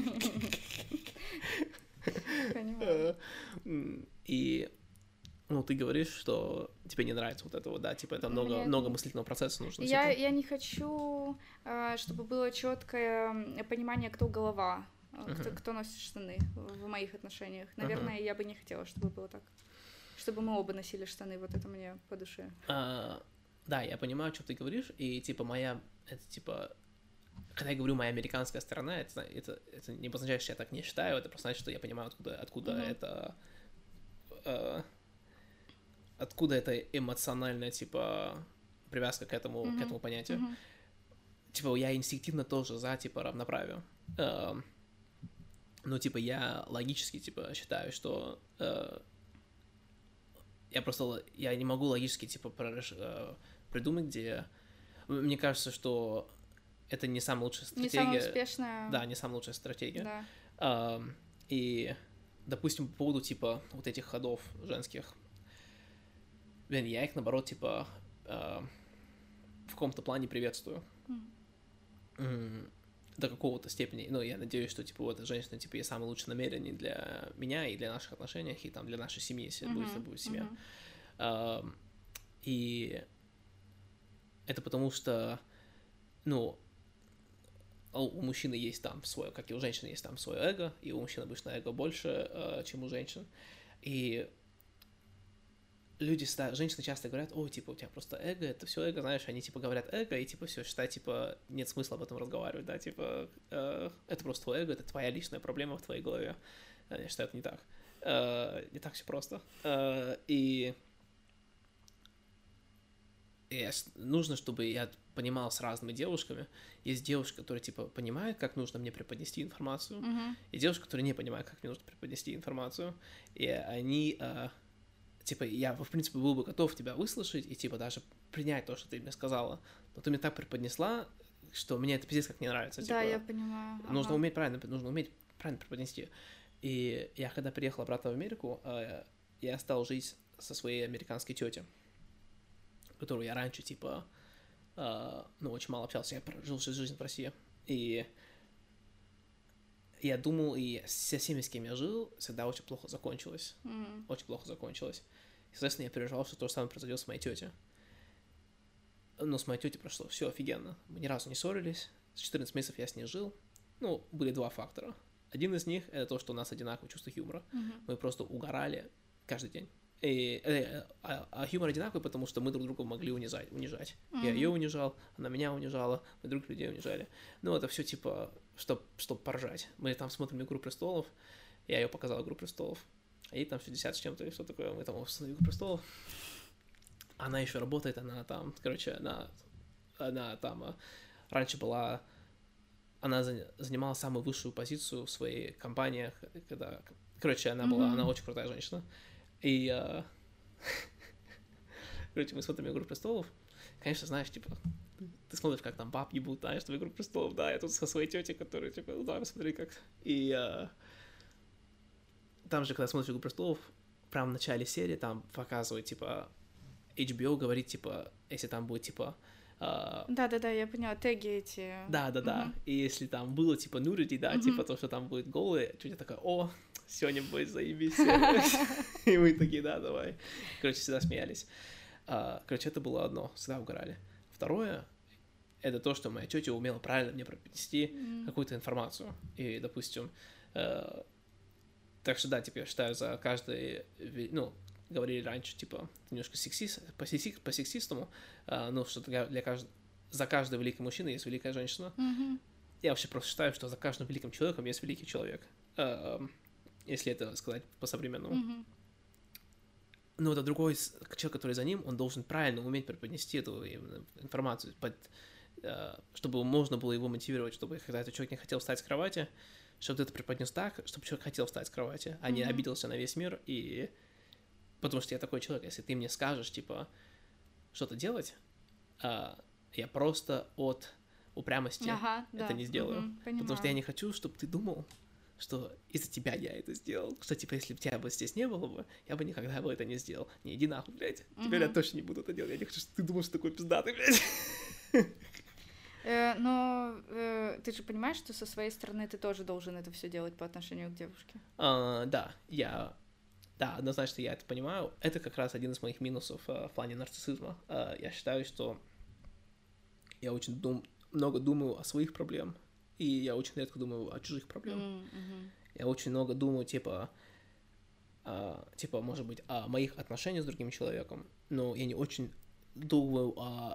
B: Понимаю.
A: И, ну, ты говоришь, что тебе не нравится вот это вот, да, типа, это много, Мне... много мыслительного процесса нужно.
B: Я, я не хочу, чтобы было четкое понимание, кто голова, uh-huh. кто, кто носит штаны в моих отношениях. Наверное, uh-huh. я бы не хотела, чтобы было так. Чтобы мы оба носили штаны, вот это мне по душе.
A: А, да, я понимаю, что ты говоришь, и, типа, моя, это, типа, когда я говорю «моя американская сторона», это, это, это не обозначает, что я так не считаю, это просто значит, что я понимаю, откуда, откуда uh-huh. это, э, откуда эта эмоциональная, типа, привязка к этому, uh-huh. к этому понятию. Uh-huh. Типа, я инстинктивно тоже за, типа, равноправие. Э, ну, типа, я логически, типа, считаю, что... Э, Я просто, я не могу логически, типа, придумать, где... Мне кажется, что это не самая лучшая стратегия.
B: Не самая успешная.
A: Да, не самая лучшая стратегия.
B: Да.
A: А, и, допустим, по поводу, типа, вот этих ходов женских, блин, я их, наоборот, типа, а, в каком-то плане приветствую. Mm. До какого-то степени. Ну, я надеюсь, что, типа, вот эта женщина, типа, есть самые лучшие намерения для меня и для наших отношений, и там для нашей семьи, если uh-huh. будет, будет семья. Uh-huh. Uh, и это потому что, ну, у мужчины есть там свое, как и у женщины есть там свое эго, и у мужчин обычно эго больше, uh, чем у женщин. И люди, женщины часто говорят, о, типа, у тебя просто эго, это все эго, знаешь, они, типа, говорят эго, и, типа, все считают, типа, нет смысла об этом разговаривать, да, типа, э, это просто твое эго, это твоя личная проблема в твоей голове. Я считаю, это не так. Э, не так все просто. Э, и... и нужно, чтобы я понимал с разными девушками. Есть девушки, которые, типа, понимают, как нужно мне преподнести информацию,
B: mm-hmm.
A: и девушки, которые не понимают, как мне нужно преподнести информацию, и они... Э, типа, я, в принципе, был бы готов тебя выслушать и, типа, даже принять то, что ты мне сказала, но ты мне так преподнесла, что мне это пиздец как не нравится.
B: Да,
A: типа,
B: я понимаю.
A: Нужно
B: ага.
A: уметь правильно, нужно уметь правильно преподнести. И я, когда приехал обратно в Америку, я стал жить со своей американской тетей, которую я раньше, типа, ну, очень мало общался. Я прожил всю жизнь в России. И я думал, и со всеми, с кем я жил, всегда очень плохо закончилось.
B: Mm.
A: Очень плохо закончилось. И, соответственно, я переживал, что то же самое произойдет с моей тетей. Но с моей тетей прошло все офигенно. Мы ни разу не ссорились. С четырнадцати месяцев я с ней жил. Ну, были два фактора. Один из них — это то, что у нас одинаковое чувство юмора.
B: Mm-hmm.
A: Мы просто угорали каждый день. И, э, а, а юмор одинаковый, потому что мы друг друга могли унижать. унижать. Mm-hmm. Я ее унижал, она меня унижала, мы других людей унижали. Ну, это все типа, чтобы чтоб поржать. Мы там смотрим «Игру престолов», я ее показал «Игру престолов», а ей там шестьдесят с чем-то, и что такое, мы там смотрим «Игру престолов». Она еще работает, она там, короче, она, она там раньше была... Она занимала самую высшую позицию в своей компании, когда... Короче, она была, mm-hmm. она очень крутая женщина. И, uh... короче, мы смотрим «Игру престолов». Конечно, знаешь, типа, ты смотришь, как там баб ебут, знаешь, что в «Игру престолов», да, я тут со своей тетей, которая, типа, ну, да, смотри, как... И uh... там же, когда смотришь «Игру престолов», прям в начале серии там показывают, типа, эйч би о говорит, типа, если там будет, типа...
B: Uh, Да-да-да, я поняла, теги эти.
A: Да-да-да, uh-huh. И если там было, типа, nudity, да, uh-huh. типа то, что там будет голые, чуть такая, о, сегодня будет заебись. И мы такие, да, давай. Короче, всегда смеялись. Короче, это было одно, всегда угорали. Второе, это то, что моя тетя умела правильно мне пропустить какую-то информацию. И, допустим, так что, да, типа, я считаю, за каждый, ну, говорили раньше, типа, немножко сексист, по, секси, по сексистому, uh, ну, что для кажд... за каждой великой мужчиной есть великая женщина.
B: Mm-hmm.
A: Я вообще просто считаю, что за каждым великим человеком есть великий человек, uh, если это сказать по-современному.
B: Mm-hmm.
A: Но это другой человек, который за ним, он должен правильно уметь преподнести эту информацию, под, uh, чтобы можно было его мотивировать, чтобы когда этот человек не хотел встать с кровати, чтобы ты это преподнес так, чтобы человек хотел встать с кровати, а mm-hmm. не обиделся на весь мир и... Потому что я такой человек, если ты мне скажешь, типа, что-то делать, а, я просто от упрямости
B: ага,
A: это
B: да.
A: не сделаю.
B: Угу,
A: потому что я не хочу, чтобы ты думал, что из-за тебя я это сделал. Что, типа, если бы тебя бы здесь не было бы, я бы никогда бы это не сделал. Не, иди нахуй, блядь. Угу. Теперь я точно не буду это делать. Я не хочу, чтобы ты думал, что такой пиздатый, блядь.
B: Э, но э, ты же понимаешь, что со своей стороны ты тоже должен это все делать по отношению к девушке?
A: А, да, я... Да, однозначно я это понимаю. Это как раз один из моих минусов uh, в плане нарциссизма. Uh, я считаю, что я очень дум... много думаю о своих проблемах, и я очень редко думаю о чужих проблемах.
B: Mm-hmm.
A: Я очень много думаю, типа, uh, типа, может быть, о моих отношениях с другим человеком, но я не очень думаю о,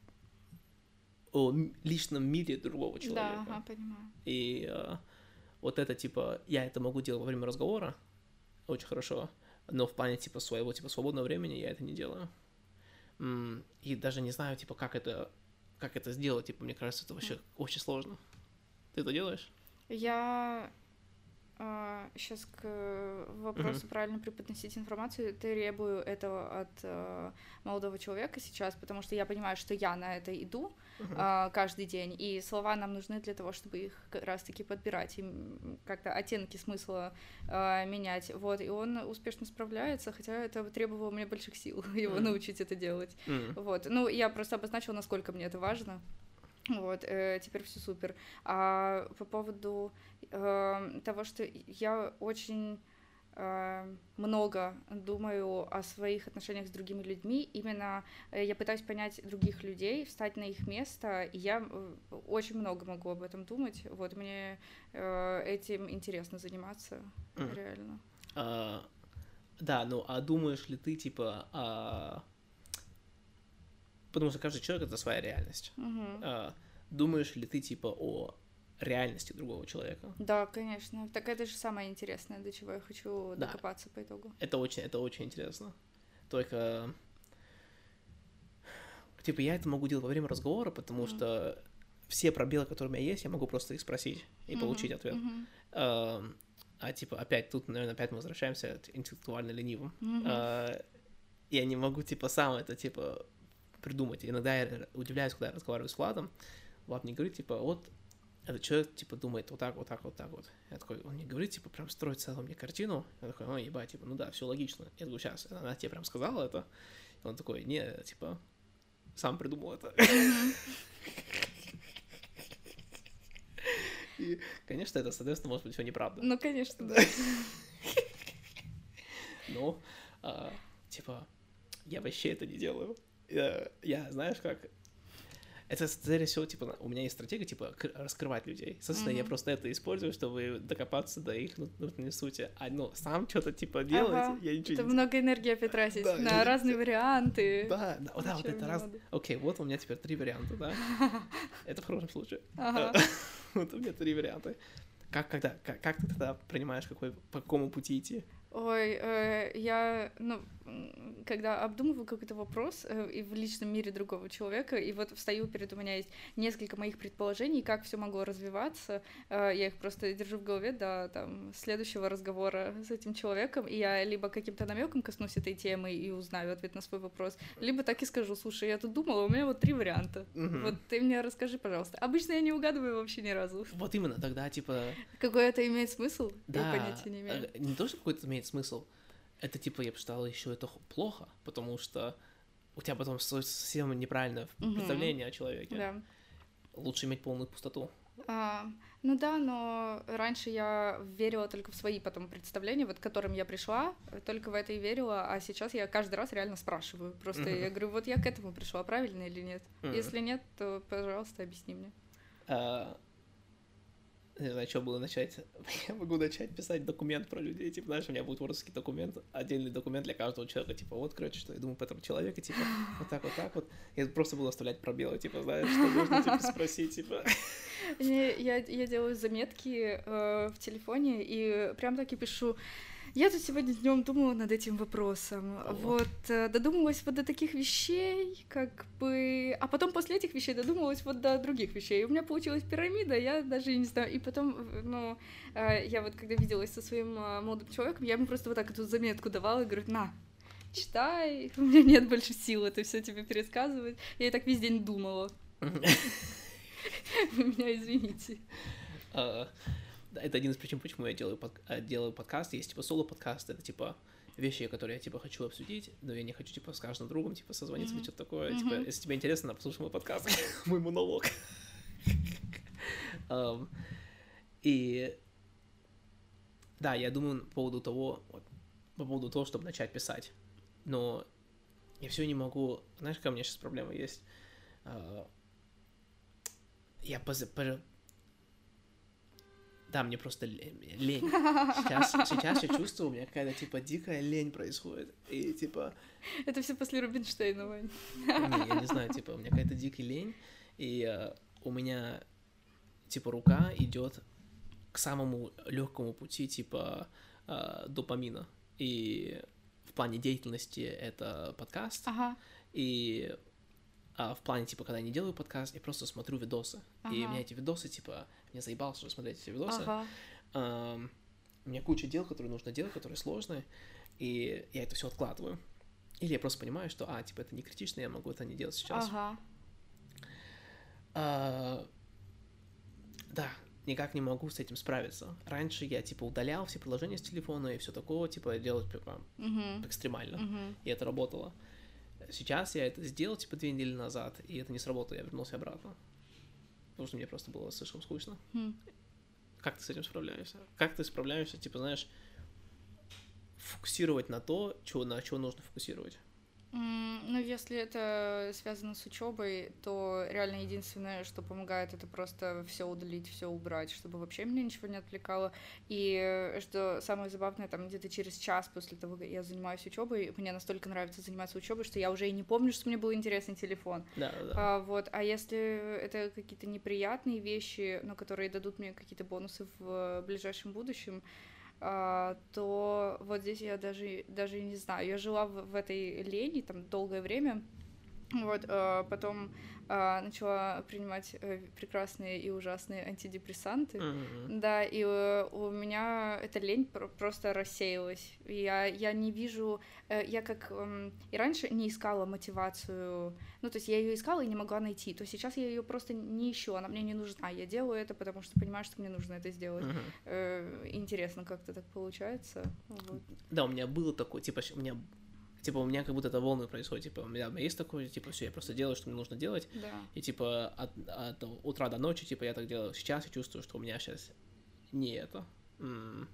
A: о личном мире другого человека.
B: Да, ага, понимаю.
A: И uh, вот это, типа, я это могу делать во время разговора, очень хорошо, но в плане, типа, своего, типа, свободного времени я это не делаю. И даже не знаю, типа, как это, как это сделать, типа, мне кажется, это вообще очень сложно. Ты это делаешь?
B: Я э, сейчас к вопросу uh-huh. правильно преподносить информацию, требую этого от э, молодого человека сейчас, потому что я понимаю, что я на это иду uh-huh. э, каждый день, и слова нам нужны для того, чтобы их как раз-таки подбирать, и как-то оттенки смысла э, менять, вот, и он успешно справляется, хотя это требовало мне больших сил его uh-huh. научить это делать, uh-huh. вот, ну, я просто обозначила, насколько мне это важно. Вот, э, теперь все супер. А по поводу э, того, что я очень э, много думаю о своих отношениях с другими людьми, именно э, я пытаюсь понять других людей, встать на их место, и я очень много могу об этом думать. Вот, мне э, этим интересно заниматься, mm. реально.
A: Uh, Да, ну, а думаешь ли ты, типа, а... потому что каждый человек — это своя реальность.
B: Uh-huh.
A: А, думаешь ли ты, типа, о реальности другого человека?
B: Да, конечно. Так это же самое интересное, до чего я хочу
A: да.
B: докопаться по итогу.
A: Это очень, это очень интересно. Только, типа, я это могу делать во время разговора, потому mm-hmm. что все пробелы, которые у меня есть, я могу просто их спросить и mm-hmm. получить ответ.
B: Mm-hmm.
A: А, а, типа, опять тут, наверное, опять мы возвращаемся к интеллектуально ленивым.
B: Mm-hmm.
A: А, я не могу, типа, сам это, типа, придумать. Иногда я удивляюсь, когда я разговариваю с Владом. Влад мне говорит, типа, вот этот человек, типа, думает вот так, вот так, вот так вот. Я такой, он мне говорит, типа, прям строит целую мне картину. Я такой, ой, ебать, типа, ну да, все логично. Я говорю, сейчас, она тебе прям сказала это. И он такой, не, типа, сам придумал это. И, конечно, это, соответственно, может быть все неправда.
B: Ну, конечно, да.
A: Ну, типа, я вообще это не делаю. Я, знаешь, как... Это, скорее всего, типа, у меня есть стратегия, типа, раскрывать людей. Соответственно, mm-hmm. я просто это использую, чтобы докопаться до их внутренней сути. А, ну, сам что-то, типа, делать, ага. я ничего
B: это
A: не...
B: Это много энергии опять тратить да, на разные не... варианты.
A: Да, да, да вот это раз... Надо. Окей, вот у меня теперь три варианта, да? Это в хорошем случае.
B: Ага.
A: Вот у меня три варианта. Как, когда, как, как ты тогда принимаешь, какой, по какому пути идти?
B: Ой, э, я, ну, когда обдумываю какой-то вопрос э, и в личном мире другого человека, и вот встаю перед, у меня есть несколько моих предположений, как все могло развиваться, э, я их просто держу в голове до там, следующего разговора с этим человеком, и я либо каким-то намеком коснусь этой темы и узнаю ответ на свой вопрос, либо так и скажу, слушай, я тут думала, у меня вот три варианта, mm-hmm. вот ты мне расскажи, пожалуйста. Обычно я не угадываю вообще ни разу.
A: Вот именно, тогда, типа...
B: Какой это имеет смысл?
A: Да,
B: я понятия не имею.
A: Не то, что какой-то имеет смысл, это, типа, я бы считала, еще это плохо, потому что у тебя потом совсем неправильное mm-hmm. представление о человеке.
B: Да.
A: Лучше иметь полную пустоту.
B: А, ну да, но раньше я верила только в свои потом представления, вот к которым я пришла, только в это и верила, а сейчас я каждый раз реально спрашиваю. Просто mm-hmm. я говорю, вот я к этому пришла, правильно или нет? Mm-hmm. Если нет, то, пожалуйста, объясни мне.
A: Uh... Не знаю, что было начать. Я могу начать писать документ про людей. Типа, знаешь, у меня будет вордовский документ, отдельный документ для каждого человека. Типа, вот, короче, что я думаю по этому человеку, типа, вот так, вот так вот. Я просто буду оставлять пробелы, типа, знаешь, что нужно, типа, спросить, типа.
B: Я, я делаю заметки э, в телефоне и прям так и пишу. Я тут сегодня днем думала над этим вопросом. О. Вот, додумалась вот до таких вещей, как бы... А потом после этих вещей додумалась вот до других вещей. У меня получилась пирамида, я даже не знаю. И потом, ну, я вот когда виделась со своим молодым человеком, я ему просто вот так эту заметку давала и говорю, на, читай, у меня нет больше сил это все тебе пересказывать. Я и так весь день думала. Вы меня извините.
A: Это один из причин, почему я делаю, под... делаю подкаст. Есть, типа, соло-подкаст, это, типа, вещи, которые я, типа, хочу обсудить, но я не хочу, типа, с каждым другом, типа, созвониться mm-hmm. или что-то такое. Mm-hmm. Типа, если тебе интересно, послушай мой подкаст, мой монолог. um, и, да, я думаю по поводу того, вот, по поводу того, чтобы начать писать, но я все не могу... Знаешь, какая у меня сейчас проблема есть? Uh, я поз... Да, мне просто лень. Сейчас, сейчас я чувствую, у меня какая-то, типа, дикая лень происходит. И, типа...
B: Это все после Рубинштейна, Вань.
A: Не, я не знаю, типа, у меня какая-то дикая лень, и uh, у меня, типа, рука идет к самому легкому пути, типа, uh, допамина. И в плане деятельности это подкаст.
B: Ага.
A: И... А в плане, типа, когда я не делаю подкаст, я просто смотрю видосы. Ага. И у меня эти видосы, типа, мне заебался уже смотреть эти видосы.
B: Ага.
A: Um, у меня куча дел, которые нужно делать, которые сложные, и я это все откладываю. Или я просто понимаю, что, а, типа, это не критично, я могу это не делать сейчас.
B: Ага.
A: Uh, да, никак не могу с этим справиться. Раньше я, типа, удалял все приложения с телефона и все такое, типа, делать, типа,
B: uh-huh.
A: экстремально.
B: Uh-huh.
A: И это работало. Сейчас я это сделал, типа, две недели назад, и это не сработало, я вернулся обратно. Потому что мне просто было слишком скучно.
B: Mm.
A: Как ты с этим справляешься? Как ты справляешься, типа, знаешь, фокусировать на то, чего, на что нужно фокусировать?
B: Ну, если это связано с учебой, то реально единственное, что помогает, это просто все удалить, все убрать, чтобы вообще меня ничего не отвлекало. И что самое забавное, там где-то через час после того, как я занимаюсь учебой, мне настолько нравится заниматься учебой, что я уже и не помню, что мне был интересный телефон.
A: Да, да.
B: А, вот. А если это какие-то неприятные вещи, но которые дадут мне какие-то бонусы в ближайшем будущем, Uh, то вот здесь я даже, даже не знаю. Я жила в, в этой лени там долгое время, вот, uh, потом uh, начала принимать uh, прекрасные и ужасные антидепрессанты,
A: mm-hmm.
B: да, и uh, у меня эта лень пр- просто рассеялась. Я, я не вижу, uh, я как um, и раньше не искала мотивацию, ну, то есть я ее искала и не могла найти, то сейчас я ее просто не ищу, она мне не нужна, я делаю это, потому что понимаю, что мне нужно это сделать.
A: Mm-hmm.
B: Uh, интересно, как-то так получается. Вот.
A: Да, у меня было такое, типа, у меня Типа, у меня как будто это волны происходит, типа, у меня, у меня есть такое, типа, все, я просто делаю, что мне нужно делать,
B: да.
A: И, типа, от, от утра до ночи, типа, я так делаю. Сейчас я чувствую, что у меня сейчас не это. М-м.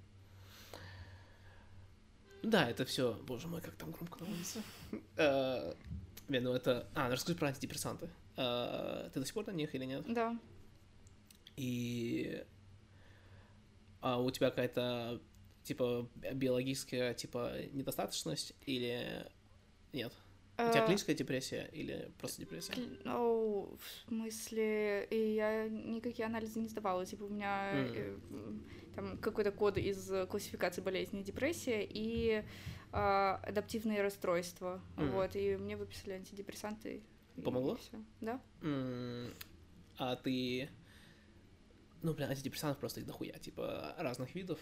A: Да, это все, боже мой, как там громко наводится. Блин, ну это... А, ну расскажи про антидепрессанты. Ты до сих пор на них или нет?
B: Да.
A: И... А у тебя какая-то... Типа, биологическая, типа, недостаточность или нет? У тебя клиническая депрессия или просто депрессия?
B: Ну, в смысле, я никакие анализы не сдавала. Типа, у меня mm. там какой-то код из классификации болезни депрессия и а, адаптивные расстройства. Mm. Вот, и мне выписали антидепрессанты.
A: Помогло?
B: Всё. Да.
A: Mm. А ты... Ну, блин, антидепрессантов просто их дохуя, типа, разных видов.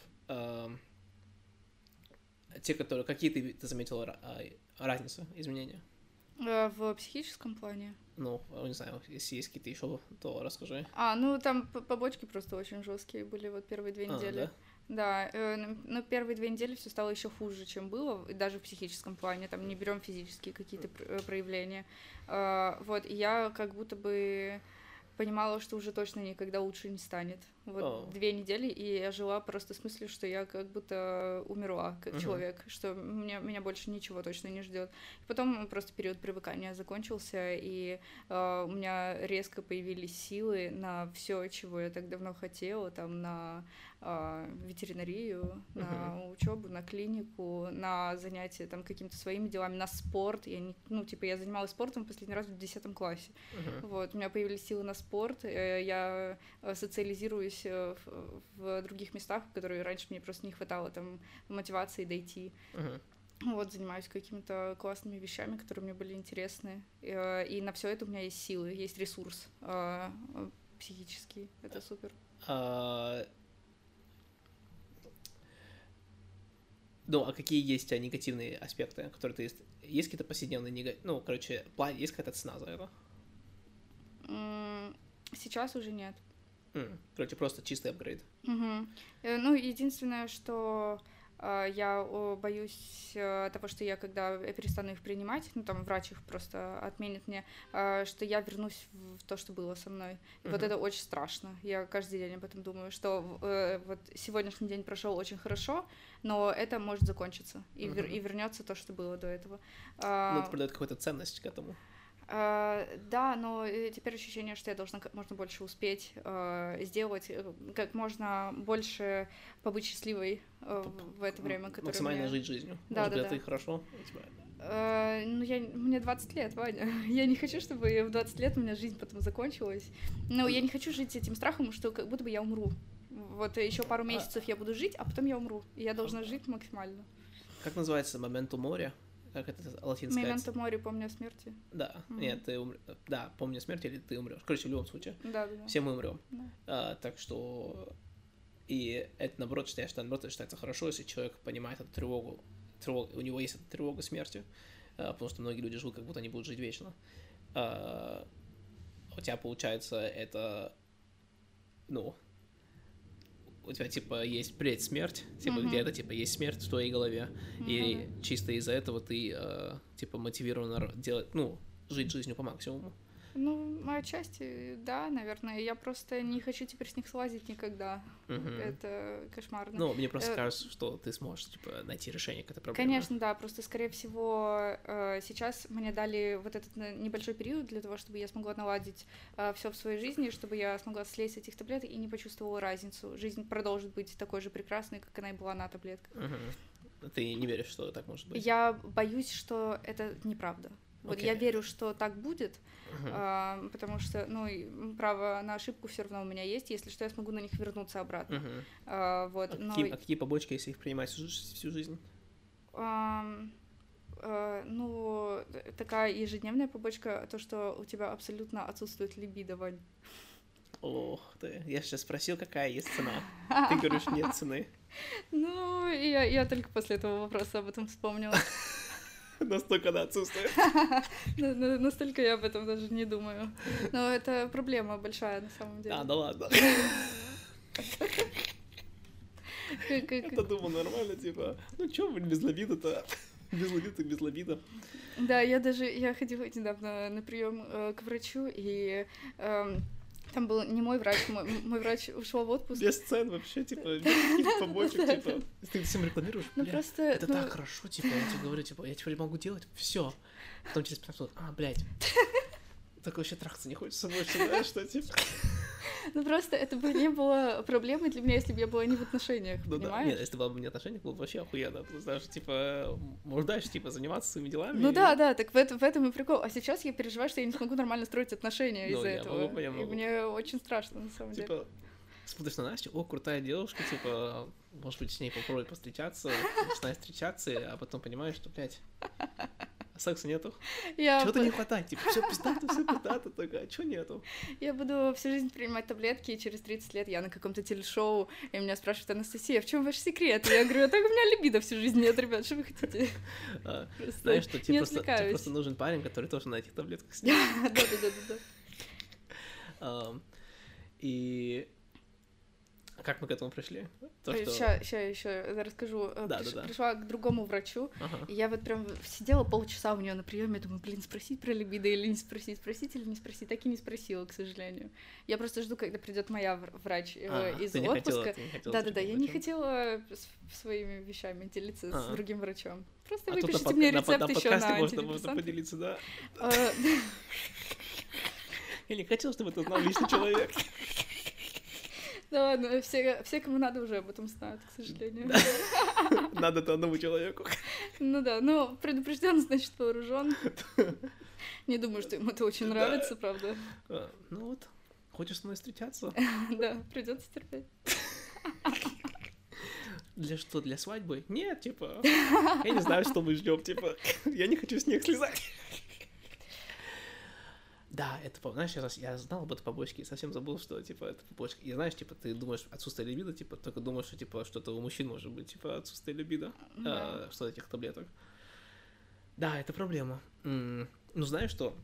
A: Те, которые... Какие ты, ты заметила разницы, изменения?
B: В психическом плане?
A: Ну, не знаю, если есть какие-то еще, то расскажи.
B: А, ну там побочки просто очень жесткие были вот первые две недели.
A: А, да?
B: Да, э, ну первые две недели все стало еще хуже, чем было, даже в психическом плане, там не берем физические какие-то проявления. Э, вот, и я как будто бы понимала, что уже точно никогда лучше не станет. Вот oh. две недели, и я жила просто с мыслью, что я как будто умерла как uh-huh. человек, что меня, меня больше ничего точно не ждет. Потом просто период привыкания закончился, и э, у меня резко появились силы на все, чего я так давно хотела, там на э, ветеринарию, uh-huh. на учебу, на клинику, на занятия там какими-то своими делами, на спорт. Я не, ну, типа, я занималась спортом в последний раз в десятом классе. Uh-huh. Вот, у меня появились силы на спорт, я социализируюсь в, в других местах, в которые раньше мне просто не хватало там мотивации дойти.
A: Uh-huh.
B: Вот, занимаюсь какими-то классными вещами, которые мне были интересны. И, и на все это у меня есть силы, есть ресурс э, психический. Это супер.
A: Uh... Ну, а какие есть у тебя негативные аспекты, которые ты... Есть какие-то повседневные негативные... Ну, короче, есть какая-то цена за это?
B: Сейчас уже нет.
A: Mm. Короче, просто чистый апгрейд.
B: Угу. Ну, единственное, что э, я о, боюсь э, того, что я, когда я перестану их принимать, ну, там, врач их просто отменит мне, э, что я вернусь в, в то, что было со мной. И mm-hmm. вот это очень страшно. Я каждый день об этом думаю, что э, вот сегодняшний день прошел очень хорошо, но это может закончиться, и, mm-hmm. вер, и вернется то, что было до этого.
A: Ну, это придает какую-то ценность к этому.
B: Uh, да, но теперь ощущение, что я должна как можно больше успеть uh, сделать, как можно больше побыть счастливой uh, в это время, которое
A: максимально
B: мне...
A: жить жизнью.
B: Да,
A: Может
B: да,
A: быть,
B: да.
A: это и хорошо.
B: Uh, ну, я, мне двадцать лет, Ваня. Я не хочу, чтобы в двадцать лет у меня жизнь потом закончилась. Но я не хочу жить с этим страхом, что как будто бы я умру. Вот еще пару месяцев я буду жить, а потом я умру. И я должна жить максимально.
A: Как называется «Моментум мори»? Как это латинское?
B: «Мементо мори», помни о смерти.
A: Да, mm-hmm. нет, ты умрешь. Да, помни о смерти или ты умрешь. Короче, в любом случае.
B: Да, да, да.
A: Все мы умрем.
B: Да.
A: А, так что и это наоборот считается, что наоборот считается хорошо, если человек понимает эту тревогу, тревогу, у него есть эта тревога смерти, а, потому что многие люди живут, как будто они будут жить вечно. А, у тебя получается это, ну, у тебя, типа, есть предсмерть, типа, mm-hmm. где-то, типа, есть смерть в твоей голове, mm-hmm. и чисто из-за этого ты, э, типа, мотивирован делать, ну, жить жизнью по максимуму.
B: Ну, отчасти, да, наверное. Я просто не хочу теперь с них слазить никогда. Uh-huh. Это кошмарно.
A: Ну, мне просто э... кажется, что ты сможешь, типа, найти решение к этой проблеме.
B: Конечно, да. Просто, скорее всего, сейчас мне дали вот этот небольшой период для того, чтобы я смогла наладить все в своей жизни, чтобы я смогла слезть с этих таблеток и не почувствовала разницу. Жизнь продолжит быть такой же прекрасной, как она и была на таблетках.
A: Uh-huh. Ты не веришь, что так может быть?
B: Я боюсь, что это неправда. Вот okay. Я верю, что так будет, uh-huh. а, потому что, ну, право на ошибку все равно у меня есть, если что, я смогу на них вернуться обратно.
A: Uh-huh.
B: А, вот,
A: а,
B: но...
A: какие, а какие побочки, если их принимать всю, всю жизнь?
B: А, а, ну, такая ежедневная побочка, то, что у тебя абсолютно отсутствует либидо, Вань.
A: Ох ты, я сейчас спросил, какая есть цена. Ты говоришь, нет цены.
B: Ну, я, я только после этого вопроса об этом вспомнила.
A: Настолько она отсутствует.
B: Настолько я об этом даже не думаю. Но это проблема большая на самом деле.
A: А, да ладно. Я-то думал нормально, типа, ну чё, блин, без лабида-то? Без лабида так без лабида.
B: Да, я даже, я ходила недавно на прием к врачу, и... Там был не мой врач, мой, мой врач ушел в отпуск.
A: Без сцен вообще, типа, без каких-то побочек, типа. Ты всем рекламируешь,
B: ну,
A: бля,
B: просто,
A: это
B: ну...
A: так хорошо, типа, я тебе говорю, типа, я теперь могу делать все. Потом через пятнадцать минут, а, блядь, так вообще трахаться не хочется больше, знаешь, что, типа...
B: Ну, просто это бы не было проблемой для меня, если бы я была не в отношениях, ну, понимаешь?
A: Да. Нет, если бы была не в отношениях, было бы вообще охуенно. Ты знаешь, типа, можешь дальше, типа, заниматься своими делами.
B: Ну
A: и...
B: да, да, так в этом, в этом и прикол. А сейчас я переживаю, что я не смогу нормально строить отношения ну, из-за
A: я
B: этого.
A: Могу, я могу.
B: И мне очень страшно, на самом
A: типа,
B: деле.
A: Смотришь на Настю, о, крутая девушка, типа, может быть, с ней попробуй повстречаться, начинаешь встречаться, а потом понимаешь, что, блядь, секса нету. Я Чего-то б... не хватает, типа, все пиздато, все пиздато, только, а чего нету?
B: Я буду всю жизнь принимать таблетки, и через тридцать лет я на каком-то телешоу, и меня спрашивают: Анастасия, в чем ваш секрет? И я говорю: а так у меня либидо всю жизнь нет, ребят, что вы хотите?
A: А, знаешь, что тебе просто, тебе просто нужен парень, который тоже на этих таблетках сидит.
B: Да-да-да.
A: И... Как мы к этому пришли?
B: То, что... Сейчас, сейчас еще расскажу.
A: Да,
B: Приш...
A: да, да.
B: Пришла к другому врачу,
A: ага.
B: и я вот прям сидела полчаса у нее на приеме, думаю, блин, спросить про либидо или не спросить, спросить или не спросить. Так и не спросила, к сожалению. Я просто жду, когда придет моя врач
A: а,
B: из
A: ты
B: отпуска.
A: Да-да-да,
B: я не хотела своими вещами делиться а. с другим врачом. Просто
A: а
B: выпишите
A: под...
B: мне рецепт
A: на,
B: еще
A: на
B: на
A: можно, можно поделиться, да?
B: А...
A: Я не хотела, чтобы это знал лишний человек.
B: Да ладно, все, все, кому надо, уже об этом знают, к сожалению.
A: Надо-то одному человеку.
B: Ну да, но предупрежден, значит вооружен. Не думаю, что ему это очень нравится, правда.
A: Ну вот, хочешь со мной встречаться?
B: Да, придется терпеть.
A: Для что, для свадьбы? Нет, типа, я не знаю, что мы ждем, типа, я не хочу снег слезать. Да, это, знаешь, я, я знал об этой побочке и совсем забыл, что, типа, это побочка. И знаешь, типа, ты думаешь, отсутствие либидо, типа, только думаешь, что, типа, что-то у мужчин может быть, типа, отсутствие либидо, да. а, что этих таблеток. Да, это проблема. М-м, ну, знаешь что?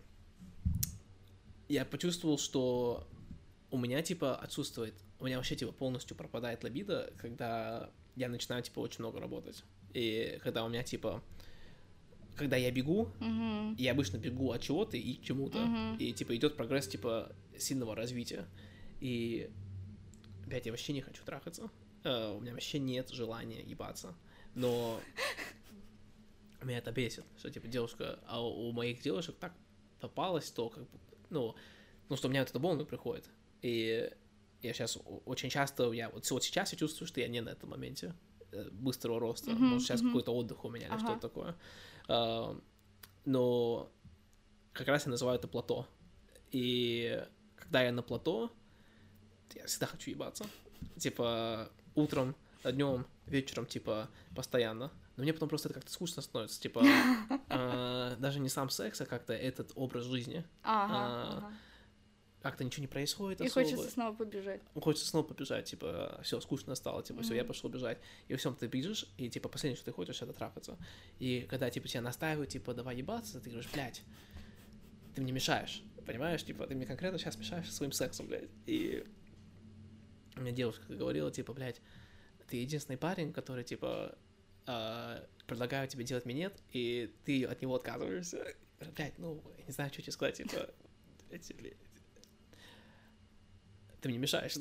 A: Я почувствовал, что у меня, типа, отсутствует, у меня вообще, типа, полностью пропадает либидо, когда я начинаю, типа, очень много работать. И когда у меня, типа... Когда я бегу,
B: uh-huh.
A: я обычно бегу от чего-то и к чему-то,
B: uh-huh.
A: и, типа, идет прогресс, типа, сильного развития. И, блядь, я вообще не хочу трахаться. Uh, у меня вообще нет желания ебаться. Но меня это бесит, что, типа, девушка... А у моих девушек так попалось то, как бы... Ну, ну что у меня вот это волна приходит. И я сейчас очень часто... Я, вот, вот сейчас я чувствую, что я не на этом моменте быстрого роста.
B: Uh-huh.
A: Может, сейчас
B: uh-huh.
A: какой-то отдых у меня или uh-huh. что-то такое. Uh, но как раз я называю это плато. И когда я на плато, я всегда хочу ебаться. Типа, утром, днем, вечером, типа, постоянно. Но мне потом просто это как-то скучно становится. Типа, uh, даже не сам секс, а как-то этот образ жизни.
B: Ага,
A: uh,
B: ага.
A: Как-то ничего не происходит
B: и
A: особо.
B: хочется снова побежать.
A: Хочется снова побежать, типа, все, скучно стало, типа, mm-hmm. все, я пошел бежать. И всем ты бежишь, и, типа, последнее, что ты хочешь, это трахаться. И когда, типа, тебя настаивают, типа, давай ебаться, ты говоришь, блядь, ты мне мешаешь, понимаешь? Типа, ты мне конкретно сейчас мешаешь своим сексом, блядь. И у меня девушка говорила, типа, блядь, ты единственный парень, который, типа, э, предлагаю тебе делать минет, и ты от него отказываешься. Блядь, ну, я не знаю, что тебе сказать, типа... Ты мне мешаешь.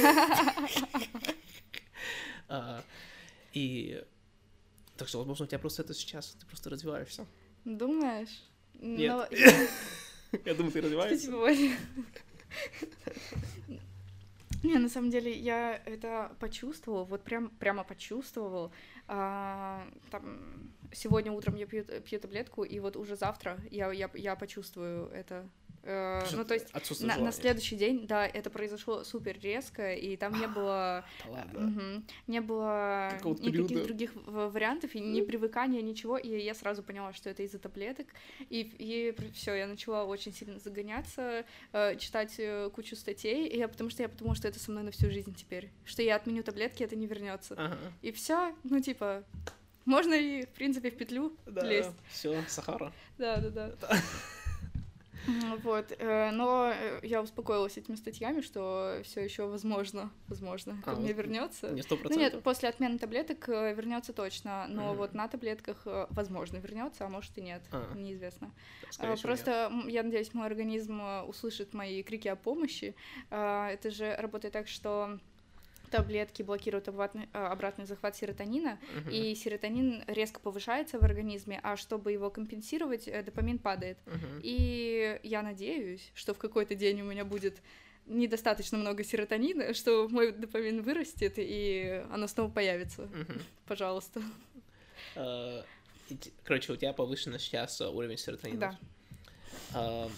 A: И так что, возможно, у тебя просто это сейчас, ты просто развиваешься.
B: Думаешь?
A: Нет. Я думаю, ты развиваешься.
B: Не, на самом деле, я это почувствовала, вот прям, прямо почувствовал. А, там, сегодня утром я пью, пью таблетку, и вот уже завтра я, я, я почувствую это. Э, ну, то есть на, на следующий день, да, это произошло супер резко, и там не было, угу, не было никаких периода. Других вариантов, и ни привыкания, ничего, и я сразу поняла, что это из-за таблеток, и, и все, я начала очень сильно загоняться, э, читать кучу статей, и я, потому что я подумала, что это со мной на всю жизнь теперь, что я отменю таблетки, это не вернется, ага. И все, ну, типа... Можно и, в принципе, в петлю
A: да,
B: лезть.
A: Все, Сахара.
B: Да, да, да. Вот, но я успокоилась этими статьями, что все еще возможно, возможно, ко а, мне вернется.
A: Не сто процентов.
B: Ну нет, после отмены таблеток вернется точно, но mm-hmm. вот на таблетках, возможно, вернется, а может и нет, а. неизвестно. Скорее Просто нет. Я надеюсь, мой организм услышит мои крики о помощи. Это же работает так, что таблетки блокируют обратный, обратный захват серотонина, uh-huh. и серотонин резко повышается в организме, а чтобы его компенсировать, допамин падает. Uh-huh. И я надеюсь, что в какой-то день у меня будет недостаточно много серотонина, что мой допамин вырастет, и оно снова появится. Uh-huh. Пожалуйста.
A: Uh, короче, у тебя повышен сейчас уровень серотонина.
B: Да.
A: Uh,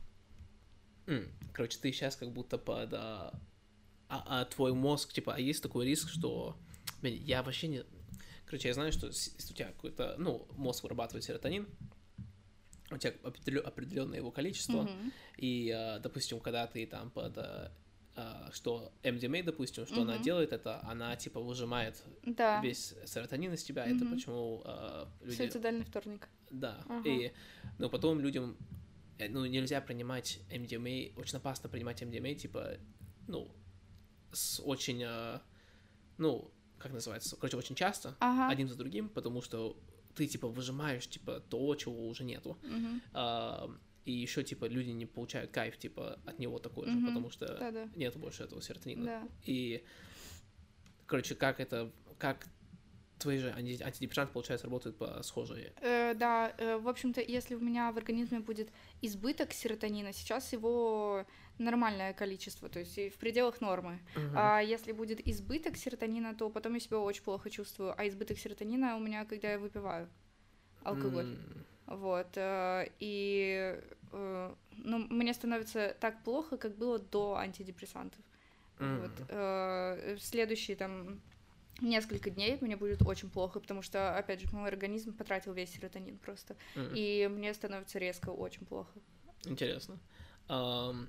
A: mm, короче, ты сейчас как будто под... Uh, А, а твой мозг, типа, а есть такой риск, что... Блин, я вообще не... Короче, я знаю, что если у тебя какой-то... Ну, мозг вырабатывает серотонин, у тебя определенное его количество, mm-hmm. и, допустим, когда ты там под... Что эм ди эм эй, допустим, что mm-hmm. она делает, это она, типа, выжимает
B: да.
A: весь серотонин из тебя, mm-hmm. это почему э, люди...
B: Суицидальный вторник.
A: Да, uh-huh. и... Но потом людям... Ну, нельзя принимать эм ди эм эй, очень опасно принимать эм ди эм эй, типа, ну... с очень, ну, как называется, короче, очень часто, ага. один за другим, потому что ты, типа, выжимаешь, типа, то, чего уже нету. Uh-huh. А, и еще, типа, люди не получают кайф, типа, от него такой uh-huh. же, потому что
B: Да-да.
A: нет больше этого серотонина.
B: Да.
A: И, короче, как это, как твои же антидепрессанты, получается, работают по схожей?
B: Э, да, э, в общем-то, если у меня в организме будет избыток серотонина, сейчас его нормальное количество, то есть в пределах нормы. Uh-huh. А если будет избыток серотонина, то потом я себя очень плохо чувствую. А избыток серотонина у меня, когда я выпиваю алкоголь. Mm. Вот. Э, и э, ну, мне становится так плохо, как было до антидепрессантов. Mm. Вот. Э, в следующие там несколько дней мне будет очень плохо, потому что, опять же, мой организм потратил весь серотонин просто. Mm. И мне становится резко очень плохо.
A: Интересно. Um...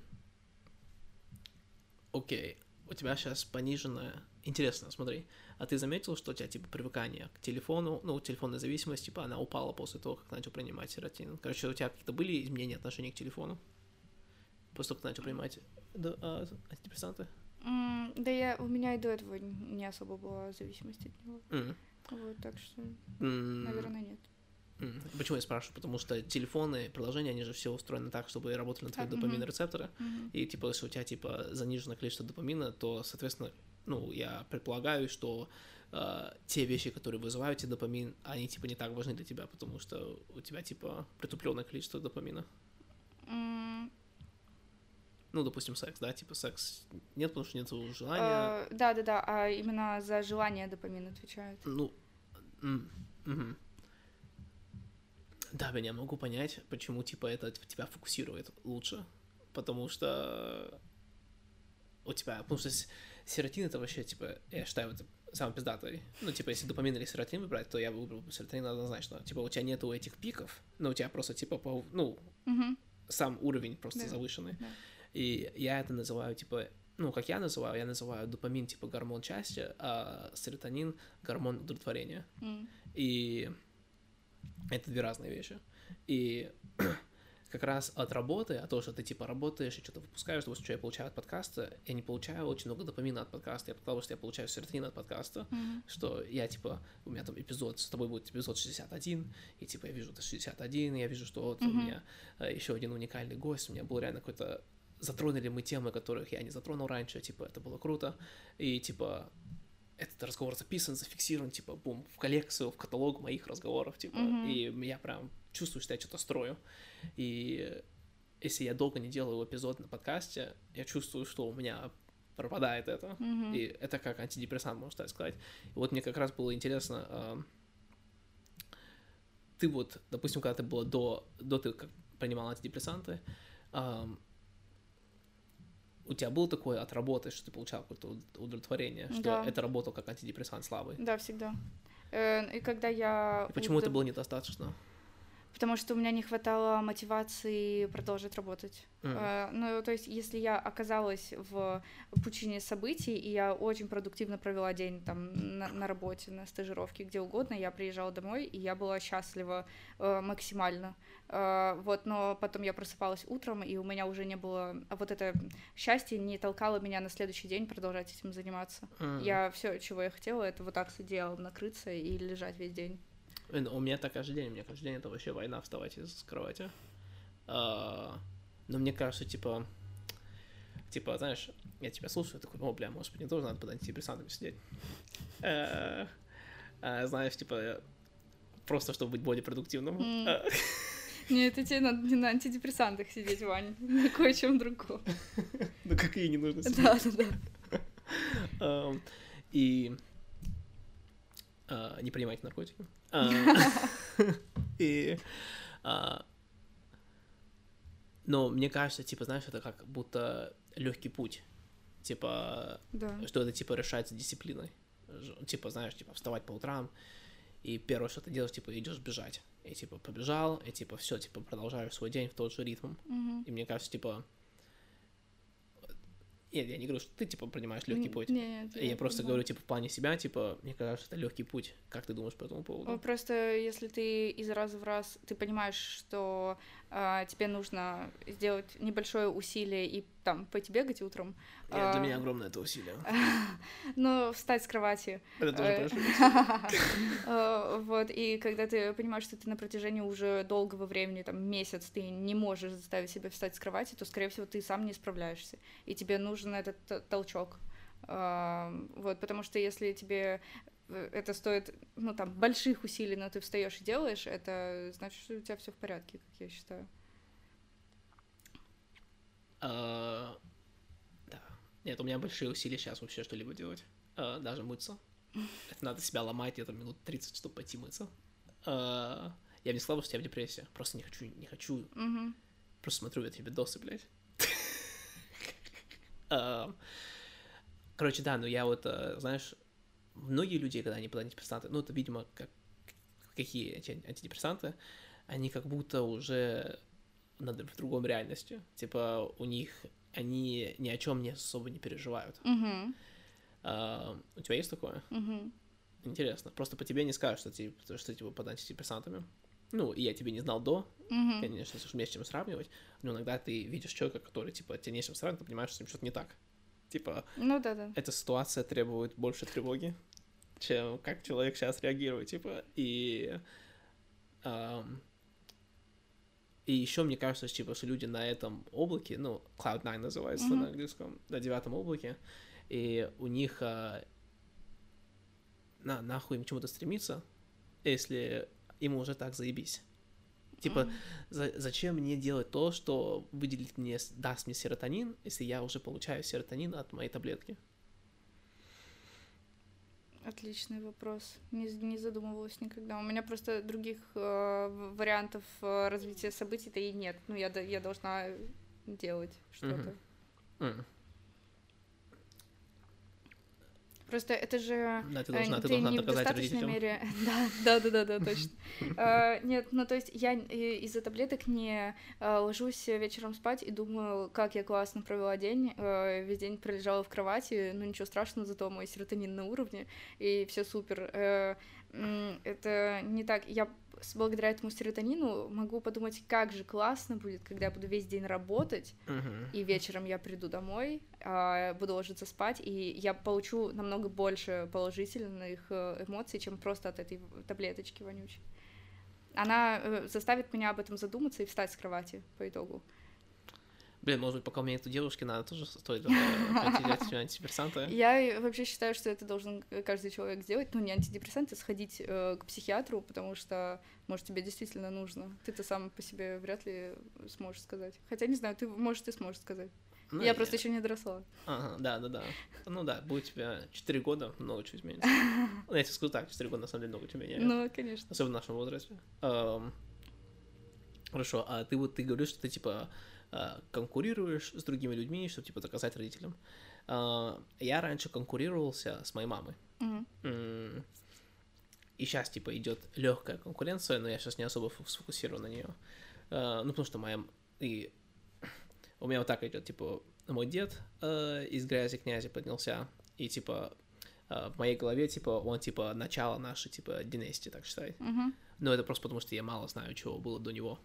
A: Окей, okay. У тебя сейчас пониженная... Интересно, смотри, а ты заметил, что у тебя, типа, привыкание к телефону, ну, телефонная зависимость, типа, она упала после того, как начал принимать серотонин? Короче, у тебя какие-то были изменения отношения к телефону? После того, как ты начал принимать да, а, антидепрессанты?
B: Mm, да я, у меня и до этого не особо была зависимость от него.
A: Mm.
B: Вот, так что,
A: mm.
B: наверное, нет.
A: Почему я спрашиваю? Потому что телефоны, приложения, они же все устроены так, чтобы работали на твои uh-huh. допаминорецепторы. Uh-huh. И, типа, если у тебя, типа, заниженное количество допамина, то, соответственно, ну, я предполагаю, что э, те вещи, которые вызывают тебе допамин, они, типа, не так важны для тебя, потому что у тебя, типа, притупленное количество допамина.
B: Mm.
A: Ну, допустим, секс, да? Типа, секс нет, потому что нет желания.
B: Uh, да-да-да, а именно за желание допамин отвечает.
A: Ну, mm, угу. Да, блин, я могу понять, почему, типа, это тебя фокусирует лучше, потому что у тебя, потому что серотин это вообще, типа, я считаю, это самый пиздатый. Ну, типа, если допамин или серотин выбрать, то я бы выбрал серотонин однозначно. Типа, у тебя нету этих пиков, но у тебя просто, типа, по, ну,
B: mm-hmm.
A: сам уровень просто
B: да.
A: завышенный.
B: Да.
A: И я это называю, типа, ну, как я называю, я называю допамин, типа, гормон счастья, а серотонин — гормон удовлетворения.
B: Mm.
A: И... это две разные вещи. И, как раз от работы, а то, что ты, типа, работаешь и что-то выпускаешь, то, что я получаю от подкаста, я не получаю очень много допамина от подкаста, я потому что я получаю серотонин от подкаста, mm-hmm. что я, типа, у меня там эпизод, с тобой будет эпизод шестьдесят один, и, типа, я вижу это шестьдесят один, я вижу, что вот mm-hmm. у меня еще один уникальный гость, у меня был реально какой-то... Затронули мы темы, которых я не затронул раньше, типа, это было круто, и, типа... Этот разговор записан, зафиксирован, типа, бум, в коллекцию, в каталог моих разговоров, типа, mm-hmm. и я прям чувствую, что я что-то строю. И если я долго не делаю эпизод на подкасте, я чувствую, что у меня пропадает это. Mm-hmm. И это как антидепрессант, можно так сказать. И вот мне как раз было интересно, э, ты вот, допустим, когда ты была до, до ты как принимала антидепрессанты, э, у тебя было такое от работы, что ты получал какое-то удовлетворение, что да. это работал как антидепрессант слабый?
B: Да, всегда. И когда я...
A: И почему удов... это было недостаточно?
B: Потому что у меня не хватало мотивации продолжать работать. Mm. Ну, то есть, если я оказалась в пучине событий, и я очень продуктивно провела день там на, на работе, на стажировке, где угодно, я приезжала домой, и я была счастлива э, максимально. Э, вот, но потом я просыпалась утром, и у меня уже не было... А вот это счастье не толкало меня на следующий день продолжать этим заниматься. Mm. Я все, чего я хотела, это вот так с одеялом накрыться и лежать весь день.
A: У меня так каждый день, у меня каждый день это вообще война вставать из кровати. А, но мне кажется, типа, типа, знаешь, я тебя слушаю, такой, о, бля, может быть, мне тоже надо под антидепрессантами сидеть. А, а, знаешь, типа, просто чтобы быть более продуктивным.
B: Mm. Нет, тебе надо не на антидепрессантах сидеть, Вань, на кое-чем другом.
A: Ну, какие не нужно сидеть.
B: Да, да,
A: да. И не принимайте наркотики. И, а, но мне кажется, типа, знаешь, это как будто легкий путь, типа,
B: да.
A: что это типа решается дисциплиной, типа, знаешь, типа вставать по утрам и первое, что ты делаешь, типа идешь бежать, и типа побежал, и типа все, типа продолжаешь свой день в тот же ритм,
B: mm-hmm.
A: и мне кажется, типа Нет, я не говорю, что ты, типа, принимаешь легкий путь.
B: Нет,
A: я, я просто понимаю. Говорю, типа, в плане себя, типа, мне кажется, это легкий путь. Как ты думаешь по этому поводу?
B: Просто если ты из раза в раз, ты понимаешь, что а, тебе нужно сделать небольшое усилие и там пойти бегать утром.
A: Нет, а, для меня огромное это усилие.
B: Ну, встать с кровати.
A: Это тоже
B: большое. Вот, и когда ты понимаешь, что ты на протяжении уже долгого времени, там, месяц, ты не можешь заставить себя встать с кровати, то, скорее всего, ты сам не справляешься. И тебе нужен этот толчок. Вот, потому что если тебе это стоит, ну, там, больших усилий, но ты встаешь и делаешь, это значит, что у тебя все в порядке, как я считаю.
A: Uh, да. Нет, у меня большие усилия сейчас вообще что-либо делать. Uh, даже мыться. Это надо себя ломать где-то минут тридцать, чтобы пойти мыться. Uh, я не сказал, что я в депрессии. Просто не хочу, не хочу.
B: Mm-hmm.
A: Просто смотрю эти видосы, блядь. uh, короче, да, ну я вот, uh, знаешь, многие люди, когда они под антидепрессанты, ну, это, видимо, как какие эти антидепрессанты, они как будто уже в другом реальности. Типа, у них, они ни о чем не особо не переживают.
B: Uh-huh.
A: А, у тебя есть такое?
B: Uh-huh.
A: Интересно. Просто по тебе не скажут, что ты, что ты типа, под антидепрессантами. Ну, и я тебя не знал до,
B: uh-huh.
A: конечно, что мне с чем сравнивать, но иногда ты видишь человека, который, типа, тебе не с чем сравнивать, ты понимаешь, что с ним что-то не так. Типа,
B: ну, да, да.
A: эта ситуация требует больше тревоги, чем как человек сейчас реагирует, типа, и... Um, и еще мне кажется, что, типа, что люди на этом облаке, ну, клауд найн называется mm-hmm. на английском, на девятом облаке, и у них а, на, нахуй им чему-то стремиться, если им уже так заебись. Типа, mm-hmm. за, зачем мне делать то, что выделит мне, даст мне серотонин, если я уже получаю серотонин от моей таблетки?
B: Отличный вопрос. Не, не задумывалась никогда. У меня просто других э, вариантов э, развития событий-то и нет. Ну, я, я должна делать что-то.
A: Mm-hmm. Mm-hmm.
B: Просто это же...
A: Да, ты должна,
B: ты
A: ты должна
B: не
A: доказать
B: в достаточной
A: родителям.
B: мере... Да, да, да, да, да, точно. uh, нет, ну то есть я из-за таблеток не uh, ложусь вечером спать и думаю, как я классно провела день, uh, весь день пролежала в кровати, ну ничего страшного, зато мой серотонин на уровне, и все супер. Uh, это не так. Я благодаря этому серотонину могу подумать, как же классно будет, когда я буду весь день работать,
A: uh-huh.
B: и вечером я приду домой, буду ложиться спать, и я получу намного больше положительных эмоций, чем просто от этой таблеточки вонючей. Она заставит меня об этом задуматься и встать с кровати по итогу.
A: Блин, может быть, пока у меня нету девушки, надо тоже стоит пойти антидепрессанты.
B: Я вообще считаю, что это должен каждый человек сделать, ну, не антидепрессанты, сходить э, к психиатру, потому что, может, тебе действительно нужно. Ты-то сам по себе вряд ли сможешь сказать. Хотя, не знаю, ты, может, ты сможешь сказать. Ну, я, я просто еще не доросла.
A: Ага, да-да-да. Ну да, будет у тебя четыре года, много чего изменится. Ну, я тебе скажу так, четыре года, на самом деле, много чего меняет.
B: Ну, конечно.
A: Особенно в нашем возрасте. Хорошо, а ты вот, ты говоришь, что ты, типа, конкурируешь с другими людьми, чтобы, типа, доказать родителям. Я раньше конкурировался с моей мамой.
B: Mm-hmm.
A: И сейчас, типа, идет легкая конкуренция, но я сейчас не особо сфокусирован на нее. Ну, потому что моя... И у меня вот так идет, типа, мой дед из грязи князя поднялся, и, типа, в моей голове, типа, он, типа, начало нашей, типа, династии, так считает.
B: Mm-hmm.
A: Но это просто потому, что я мало знаю, чего было до него.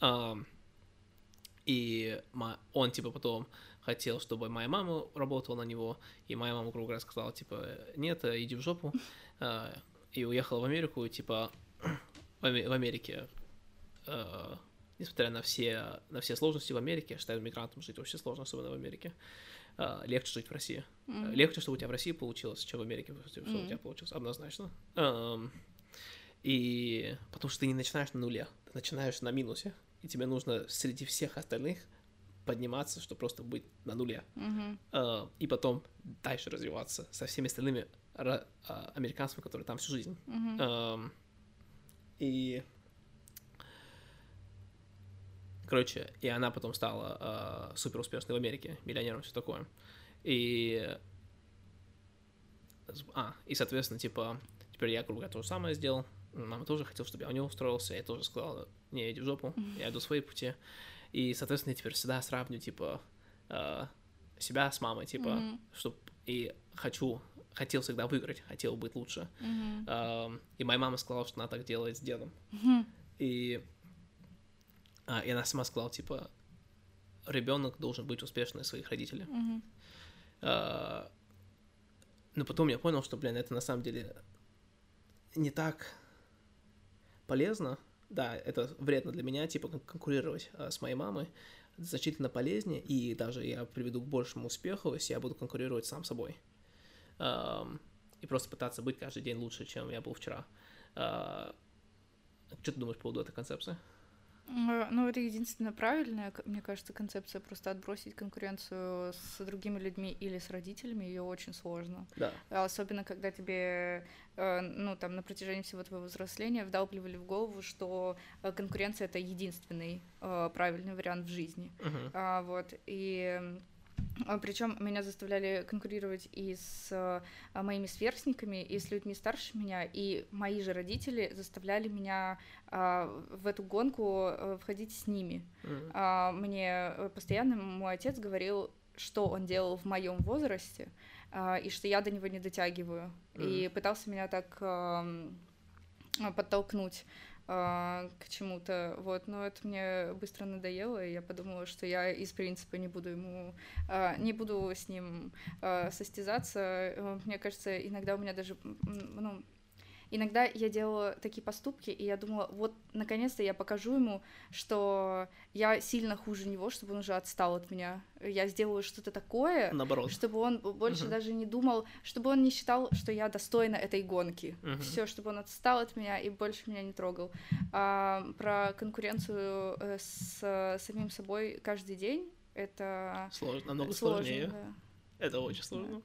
A: И он, типа, потом хотел, чтобы моя мама работала на него, и моя мама, грубо говоря, сказала, типа, нет, иди в жопу, и уехала в Америку, и, типа, в Америке, несмотря на все, на все сложности в Америке, я считаю, мигрантам жить вообще сложно, особенно в Америке, легче жить в России. Mm-hmm. Легче, чтобы у тебя в России получилось, чем в Америке, чтобы mm-hmm. у тебя получилось, однозначно. И потому что ты не начинаешь на нуле, ты начинаешь на минусе. И тебе нужно среди всех остальных подниматься, чтобы просто быть на нуле.
B: Mm-hmm.
A: Uh, и потом дальше развиваться со всеми остальными ра- uh, американцами, которые там всю жизнь.
B: Mm-hmm.
A: Uh, и... Короче, и она потом стала uh, супер успешной в Америке, миллионером, все такое. И... А, и, соответственно, типа, теперь я, грубо говоря, то же самое сделал. Мама тоже хотела, чтобы я у него устроился, я тоже сказал, не, иди в жопу, mm-hmm. я иду свои пути. И, соответственно, я теперь всегда сравню, типа, э, себя с мамой, типа,
B: mm-hmm.
A: чтоб... И хочу, хотел всегда выиграть, хотел быть лучше.
B: Mm-hmm.
A: Э, и моя мама сказала, что она так делает с дедом.
B: Mm-hmm.
A: И, а, и она сама сказала, типа, ребенок должен быть успешным своих родителей.
B: Mm-hmm.
A: Э, но потом я понял, что, блин, это на самом деле не так... полезно, да, это вредно для меня, типа, конкурировать а, с моей мамой, значительно полезнее, и даже я приведу к большему успеху, если я буду конкурировать сам собой. Um, и просто пытаться быть каждый день лучше, чем я был вчера. Uh, что ты думаешь по поводу этой концепции?
B: Ну, это единственная правильная, мне кажется, концепция, просто отбросить конкуренцию с другими людьми или с родителями, ее очень сложно.
A: Да.
B: Особенно, когда тебе, ну, там, на протяжении всего твоего взросления вдалбливали в голову, что конкуренция — это единственный правильный вариант в жизни.
A: Uh-huh.
B: Вот, и... Причем меня заставляли конкурировать и с моими сверстниками, и с людьми старше меня, и мои же родители заставляли меня а, в эту гонку входить с ними.
A: Mm-hmm.
B: А, мне постоянно мой отец говорил, что он делал в моем возрасте, а, и что я до него не дотягиваю, mm-hmm. и пытался меня так а, подтолкнуть к чему-то, вот, но это мне быстро надоело, и я подумала, что я из принципа не буду ему, не буду с ним состязаться. Мне кажется, иногда у меня даже, ну, иногда я делала такие поступки, и я думала, вот, наконец-то я покажу ему, что я сильно хуже него, чтобы он уже отстал от меня. Я сделаю что-то такое,
A: наоборот,
B: чтобы он больше uh-huh. даже не думал, чтобы он не считал, что я достойна этой гонки.
A: Uh-huh.
B: Все, чтобы он отстал от меня и больше меня не трогал. А про конкуренцию с самим собой каждый день — это
A: сложно, намного
B: сложно,
A: сложнее.
B: Да.
A: Это очень сложно.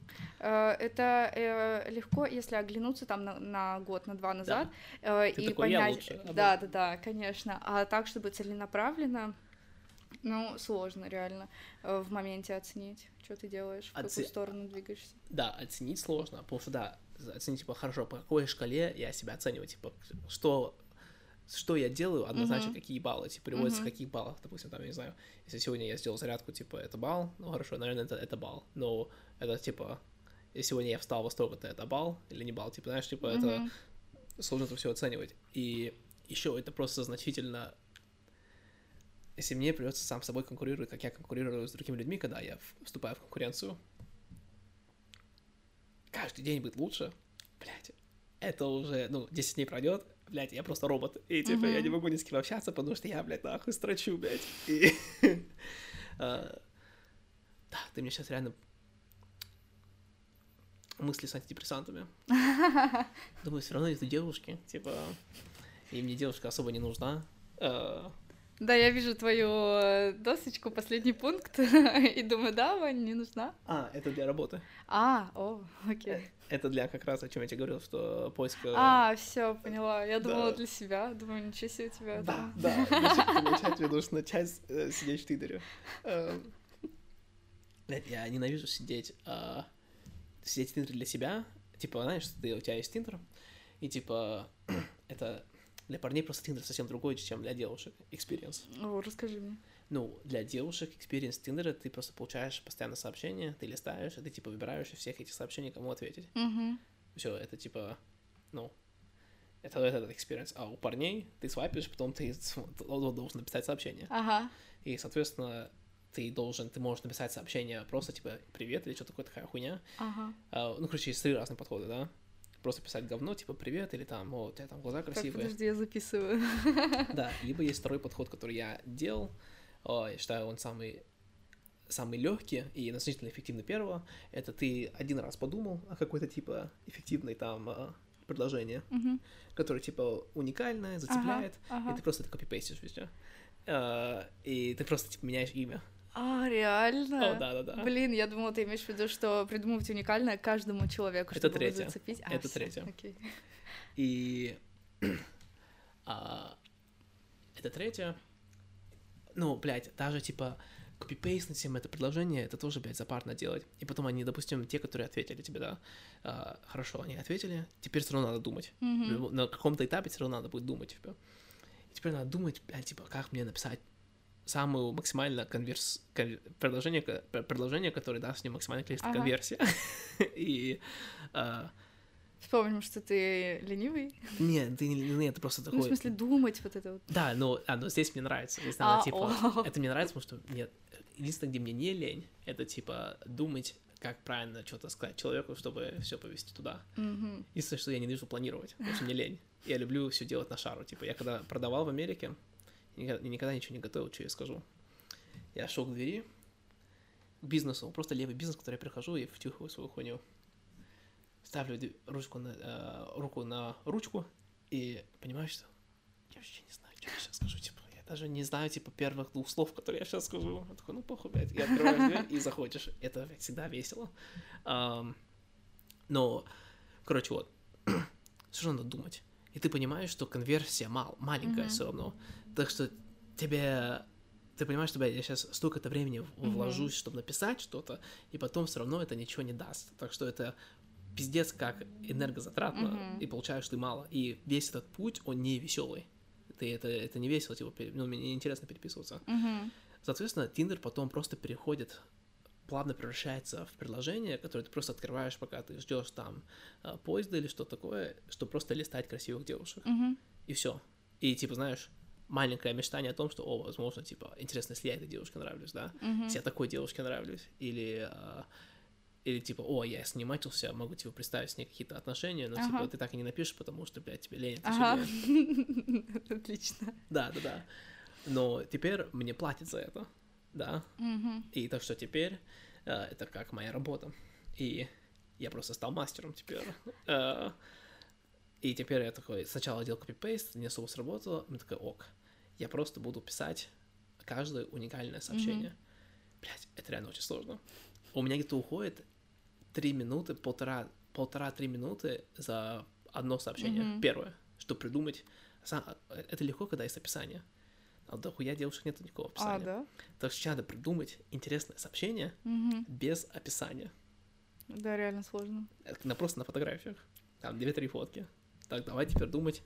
B: Это э, легко, если оглянуться там на, на год, на два назад, да. э, и
A: такой,
B: понять.
A: Я лучше,
B: да, да, да, конечно. А так, чтобы целенаправленно, ну, сложно реально э, в моменте оценить, что ты делаешь, в Оце... какую сторону двигаешься.
A: Да, оценить сложно, потому что, да, оценить, типа, хорошо, по какой шкале я себя оцениваю, типа, что... Что я делаю, однозначно, uh-huh. какие баллы, типа, приводятся uh-huh. каких баллов, допустим, там, я не знаю, если сегодня я сделал зарядку, типа, это балл, ну, хорошо, наверное, это, это балл, но это, типа, если сегодня я встал во столько-то, это балл или не балл, типа, знаешь, типа, uh-huh. это сложно это все оценивать. И еще это просто значительно... Если мне придется сам с собой конкурировать, как я конкурирую с другими людьми, когда я вступаю в конкуренцию, каждый день будет лучше, блядь, это уже, ну, десять дней пройдет, блядь, я просто робот, и, типа, uh-huh. я не могу ни с кем общаться, потому что я, блядь, нахуй строчу, блядь, и... Да, ты мне сейчас реально мысли с антидепрессантами. Думаю, все равно это девушки, типа, и мне девушка особо не нужна.
B: Да, я вижу твою досочку, последний пункт, и думаю, да, Вань, не нужна.
A: А, это для работы.
B: А, о, окей.
A: Это для как раз, о чем я тебе говорил, что поиск...
B: А, все, поняла. Я думала да. для себя. Думаю, ничего себе у тебя.
A: Да, да. да. Начать тебе нужно начать э, сидеть в Твиттере. Э, я ненавижу сидеть, э, сидеть в Твиттере для себя. Типа, знаешь, ты, у тебя есть Твиттер, и типа это... Для парней просто Тиндер совсем другой, чем для девушек. Experience.
B: О, расскажи мне.
A: Ну, для девушек experience Тиндера ты просто получаешь постоянно сообщения, ты листаешь, и ты, типа, выбираешь из всех этих сообщений, кому ответить.
B: Mm-hmm.
A: Все, это, типа, ну, это этот experience. А у парней ты свайпишь, потом ты должен написать сообщение.
B: Ага.
A: И, соответственно, ты должен, ты можешь написать сообщение просто, типа, привет или что-то такое, такая хуйня.
B: Ага.
A: А, ну, короче, есть три разных подхода, да? Просто писать говно, типа, привет, или там, о, у тебя там глаза красивые.
B: Так, подожди, я записываю.
A: Да, либо есть второй подход, который я делал, о, я считаю, он самый, самый легкий и значительно эффективный первого. Это ты один раз подумал о какой-то, типа, эффективной там предложении,
B: uh-huh.
A: которое, типа, уникальное, зацепляет,
B: ага, ага.
A: и ты просто это копипейстишь везде. И ты просто, типа, меняешь имя.
B: А, реально?
A: О, да-да-да.
B: Блин, я думала, ты имеешь в виду, что придумывать уникальное каждому человеку,
A: это
B: чтобы
A: третье.
B: его зацепить. А,
A: это
B: всё,
A: третье.
B: окей.
A: И а, это третье. Ну, блядь, даже, типа, копипейстнуть им это предложение, это тоже, блядь, запарно делать. И потом они, допустим, те, которые ответили тебе, да, а, хорошо, они ответили, теперь все равно надо думать.
B: Mm-hmm.
A: На каком-то этапе все равно надо будет думать, типа. И теперь надо думать, блядь, типа, как мне написать самую максимально конверс... кон... предложение, предложение, которое даст мне максимальное количество ага. конверсии. И... А...
B: Вспомним, что ты ленивый.
A: Нет, ты не ленивый, это просто такой...
B: Ну, в смысле, думать вот это вот.
A: Да, но, а, но здесь мне нравится. Здесь
B: а,
A: надо, типа... Это мне нравится, потому что нет, единственное, где мне не лень, это, типа, думать, как правильно что-то сказать человеку, чтобы все повести туда.
B: Mm-hmm.
A: Единственное, что я ненавижу планировать, потому что мне лень. Я люблю все делать на шару. Типа, я когда продавал в Америке, я никогда ничего не готовил, что я скажу. Я шел к двери, к бизнесу, просто левый бизнес, в который я прихожу и втюхиваю свою хуйню. Ставлю ручку на, э, руку на ручку и понимаю, что я вообще не знаю, что я сейчас скажу. Типа, я даже не знаю, типа, первых двух слов, которые я сейчас скажу. Я такой, ну, похуй, блядь. И открываешь дверь и заходишь. Это всегда весело. Um, но, короче, вот. Все равно надо думать. И ты понимаешь, что конверсия мал, маленькая mm-hmm. все равно. Так что тебе... Ты понимаешь, что, блядь, я сейчас столько-то времени вложусь, mm-hmm. чтобы написать что-то, и потом все равно это ничего не даст. Так что это пиздец как энергозатратно, mm-hmm. и получаешь ты мало. И весь этот путь, он не веселый. Ты, это, это не весело, типа, ну, мне интересно переписываться.
B: Mm-hmm.
A: Соответственно, Tinder потом просто переходит, плавно превращается в приложение, которое ты просто открываешь, пока ты ждешь там поезда или что-то такое, чтобы просто листать красивых девушек.
B: Mm-hmm.
A: И все. И, типа, знаешь, маленькое мечтание о том, что, о, возможно, типа, интересно, если я этой девушке нравлюсь, да?
B: Mm-hmm.
A: Если я такой девушке нравлюсь. Или, а, или типа, о, я с ней матчился, могу, типа, представить с ней какие-то отношения, но, ага. типа, ты так и не напишешь, потому что, блядь, тебе лень это
B: ага.
A: все делать.
B: Отлично.
A: Да, да, да. Но теперь мне платят за это, да?
B: Mm-hmm.
A: И так что теперь а, это как моя работа. И я просто стал мастером теперь. А, и теперь я такой, сначала делал копипейст, не особо сработало, мне такой, ок, я просто буду писать каждое уникальное сообщение. Mm-hmm. Блять, это реально очень сложно. У меня где-то уходит три минуты, полтора, полтора-три минуты за одно сообщение, mm-hmm. первое, чтобы придумать. Это легко, когда есть описание. А до хуя девушек нет никакого описания.
B: А, да?
A: Так что надо придумать интересное сообщение
B: mm-hmm.
A: без описания.
B: Да, реально сложно.
A: Это просто на фотографиях. Там две-три фотки. Так, давай теперь думать.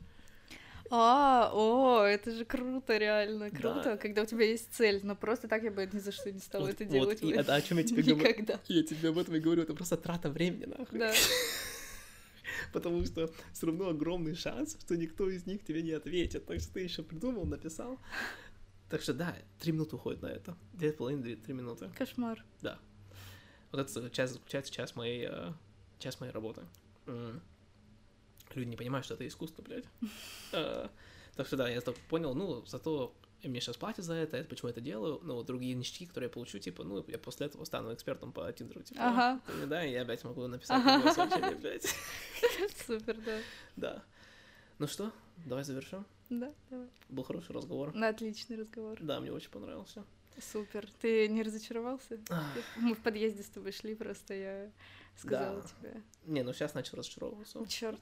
B: А, о, это же круто, реально круто,
A: да.
B: Когда у тебя есть цель, но просто так я бы ни за что не стала
A: вот,
B: это
A: вот,
B: делать.
A: И это о чем я тебе
B: говорю?
A: Никогда. Я тебе об этом и говорю, это просто трата времени, нахуй.
B: Да.
A: Потому что все равно огромный шанс, что никто из них тебе не ответит. Так что ты еще придумал, написал. Так что да, три минуты уходит на это. Две с половиной, три минуты.
B: Кошмар.
A: Да. Вот это час заключается час моей, час моей работы. Люди не понимают, что это искусство, блядь. Так что да, я так понял, ну, зато мне сейчас платят за это, почему я это делаю, но другие ништяки, которые я получу, типа, ну, я после этого стану экспертом по Тиндеру, типа,
B: ага.
A: да, и я опять могу написать ага. сообщение, блядь.
B: Супер, да.
A: Да. Ну что, давай завершим?
B: Да, давай.
A: Был хороший разговор.
B: Да, отличный разговор.
A: Да, мне очень понравился.
B: Супер. Ты не разочаровался? Мы в подъезде с тобой шли, просто я сказала да. тебе.
A: Не, ну сейчас начал разочаровываться.
B: Черт.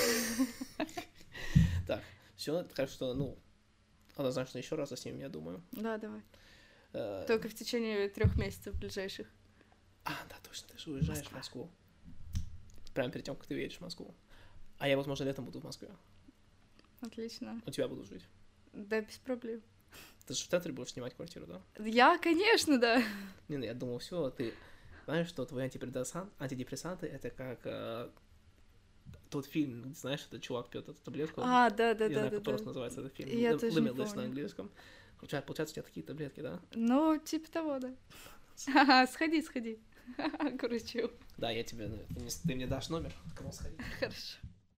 A: Так, все, так что, ну, однозначно еще раз заснимем, я думаю.
B: Да, давай. Uh... Только в течение трех месяцев ближайших.
A: А, да, точно, ты же уезжаешь Москва. в Москву. Прямо перед тем, как ты уедешь в Москву. А я, возможно, летом буду в Москве.
B: Отлично.
A: У тебя буду жить.
B: Да, без проблем.
A: Ты же в центре будешь снимать квартиру, да?
B: Я, конечно, да.
A: Не, ну я думал, все, ты знаешь, что твои антидепрессанты, антидепрессанты это как э, тот фильм, знаешь, этот чувак пьет эту таблетку.
B: А, да, да,
A: я
B: да.
A: знаю,
B: да,
A: как
B: да.
A: просто называется этот фильм.
B: Я тоже не
A: Limitless
B: помню.
A: на английском. Получается, получается, у тебя такие таблетки, да?
B: Ну, типа того, да. Ага, сходи, сходи. Кручу.
A: Да, я тебе, ты мне, ты мне дашь номер, к кому сходить.
B: Хорошо.